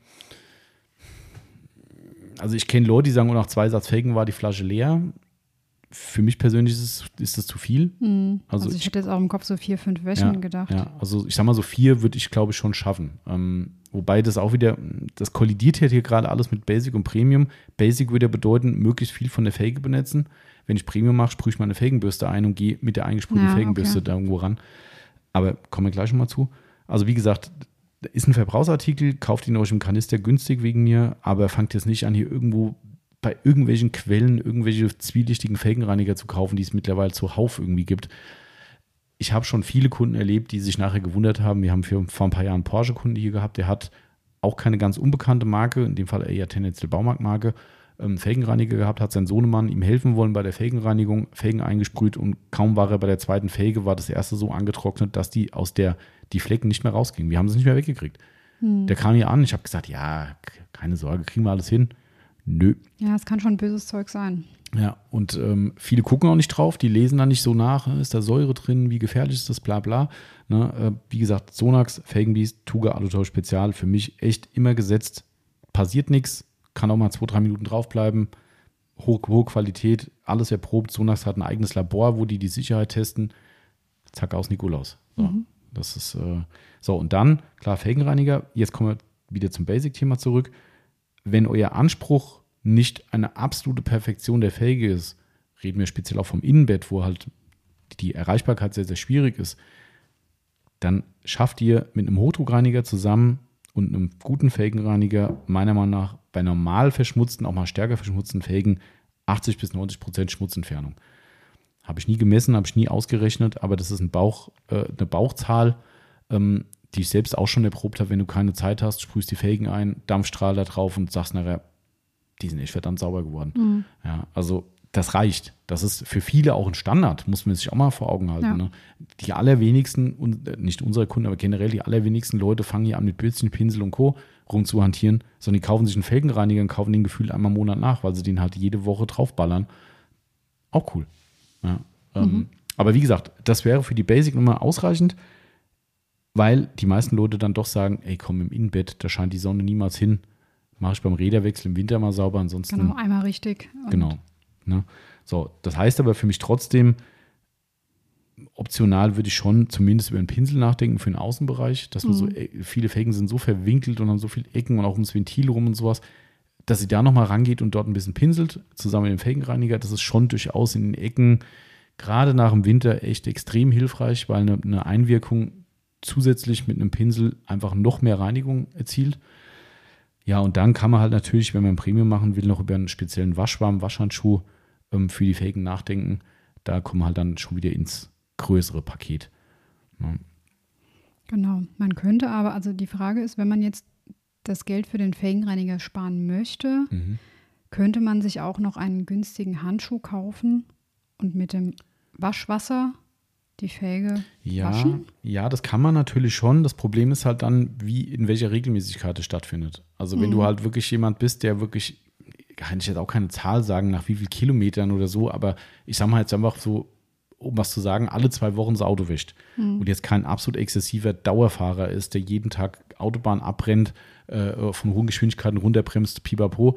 Also ich kenne Leute, die sagen, nach 2 Satz Felgen war die Flasche leer. Für mich persönlich ist das zu viel. Also ich hätte jetzt auch im Kopf so 4, 5 Wäschen gedacht. Ja, also ich sag mal so 4 würde ich, glaube ich, schon schaffen. Wobei das auch wieder, das kollidiert hier gerade alles mit Basic und Premium. Basic würde ja bedeuten, möglichst viel von der Felge benetzen. Wenn ich Premium mache, sprühe ich meine Felgenbürste ein und gehe mit der eingesprühten Felgenbürste da irgendwo ran. Aber kommen wir gleich schon mal zu. Also wie gesagt, ist ein Verbrauchsartikel, kauft ihn euch im Kanister günstig wegen mir, aber fangt jetzt nicht an, hier irgendwo bei irgendwelchen Quellen irgendwelche zwielichtigen Felgenreiniger zu kaufen, die es mittlerweile zuhauf irgendwie gibt. Ich habe schon viele Kunden erlebt, die sich nachher gewundert haben. Wir haben vor ein paar Jahren einen Porsche-Kunden hier gehabt, der hat auch keine ganz unbekannte Marke, in dem Fall eher tendenziell Baumarktmarke, Felgenreiniger gehabt, hat sein Sohnemann ihm helfen wollen bei der Felgenreinigung, Felgen eingesprüht und kaum war er bei der zweiten Felge, war das erste so angetrocknet, dass die Flecken nicht mehr rausgingen. Wir haben sie nicht mehr weggekriegt. Der kam hier an, ich habe gesagt, ja, keine Sorge, kriegen wir alles hin. Nö. Ja, es kann schon böses Zeug sein. Ja, und viele gucken auch nicht drauf, die lesen da nicht so nach, ist da Säure drin, wie gefährlich ist das, bla bla. Ne, wie gesagt, Sonax, Felgenbeast, Tuga, Alutau Spezial, für mich echt immer gesetzt, passiert nichts, kann auch mal 2-3 Minuten draufbleiben, hohe Qualität, alles erprobt. Sonax hat ein eigenes Labor, wo die Sicherheit testen. Zack, aus Nikolaus. So, das ist so. Und dann, klar, Felgenreiniger, jetzt kommen wir wieder zum Basic-Thema zurück. Wenn euer Anspruch nicht eine absolute Perfektion der Felge ist, reden wir speziell auch vom Innenbett, wo halt die Erreichbarkeit sehr, sehr schwierig ist, dann schafft ihr mit einem Hochdruckreiniger zusammen und einem guten Felgenreiniger meiner Meinung nach bei normal verschmutzten, auch mal stärker verschmutzten Felgen 80-90% Schmutzentfernung. Habe ich nie gemessen, habe ich nie ausgerechnet, aber das ist eine Bauchzahl, die ich selbst auch schon erprobt habe. Wenn du keine Zeit hast, sprühst die Felgen ein, Dampfstrahl da drauf und sagst nachher, die sind echt verdammt sauber geworden. Ja, also das reicht. Das ist für viele auch ein Standard, muss man sich auch mal vor Augen halten. Ja. Ne? Die allerwenigsten, und nicht unsere Kunden, aber generell die allerwenigsten Leute fangen hier an mit Bürstchen, Pinsel und Co. rumzuhantieren, sondern die kaufen sich einen Felgenreiniger und kaufen den gefühlt einmal im Monat nach, weil sie den halt jede Woche draufballern. Auch cool. Ja, aber wie gesagt, das wäre für die Basic-Nummer ausreichend, weil die meisten Leute dann doch sagen, ey komm, im Innenbett, da scheint die Sonne niemals hin. Mache ich beim Räderwechsel im Winter mal sauber, ansonsten. Genau, einmal richtig. Genau. Ne? So, das heißt aber für mich trotzdem, optional würde ich schon zumindest über einen Pinsel nachdenken für den Außenbereich, dass man so, viele Felgen sind so verwinkelt und haben so viele Ecken und auch ums Ventil rum und sowas, dass sie da nochmal rangeht und dort ein bisschen pinselt, zusammen mit dem Felgenreiniger. Das ist schon durchaus in den Ecken, gerade nach dem Winter, echt extrem hilfreich, weil eine Einwirkung zusätzlich mit einem Pinsel einfach noch mehr Reinigung erzielt. Ja, und dann kann man halt natürlich, wenn man ein Premium machen will, noch über einen speziellen Waschhandschuh für die Felgen nachdenken. Da kommen wir halt dann schon wieder ins größere Paket. Ja. Genau, man könnte aber, also die Frage ist, wenn man jetzt das Geld für den Felgenreiniger sparen möchte, könnte man sich auch noch einen günstigen Handschuh kaufen und mit dem Waschwasser die Felge waschen? Ja, das kann man natürlich schon. Das Problem ist halt dann, in welcher Regelmäßigkeit es stattfindet. Also wenn du halt wirklich jemand bist, der wirklich, kann ich jetzt auch keine Zahl sagen, nach wie viel Kilometern oder so, aber ich sag mal jetzt einfach so, um was zu sagen, alle 2 Wochen das Auto wäscht und jetzt kein absolut exzessiver Dauerfahrer ist, der jeden Tag Autobahn abbrennt, von hohen Geschwindigkeiten runterbremst, pipapo,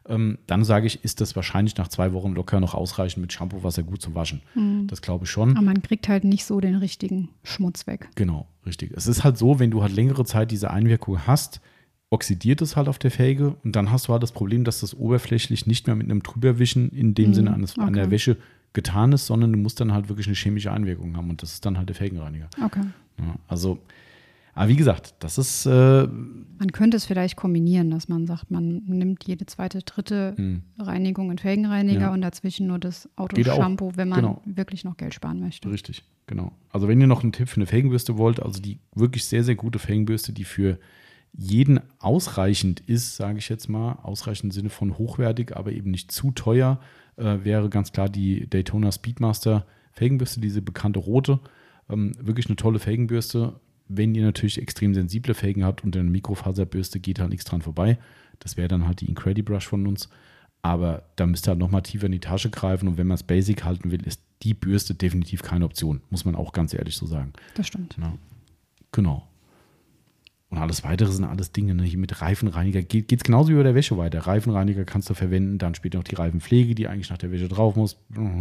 dann sage ich, ist das wahrscheinlich nach 2 Wochen locker noch ausreichend mit Shampoo-Wasser gut zu waschen. Das glaube ich schon. Aber man kriegt halt nicht so den richtigen Schmutz weg. Genau, richtig. Es ist halt so, wenn du halt längere Zeit diese Einwirkung hast, oxidiert es halt auf der Felge und dann hast du halt das Problem, dass das oberflächlich nicht mehr mit einem Drüberwischen in dem Sinne an der Wäsche getan ist, sondern du musst dann halt wirklich eine chemische Einwirkung haben und das ist dann halt der Felgenreiniger. Okay. Ja, also, aber wie gesagt, das ist man könnte es vielleicht kombinieren, dass man sagt, man nimmt jede zweite, dritte Reinigung in Felgenreiniger und dazwischen nur das Autoshampoo, wenn man wirklich noch Geld sparen möchte. Richtig, genau. Also wenn ihr noch einen Tipp für eine Felgenbürste wollt, also die wirklich sehr, sehr gute Felgenbürste, die für jeden ausreichend ist, sage ich jetzt mal, ausreichend im Sinne von hochwertig, aber eben nicht zu teuer, wäre ganz klar die Daytona Speedmaster Felgenbürste, diese bekannte rote. Wirklich eine tolle Felgenbürste. Wenn ihr natürlich extrem sensible Felgen habt und eine Mikrofaserbürste, geht halt nichts dran vorbei. Das wäre dann halt die Incredibrush von uns. Aber da müsst ihr halt nochmal tiefer in die Tasche greifen und wenn man es basic halten will, ist die Bürste definitiv keine Option. Muss man auch ganz ehrlich so sagen. Das stimmt. Ja. Genau. Und alles Weitere sind alles Dinge, ne? Hier mit Reifenreiniger geht es genauso wie bei der Wäsche weiter. Reifenreiniger kannst du verwenden, dann später noch die Reifenpflege, die eigentlich nach der Wäsche drauf muss.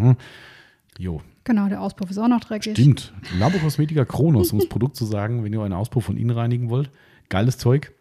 Jo. Genau, der Auspuff ist auch noch dreckig. Stimmt. Labokosmetika Kronos, um das Produkt zu sagen, wenn ihr einen Auspuff von innen reinigen wollt. Geiles Zeug.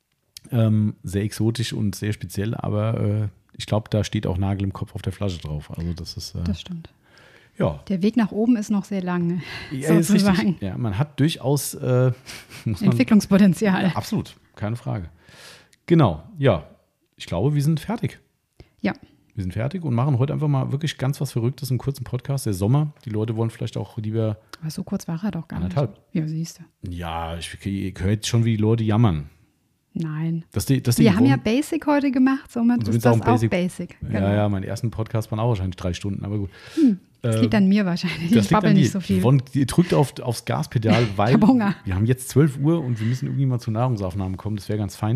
Sehr exotisch und sehr speziell, aber ich glaube, da steht auch Nagel im Kopf auf der Flasche drauf. Also das ist. Das stimmt. Ja. Der Weg nach oben ist noch sehr lang, Ja, sozusagen. Ja, man hat durchaus Entwicklungspotenzial. Ja, absolut, keine Frage. Genau, ja. Ich glaube, wir sind fertig. Ja. Wir sind fertig und machen heute einfach mal wirklich ganz was Verrücktes, einen kurzen Podcast. Der Sommer, die Leute wollen vielleicht auch lieber. Aber so kurz war er doch gar anderthalb. nicht. Ja, siehst du. Ja, ich höre jetzt schon, wie die Leute jammern. Nein. Wir haben ja Basic heute gemacht, somit ist das auch Basic. Genau. Ja, meinen ersten Podcast waren auch wahrscheinlich 3 Stunden, aber gut. Das liegt an mir wahrscheinlich. Ich babbel nicht so viel. Ihr drückt aufs Gaspedal, weil wir haben jetzt 12 Uhr und wir müssen irgendwie mal zu Nahrungsaufnahmen kommen. Das wäre ganz fein.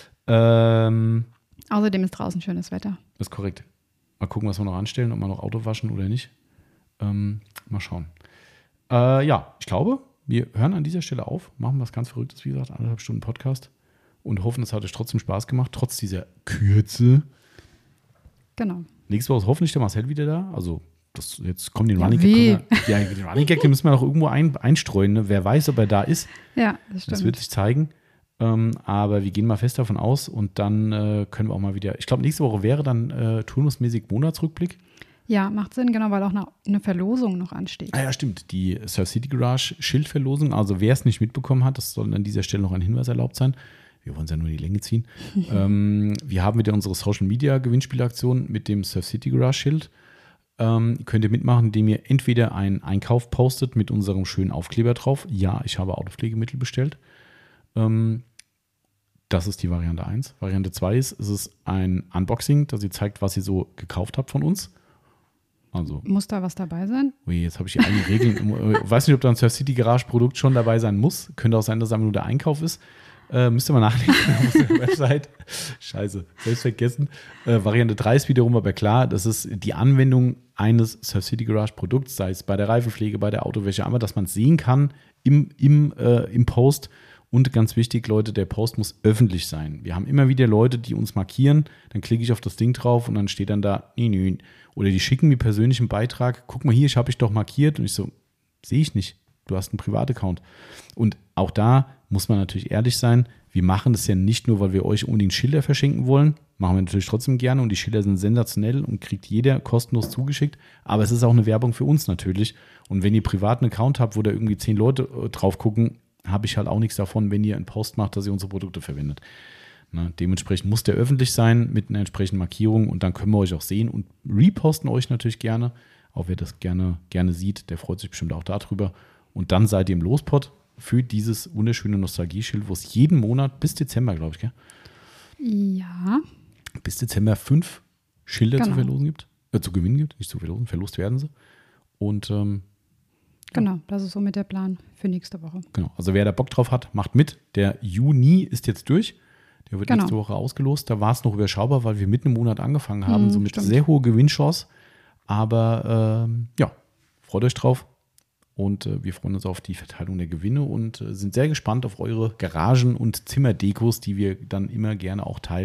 Außerdem ist draußen schönes Wetter. Das ist korrekt. Mal gucken, was wir noch anstellen, ob wir noch Auto waschen oder nicht. Mal schauen. Ja, ich glaube, wir hören an dieser Stelle auf, machen was ganz Verrücktes, wie gesagt, 1,5 Stunden Podcast und hoffen, es hat euch trotzdem Spaß gemacht, trotz dieser Kürze. Genau. Nächste Woche ist hoffentlich der Marcel wieder da. Also, jetzt kommt den Running Gag. Den Running Gag, den müssen wir noch irgendwo einstreuen. Ne? Wer weiß, ob er da ist. Ja, das stimmt. Das wird sich zeigen. Aber wir gehen mal fest davon aus und dann können wir auch mal wieder. Ich glaube, nächste Woche wäre dann turnusmäßig Monatsrückblick. Ja, macht Sinn, genau, weil auch eine Verlosung noch ansteht. Ah ja, stimmt. Die Surf City Garage Schildverlosung. Also, wer es nicht mitbekommen hat, das soll an dieser Stelle noch ein Hinweis erlaubt sein. Wir wollen es ja nur in die Länge ziehen. Wir haben wieder unsere Social Media Gewinnspielaktion mit dem Surf City Garage Schild. Könnt ihr mitmachen, indem ihr entweder einen Einkauf postet mit unserem schönen Aufkleber drauf. Ja, ich habe Autopflegemittel bestellt. Das ist die Variante 1. Variante 2 ist, es ist ein Unboxing, das ihr zeigt, was ihr so gekauft habt von uns. Also, muss da was dabei sein? Ui, jetzt habe ich die eigenen Regeln. Ich weiß nicht, ob da ein Surf City Garage Produkt schon dabei sein muss. Könnte auch sein, dass es nur der Einkauf ist. Müsst ihr mal nachdenken auf der Website. Scheiße, selbst vergessen. Variante 3 ist wiederum aber klar, das ist die Anwendung eines Surf City Garage Produkts, sei es bei der Reifenpflege, bei der Autowäsche, aber dass man es sehen kann im Post. Und ganz wichtig, Leute, der Post muss öffentlich sein. Wir haben immer wieder Leute, die uns markieren, dann klicke ich auf das Ding drauf und dann steht dann da, nö. Oder die schicken mir persönlich einen Beitrag, guck mal hier, ich habe dich doch markiert. Und ich so, sehe ich nicht, du hast einen Privataccount. Und auch da muss man natürlich ehrlich sein, wir machen das ja nicht nur, weil wir euch unbedingt Schilder verschenken wollen, machen wir natürlich trotzdem gerne und die Schilder sind sensationell und kriegt jeder kostenlos zugeschickt, aber es ist auch eine Werbung für uns natürlich. Und wenn ihr privat einen Account habt, wo da irgendwie 10 Leute drauf gucken, habe ich halt auch nichts davon, wenn ihr einen Post macht, dass ihr unsere Produkte verwendet. Ne, dementsprechend muss der öffentlich sein mit einer entsprechenden Markierung und dann können wir euch auch sehen und reposten euch natürlich gerne. Auch wer das gerne sieht, der freut sich bestimmt auch darüber. Und dann seid ihr im Lospot für dieses wunderschöne Nostalgieschild, wo es jeden Monat bis Dezember, glaube ich, gell? Ja. Bis Dezember 5 Schilder zu verlosen gibt. Zu gewinnen gibt, nicht zu verlosen, verlost werden sie. Und genau, das ist somit der Plan für nächste Woche. Genau, also wer da Bock drauf hat, macht mit. Der Juni ist jetzt durch. Der wird nächste Woche ausgelost. Da war es noch überschaubar, weil wir mitten im Monat angefangen haben, so mit sehr hoher Gewinnchance. Aber freut euch drauf. Und wir freuen uns auf die Verteilung der Gewinne und sind sehr gespannt auf eure Garagen- und Zimmerdekos, die wir dann immer gerne auch teilen,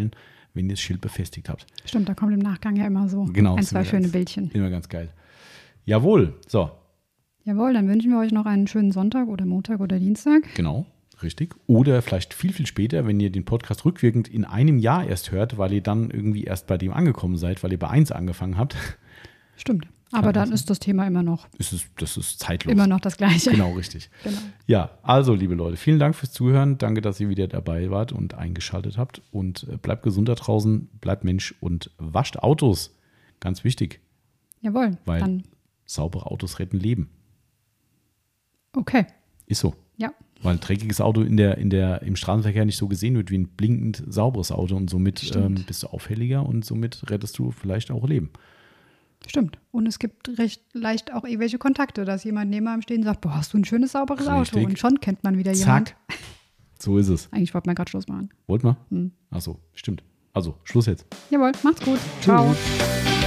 wenn ihr das Schild befestigt habt. Stimmt, da kommt im Nachgang ja immer so Genau, ein, zwei schöne Bildchen. Immer ganz geil. Jawohl, so. Jawohl, dann wünschen wir euch noch einen schönen Sonntag oder Montag oder Dienstag. Genau, richtig. Oder vielleicht viel, viel später, wenn ihr den Podcast rückwirkend in einem Jahr erst hört, weil ihr dann irgendwie erst bei dem angekommen seid, weil ihr bei 1 angefangen habt. Stimmt. Aber dann ist das Thema immer noch. Das ist zeitlos. Immer noch das Gleiche. Genau, richtig. Genau. Ja, also, liebe Leute, vielen Dank fürs Zuhören. Danke, dass ihr wieder dabei wart und eingeschaltet habt. Und bleibt gesund da draußen, bleibt Mensch und wascht Autos. Ganz wichtig. Jawohl. Weil dann. saubere Autos retten Leben. Okay. Ist so. Ja. Weil ein dreckiges Auto im Straßenverkehr nicht so gesehen wird wie ein blinkend sauberes Auto. Und somit bist du auffälliger und somit rettest du vielleicht auch Leben. Stimmt. Und es gibt recht leicht auch irgendwelche Kontakte, dass jemand neben einem steht und sagt, boah, hast du ein schönes, sauberes Auto. Und schon kennt man wieder jemanden. Zack. So ist es. Eigentlich wollten wir gerade Schluss machen. Wollt mal? Ach so, stimmt. Also, Schluss jetzt. Jawohl, macht's gut. Ciao. Tschüss.